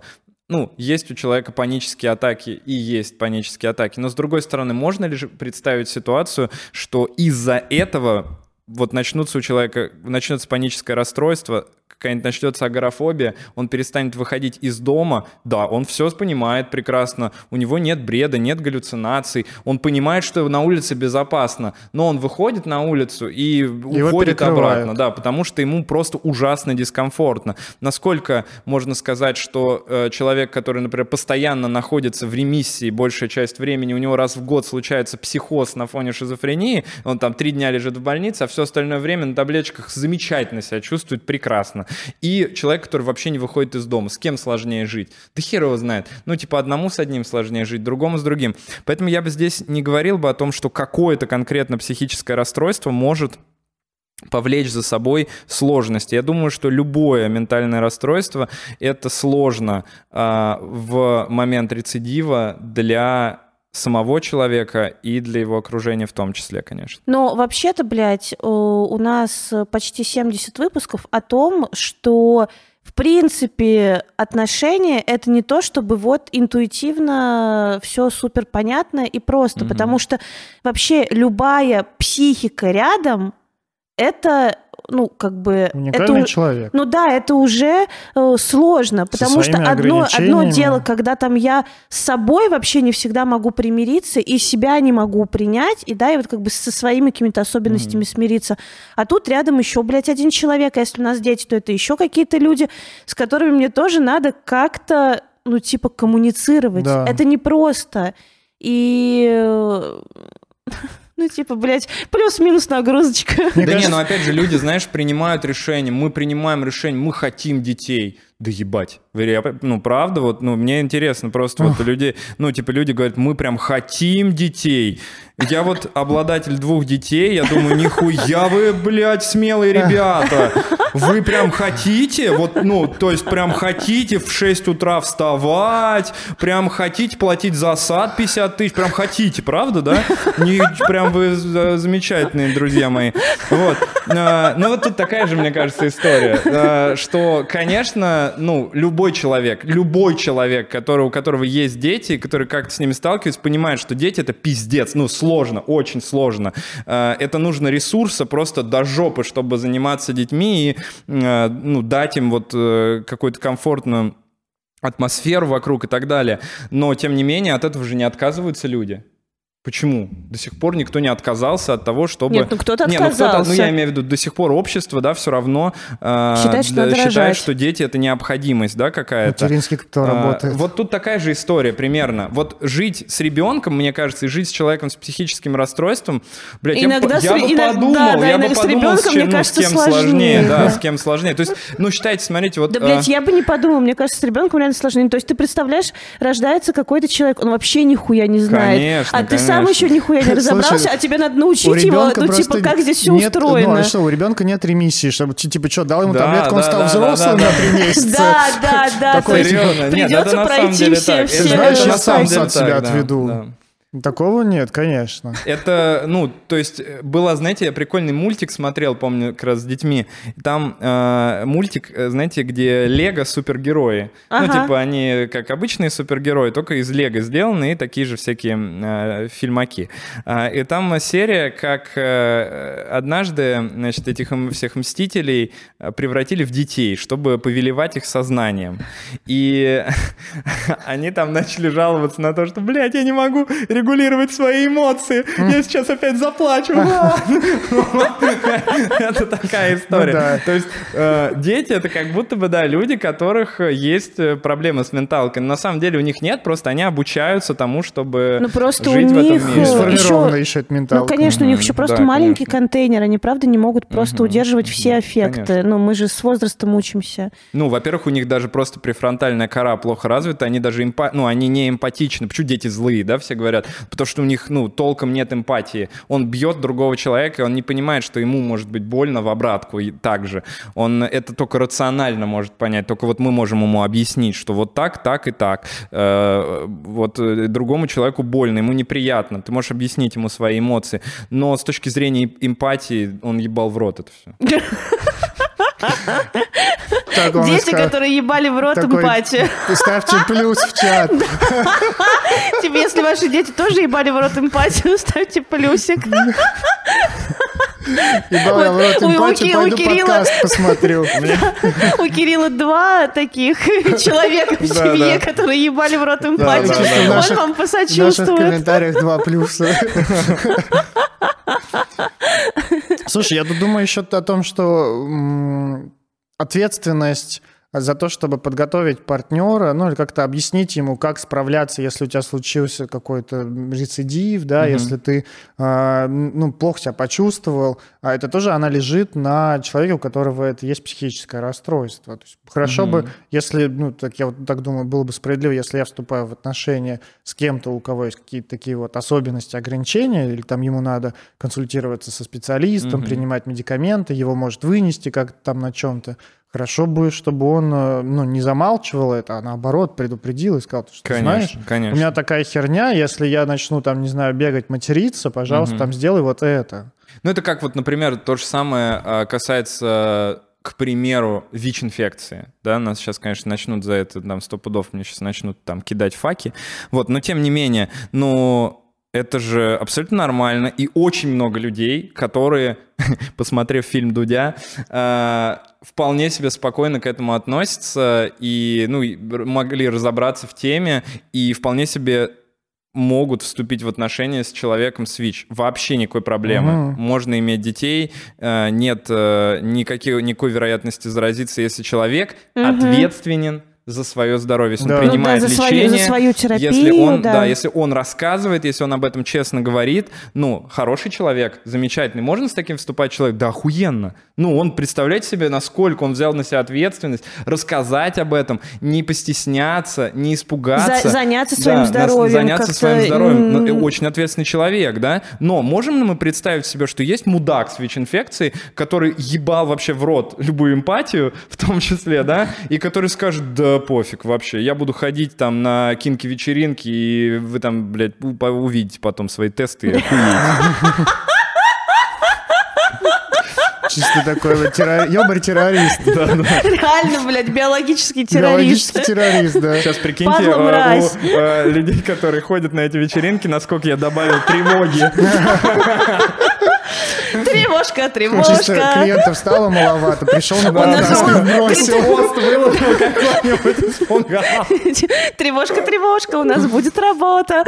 ну, есть у человека панические атаки и есть панические атаки. Но, с другой стороны, можно ли же представить ситуацию, что из-за этого вот начнутся у человека, начнется паническое расстройство, какая-нибудь начнется агорафобия, он перестанет выходить из дома, да, он все понимает прекрасно, у него нет бреда, нет галлюцинаций, он понимает, что на улице безопасно, но он выходит на улицу и Его уходит перекрывают. обратно, да, потому что ему просто ужасно дискомфортно. Насколько можно сказать, что э, человек, который, например, постоянно находится в ремиссии большая часть времени, у него раз в год случается психоз на фоне шизофрении, он там три дня лежит в больнице, а все остальное время на таблеточках замечательно себя чувствует, прекрасно. И человек, который вообще не выходит из дома, с кем сложнее жить? Да хер его знает. Ну, типа, одному с одним сложнее жить, другому с другим. Поэтому я бы здесь не говорил бы о том, что какое-то конкретно психическое расстройство может повлечь за собой сложности. Я думаю, что любое ментальное расстройство — это сложно э, в момент рецидива для самого человека и для его окружения в том числе, конечно. Но вообще-то, блядь, у нас почти семьдесят выпусков о том, что, в принципе, отношения — это не то, чтобы вот интуитивно все супер понятно и просто, mm-hmm. потому что вообще любая психика рядом — это... ну, как бы... Уникальный это, человек. Ну да, это уже э, сложно, потому что одно, одно дело, когда там я с собой вообще не всегда могу примириться, и себя не могу принять, и да, и вот как бы со своими какими-то особенностями mm-hmm. смириться. А тут рядом еще, блядь, один человек, а если у нас дети, то это еще какие-то люди, с которыми мне тоже надо как-то, ну, типа, коммуницировать. Да. Это непросто. И... Ну, типа, блядь, плюс-минус нагрузочка. Мне да кажется... не, ну опять же, люди, знаешь, принимают решение, мы принимаем решение, мы хотим детей. Да ебать. Ну, правда, вот, ну, мне интересно просто вот у людей, ну, типа, люди говорят, мы прям хотим детей. Я вот обладатель двух детей, я думаю, нихуя вы, блядь, смелые ребята. Вы прям хотите, вот, ну, то есть прям хотите в шесть утра вставать, прям хотите платить за сад пятьдесят тысяч, прям хотите, правда, да? Не, прям вы замечательные, друзья мои. Вот. Ну, вот тут такая же, мне кажется, история, что, конечно, ну, любой человек, любой человек, который, у которого есть дети, который как-то с ними сталкивается, понимает, что дети — это пиздец, ну, сложно, очень сложно. Это нужно ресурса просто до жопы, чтобы заниматься детьми и, ну, дать им вот какую-то комфортную атмосферу вокруг и так далее. Но, тем не менее, от этого же не отказываются люди. Почему? До сих пор никто не отказался от того, чтобы... Нет, ну кто-то не, отказался. Ну, кто-то, ну, я имею в виду, до сих пор общество, да, все равно э, считает, что, да, считает, что дети — это необходимость, да, какая-то. Материнский кто а, работает. Вот тут такая же история примерно. Вот жить с ребенком, мне кажется, и жить с человеком с психическим расстройством, блядь, иногда я, бы, я иногда, бы подумал, да, да, я бы подумал, с, чем, мне ну, кажется, с кем сложнее, сложнее, да, да, с кем сложнее. То есть, ну, считайте, смотрите, вот... Да, блядь, а... я бы не подумала, мне кажется, с ребенком реально сложнее. То есть ты представляешь, рождается какой-то человек, он вообще нихуя не знает. Конечно, а ты конечно. сам еще нихуя не разобрался, Слушай, а тебе надо научить его, ну, типа, как здесь все нет, устроено. Ну, а что, у ребенка нет ремиссии, чтобы, типа, что, дал ему да, таблетку, да, он стал да, взрослым да, да, на три месяца. Да, да, да. Такой, серьезно, нет, это придется на самом пройти деле все, так. все. Знаешь, все я сам деле от себя так, да, отведу. да. Такого нет, конечно. Это, ну, то есть, была, знаете, я прикольный мультик смотрел, помню, как раз с детьми. Там э, мультик, знаете, где Лего супергерои. Ага. Ну, типа, они как обычные супергерои, только из Лего сделаны, и такие же всякие э, фильмаки. Э, и там серия, как э, однажды, значит, этих всех мстителей превратили в детей, чтобы повелевать их сознанием. И они там начали жаловаться на то, что, блядь, я не могу регулировать свои эмоции. Я сейчас опять заплачу. Это такая история. То есть дети — это как будто бы, да, люди, у которых есть проблемы с менталкой. Но на самом деле у них нет, просто они обучаются тому, чтобы жить в этом мире. Сформирована еще эта менталка. Ну, конечно, у них еще просто маленький контейнер. Они, правда, не могут просто удерживать все аффекты. Ну, мы же с возрастом учимся. Ну, во-первых, у них даже просто префронтальная кора плохо развита. Они даже эмпа... ну, они не эмпатичны. Почему дети злые, да, все говорят? Потому что у них, ну, толком нет эмпатии. Он бьет другого человека, и он не понимает, что ему может быть больно в обратку и так же. Он это только рационально может понять. Только вот мы можем ему объяснить, что вот так, так и так. Э, вот другому человеку больно, ему неприятно. Ты можешь объяснить ему свои эмоции. Но с точки зрения эмпатии он ебал в рот это все. Так он Дети, сказал, которые ебали в рот такой, эмпатию. ставьте плюс в чат. Типа, если ваши дети тоже ебали в рот эмпатию, ставьте плюсик. Ебал я в рот У- у эмпатию, Ки- у пойду Кирилла- подкаст посмотрю. У Кирилла два таких человека в Да, семье, да. которые ебали в рот Да, эмпатию. чисто в Он наших- вам В наших посочувствует. комментариях два плюса. Слушай, я тут думаю еще о том, что м, ответственность за то, чтобы подготовить партнера, ну или как-то объяснить ему, как справляться, если у тебя случился какой-то рецидив, да, Мгм. если ты э, ну, плохо себя почувствовал, а это тоже она лежит на человеке, у которого это есть психическое расстройство. То есть хорошо Мгм. бы, если, ну, так я вот так думаю, было бы справедливо, если я вступаю в отношения с кем-то, у кого есть какие-то такие вот особенности, ограничения, или там ему надо консультироваться со специалистом, Мгм. принимать медикаменты, его может вынести как-то там на чем-то. Хорошо бы, чтобы он э, ну, не замалчивал это, а наоборот предупредил и сказал, что ты знаешь, Конечно, конечно. у меня такая херня, если я начну там, не знаю, бегать, материться, пожалуйста, Мгм. там сделай вот это. Ну, это как вот, например, то же самое а, касается, к примеру, ВИЧ-инфекции. Да, нас сейчас, конечно, начнут за это, там, сто пудов мне сейчас начнут там кидать факи. Вот, но тем не менее, ну, это же абсолютно нормально. И очень много людей, которые, посмотрев фильм «Дудя», а, вполне себе спокойно к этому относятся и, ну, и могли разобраться в теме и вполне себе могут вступить в отношения с человеком с ВИЧ. Вообще никакой проблемы. Мгм. Можно иметь детей, э, нет э, никаких, никакой вероятности заразиться, если человек Мгм. ответственен за свое здоровье, если Да. он Ну да, принимает за свою- лечение, за свою терапию, если он, да. да, если он рассказывает, если он об этом честно говорит, ну, хороший человек, замечательный. Можно с таким вступать человек? Да, охуенно. Ну, он, представляете себе, насколько он взял на себя ответственность, рассказать об этом, не постесняться, не испугаться. За- заняться своим Да, здоровьем заняться как-то, своим здоровьем. Ну, м. очень ответственный человек, да? Но можем ли мы представить себе, что есть мудак с ВИЧ-инфекцией, который ебал вообще в рот любую эмпатию, в том числе, да, и который скажет, да пофиг вообще, я буду ходить там на кинки-вечеринки, и вы там, блядь, у- по- увидите потом свои тесты и охуеете. Чисто такой вот террори- ёбарь-террорист. Реально, блядь, биологический террорист. Биологический террорист, да. Сейчас прикиньте, Падла, э, мразь. у э, людей, которые ходят на эти вечеринки, насколько я добавил тревоги. Тревожка, Чисто тревожка. клиентов стало маловато, пришел на нас подкаст и он- бросил. Пост выложил какой-нибудь, испугал. Тревожка, тревожка, у нас будет работа.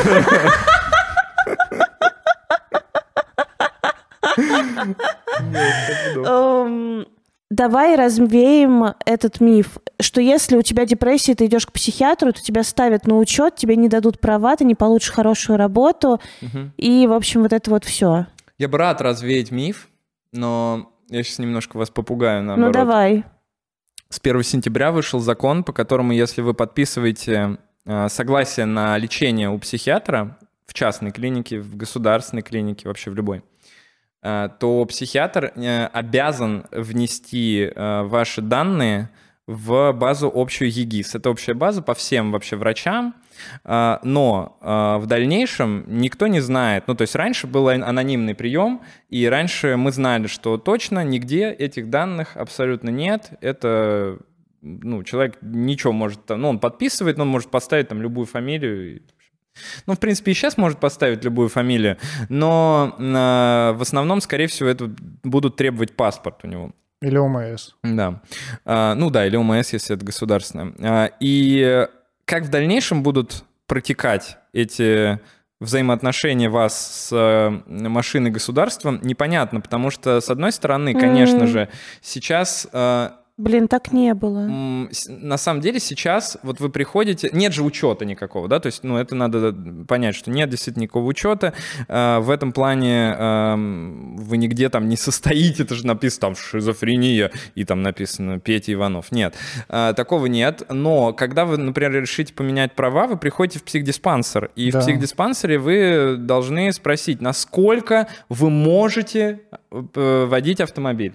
Эм, Давай развеем этот миф, что если у тебя депрессия, ты идешь к психиатру, то тебя ставят на учет, тебе не дадут права, ты не получишь хорошую работу, Мгм. и, в общем, вот это вот все. Я бы рад развеять миф, но я сейчас немножко вас попугаю, наоборот. Ну, давай. С первого сентября вышел закон, по которому, если вы подписываете э, согласие на лечение у психиатра в частной клинике, в государственной клинике, вообще в любой, э, то психиатр э, обязан внести э, ваши данные в базу общую ЕГИС. Это общая база по всем вообще врачам, э, но э, в дальнейшем никто не знает. Ну, то есть раньше был анонимный прием, и раньше мы знали, что точно нигде этих данных абсолютно нет. Это, ну, человек ничего может, там, ну, он подписывает, но он может поставить там любую фамилию. и- Ну, в принципе, и сейчас может поставить любую фамилию, но э, в основном, скорее всего, это будут требовать паспорт у него. Или ОМС. Да. А, ну да, или ОМС, если это государственное. А, и как в дальнейшем будут протекать эти взаимоотношения вас с э, машиной государства, непонятно, потому что, с одной стороны, конечно М. же, сейчас... э, Блин, так не было. М, с- На самом деле сейчас вот вы приходите, нет же учета никакого, да, то есть, ну, это надо понять, что нет действительно никакого учета. Э, В этом плане эм, вы нигде там не состоите, это же написано там шизофрения, и там написано Петя Иванов. Нет, Э, такого нет. Но когда вы, например, решите поменять права, вы приходите в психдиспансер, и Да. в психдиспансере вы должны спросить, насколько вы можете э, водить автомобиль.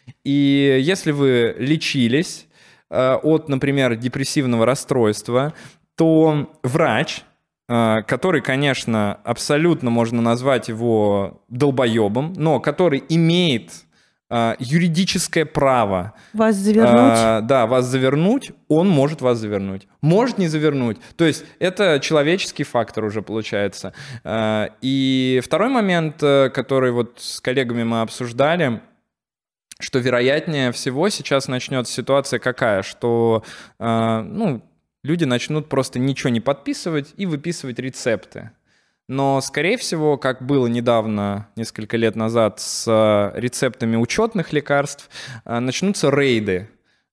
И если вы лечились э, от, например, депрессивного расстройства, то врач, э, который, конечно, абсолютно можно назвать его долбоебом, но который имеет а, юридическое право Вас завернуть? а, да, вас завернуть, он может вас завернуть. Может не завернуть. То есть это человеческий фактор уже получается. А, и второй момент, который вот с коллегами мы обсуждали, что вероятнее всего сейчас начнется ситуация какая, что а, ну, люди начнут просто ничего не подписывать и выписывать рецепты. Но, скорее всего, как было недавно, несколько лет назад, с рецептами учетных лекарств, начнутся рейды.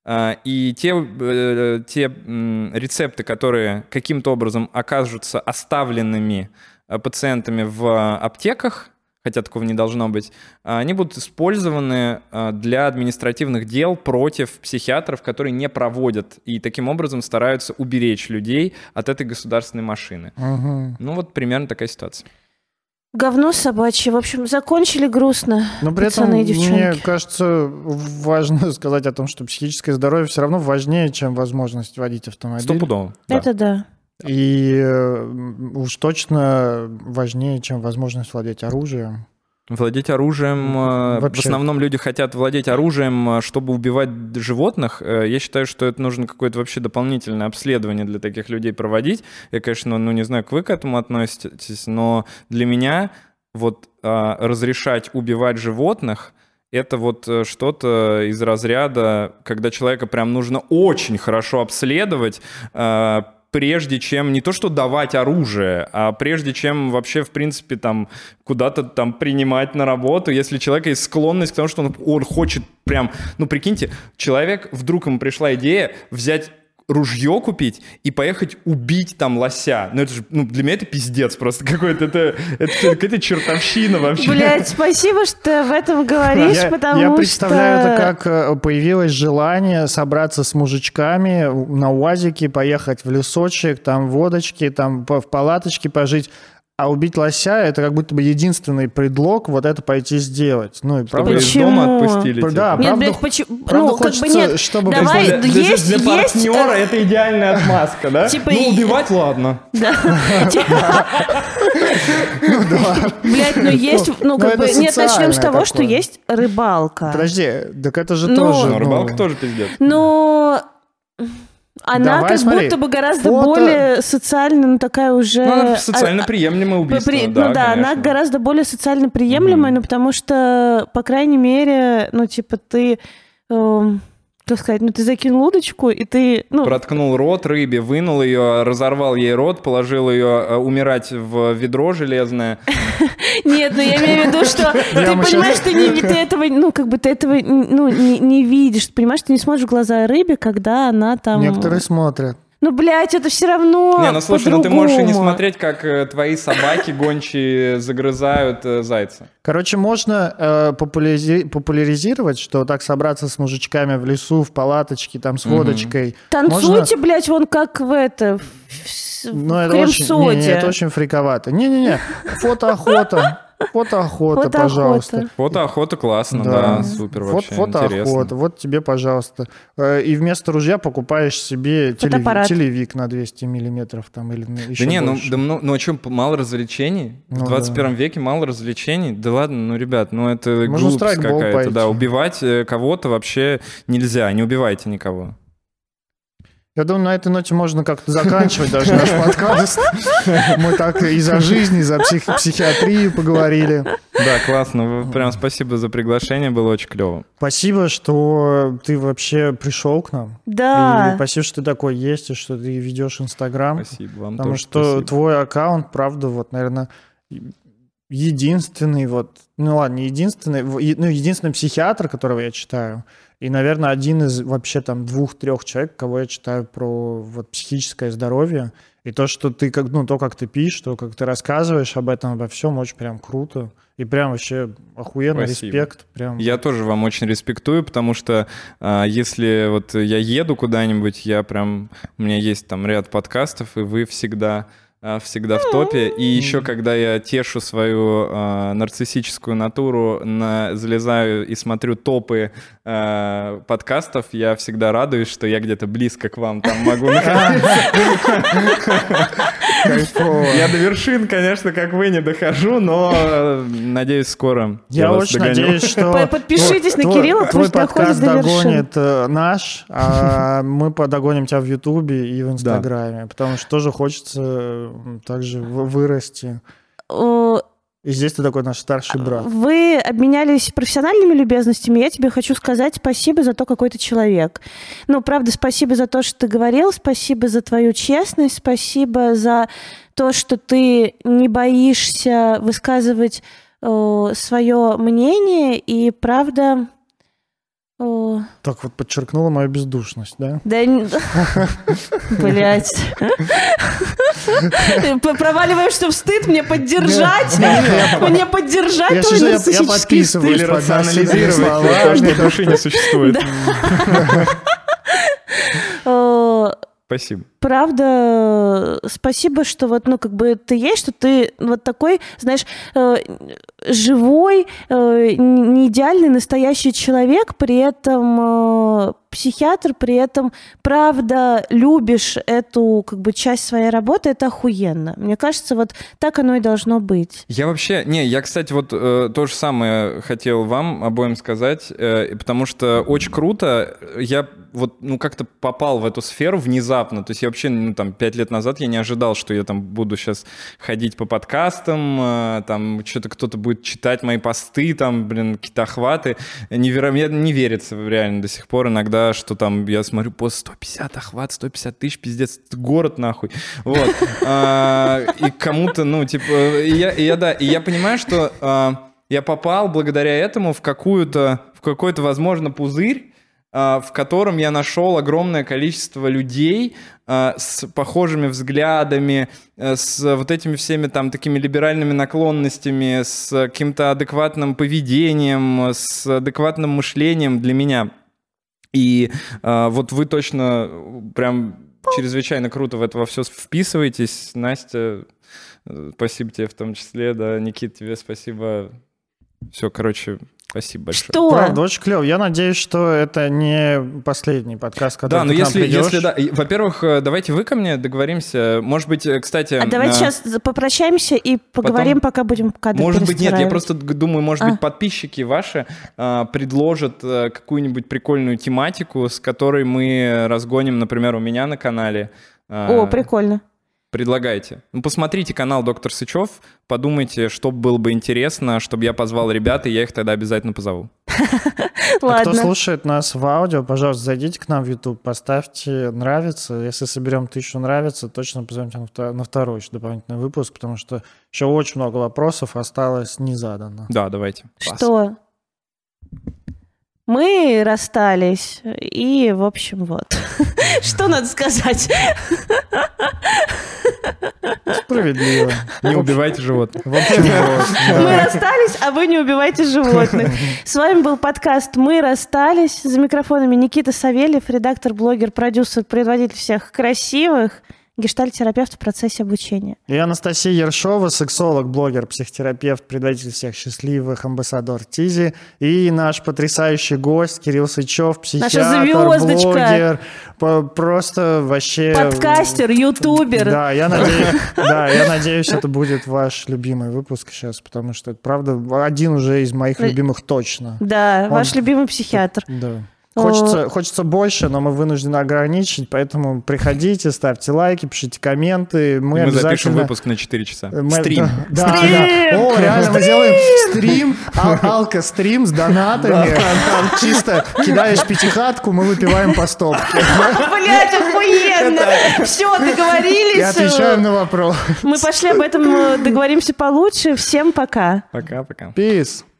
И те, те рецепты, которые каким-то образом окажутся оставленными пациентами в аптеках, хотя такого не должно быть, они будут использованы для административных дел против психиатров, которые не проводят и таким образом стараются уберечь людей от этой государственной машины. Угу. Ну вот примерно такая ситуация. Говно собачье. В общем, закончили грустно. Но при этом, пацаны и девчонки. мне кажется, важно сказать о том, что психическое здоровье все равно важнее, чем возможность водить автомобиль. Стопудово. Да. Это да. И э, уж точно важнее, чем возможность владеть оружием. Владеть оружием... э, Вообще. В основном люди хотят владеть оружием, э, чтобы убивать животных. Э, Я считаю, что это нужно какое-то вообще дополнительное обследование для таких людей проводить. Я, конечно, ну не знаю, как вы к этому относитесь, но для меня вот э, разрешать убивать животных — это вот э, что-то из разряда, когда человека прям нужно очень хорошо обследовать, э, прежде чем не то что давать оружие, а прежде чем вообще, в принципе, там куда-то там принимать на работу, если у человека есть склонность к тому, что он, он хочет прям... Ну, прикиньте, человек, вдруг ему пришла идея взять ружье купить и поехать убить там лося. Ну, это же, ну, для меня это пиздец просто какой-то. Это, это какая-то чертовщина вообще. Блядь, спасибо, что в этом говоришь, Я, потому я что... представляю это, как э, появилось желание собраться с мужичками на УАЗике, поехать в лесочек, там водочки, там по- в палаточке пожить. А убить лося — это как будто бы единственный предлог вот это пойти сделать. Ну и Чтобы правда... из Почему? дома отпустили. Да, типа. Нет, правда, блядь, почему... правда Ну, как бы хочется, нет. чтобы... Давай, Для, для- есть, для есть, партнера э, это идеальная отмазка, да? Типа Ну, и- убивать, ладно. Блядь, ну есть... Ну, Ну, как это бы... Нет, начнем с социальное того, что такое. есть рыбалка. Подожди, так это же Ну, тоже... Ну, ну, рыбалка тоже пиздец. Но... Она Давай, как смотри, будто бы гораздо фото- более социально, ну, такая уже... Ну, она социально а- приемлемое убийство, При- да, ну да, она конечно. гораздо более социально приемлемая, Мгм. ну потому что, по крайней мере, ну типа ты, эм, как сказать, ну ты закинул удочку, и ты, ну... Проткнул рот рыбе, вынул ее, разорвал ей рот, положил ее э, умирать в ведро железное. Нет, ну я имею в виду, что ты Прямо понимаешь, щас- ты, не, ты этого, ну как бы ты этого, ну, не, не видишь, ты понимаешь, ты не смотришь в глаза рыбе, когда она там... Некоторые смотрят. Ну, блядь, это все равно Не, ну слушай, ну ты можешь и не по-другому. смотреть, как э, твои собаки гончие загрызают э, зайца. Короче, можно э, популяризи- популяризировать, что так собраться с мужичками в лесу, в палаточке, там, с Мгм. водочкой. Танцуйте, блядь, вон как в это, в, в Ну, это очень, крем-соде. не, не, это очень фриковато. Не-не-не, фотоохота. Фотоохота, Фотоохота. пожалуйста. Фотоохота классно, Да. да, супер Вот вообще, фотоохота, интересно. вот тебе, пожалуйста. Э, И вместо ружья покупаешь себе телеви- Фотоаппарат. телевик на двести миллиметров там, или на- еще Да не, ну, больше. да, ну, ну а что, мало развлечений? Ну В двадцать первом веке мало развлечений? Да ладно, ну, ребят, ну это Можно в глупость страйкбол какая-то. пойти. Да, убивать э, кого-то вообще нельзя, не убивайте никого. Я думаю, на этой ноте можно как-то заканчивать даже наш подкаст. Мы так и за жизнь, и за псих- психиатрию поговорили. Да, классно, вы- прям спасибо за приглашение, было очень клево. Спасибо, что ты вообще пришел к нам. И Да. спасибо, что ты такой есть, и что ты ведешь Инстаграм. Спасибо вам Потому тоже. что спасибо. твой аккаунт, правда, вот, наверное, единственный, вот, ну ладно, не единственный, в- е- ну, единственный психиатр, которого я читаю, и, наверное, один из вообще там двух-трех человек, кого я читаю про вот психическое здоровье. И то, что ты, как, ну, то, как ты пишешь, то, как ты рассказываешь об этом, обо всем, очень прям круто. И прям вообще охуенно, Спасибо. респект. Прям. Я тоже вам очень респектую, потому что а, если вот я еду куда-нибудь, я прям... У меня есть там ряд подкастов, и вы всегда... а, всегда в топе. И еще, когда я тешу свою а, нарциссическую натуру, на, залезаю и смотрю топы а, подкастов, я всегда радуюсь, что я где-то близко к вам там могу находиться. Кайфово. Я до вершин, конечно, как вы, не дохожу, но э, надеюсь, скоро я, Я вас очень догоню. надеюсь, что... Подпишитесь на твой- Кирилла, Твой пусть доходит подкаст до вершин. догонит э, наш, а мы подогоним тебя в Ютубе и в Инстаграме, потому что тоже хочется э, также в- вырасти. О, И здесь ты такой наш старший брат. Вы обменялись профессиональными любезностями. Я тебе хочу сказать спасибо за то, какой ты человек. Ну, правда, спасибо за то, что ты говорил, спасибо за твою честность, спасибо за то, что ты не боишься высказывать э, свое мнение. И правда... э, Так вот подчеркнула мою бездушность, да? Да, блять. Проваливаешься в стыд, мне поддержать, мне поддержать Я твой же- я- я нарциссический подписываюсь. стыд. Или Рационализировать слова. каждой души не существует. Э, Спасибо. Правда, спасибо, что вот, ну, как бы ты есть, что ты вот такой, знаешь, э, живой, э, не идеальный, настоящий человек, при этом э, психиатр, при этом, правда, любишь эту, как бы, часть своей работы, это охуенно. Мне кажется, вот так оно и должно быть. Я вообще... Не, я, кстати, вот э, то же самое хотел вам обоим сказать, э, потому что очень круто. Я вот, ну, как-то попал в эту сферу внезапно. То есть я вообще, ну, там, пять лет назад я не ожидал, что я там буду сейчас ходить по подкастам, э, там, что-то кто-то будет читать мои посты, там, блин, какие-то охваты. Невероятно, не верится реально до сих пор иногда, что там я смотрю пост сто пятьдесят охват, сто пятьдесят тысяч, пиздец, город нахуй. Вот. А, и кому-то, ну, типа, и я, и я, да, и я понимаю, что а, я попал благодаря этому в какую-то, в какой-то, возможно, пузырь, в котором я нашел огромное количество людей э, с похожими взглядами, э, с вот этими всеми там такими либеральными наклонностями, с каким-то адекватным поведением, с адекватным мышлением для меня. И э, вот вы точно прям чрезвычайно круто в это во все вписываетесь. Настя, спасибо тебе в том числе, да, Никит, тебе спасибо. Все, короче... Спасибо большое. Что? Правда, очень клево. Я надеюсь, что это не последний подкаст, который Да, но ты к нам если, придешь. если да, и, во-первых, давайте вы ко мне договоримся. Может быть, кстати... А давайте э, сейчас попрощаемся и поговорим, потом- пока будем кадры Может быть, нет, я перестраивать. просто г- думаю, может А. быть, подписчики ваши э, предложат э, какую-нибудь прикольную тематику, с которой мы разгоним, например, у меня на канале. Э, О, прикольно. Предлагайте. Ну, посмотрите канал Доктор Сычев, подумайте, что было бы интересно, чтобы я позвал ребят, и я их тогда обязательно позову. А кто Ладно. слушает нас в аудио, пожалуйста, зайдите к нам в YouTube, поставьте «нравится». Если соберем тысячу «нравится», точно позовем тебя на вто- на второй еще дополнительный выпуск, потому что еще очень много вопросов осталось не задано. Да, давайте. Класс. Что? Мы расстались, и, в общем, вот. Что надо сказать? Справедливо. Не убивайте животных. В общем, вот. Мы да. расстались, а вы не убивайте животных. С вами был подкаст «Мы расстались». За микрофонами Никита Савельев, редактор, блогер, продюсер, предводитель всех красивых, гештальт-терапевт в процессе обучения. И Анастасия Ершова, сексолог, блогер, психотерапевт, предводитель всех счастливых, амбассадор ТИЗИ. И наш потрясающий гость Кирилл Сычев, психиатр, звездочка. блогер, по- просто вообще... Подкастер, ютубер. Да, я надеюсь, да, я надеюсь, это будет ваш любимый выпуск сейчас, потому что это, правда, один уже из моих любимых точно. Да, Он- ваш любимый психиатр. Да. Хочется, хочется больше, но мы вынуждены ограничить, поэтому приходите, ставьте лайки, пишите комменты. Мы, Мы запишем обязательно... выпуск на четыре часа. Мы- Стрим. Да, да, Стрим! да. О, реально, мы сделаем стрим, ал- алко-стрим с донатами. Чисто кидаешь пятихатку, мы выпиваем по стопке. Блять, охуенно! Все, договорились. И отвечаем на вопрос. Мы пошли об этом э, договоримся получше. Всем пока. Пока-пока. Peace.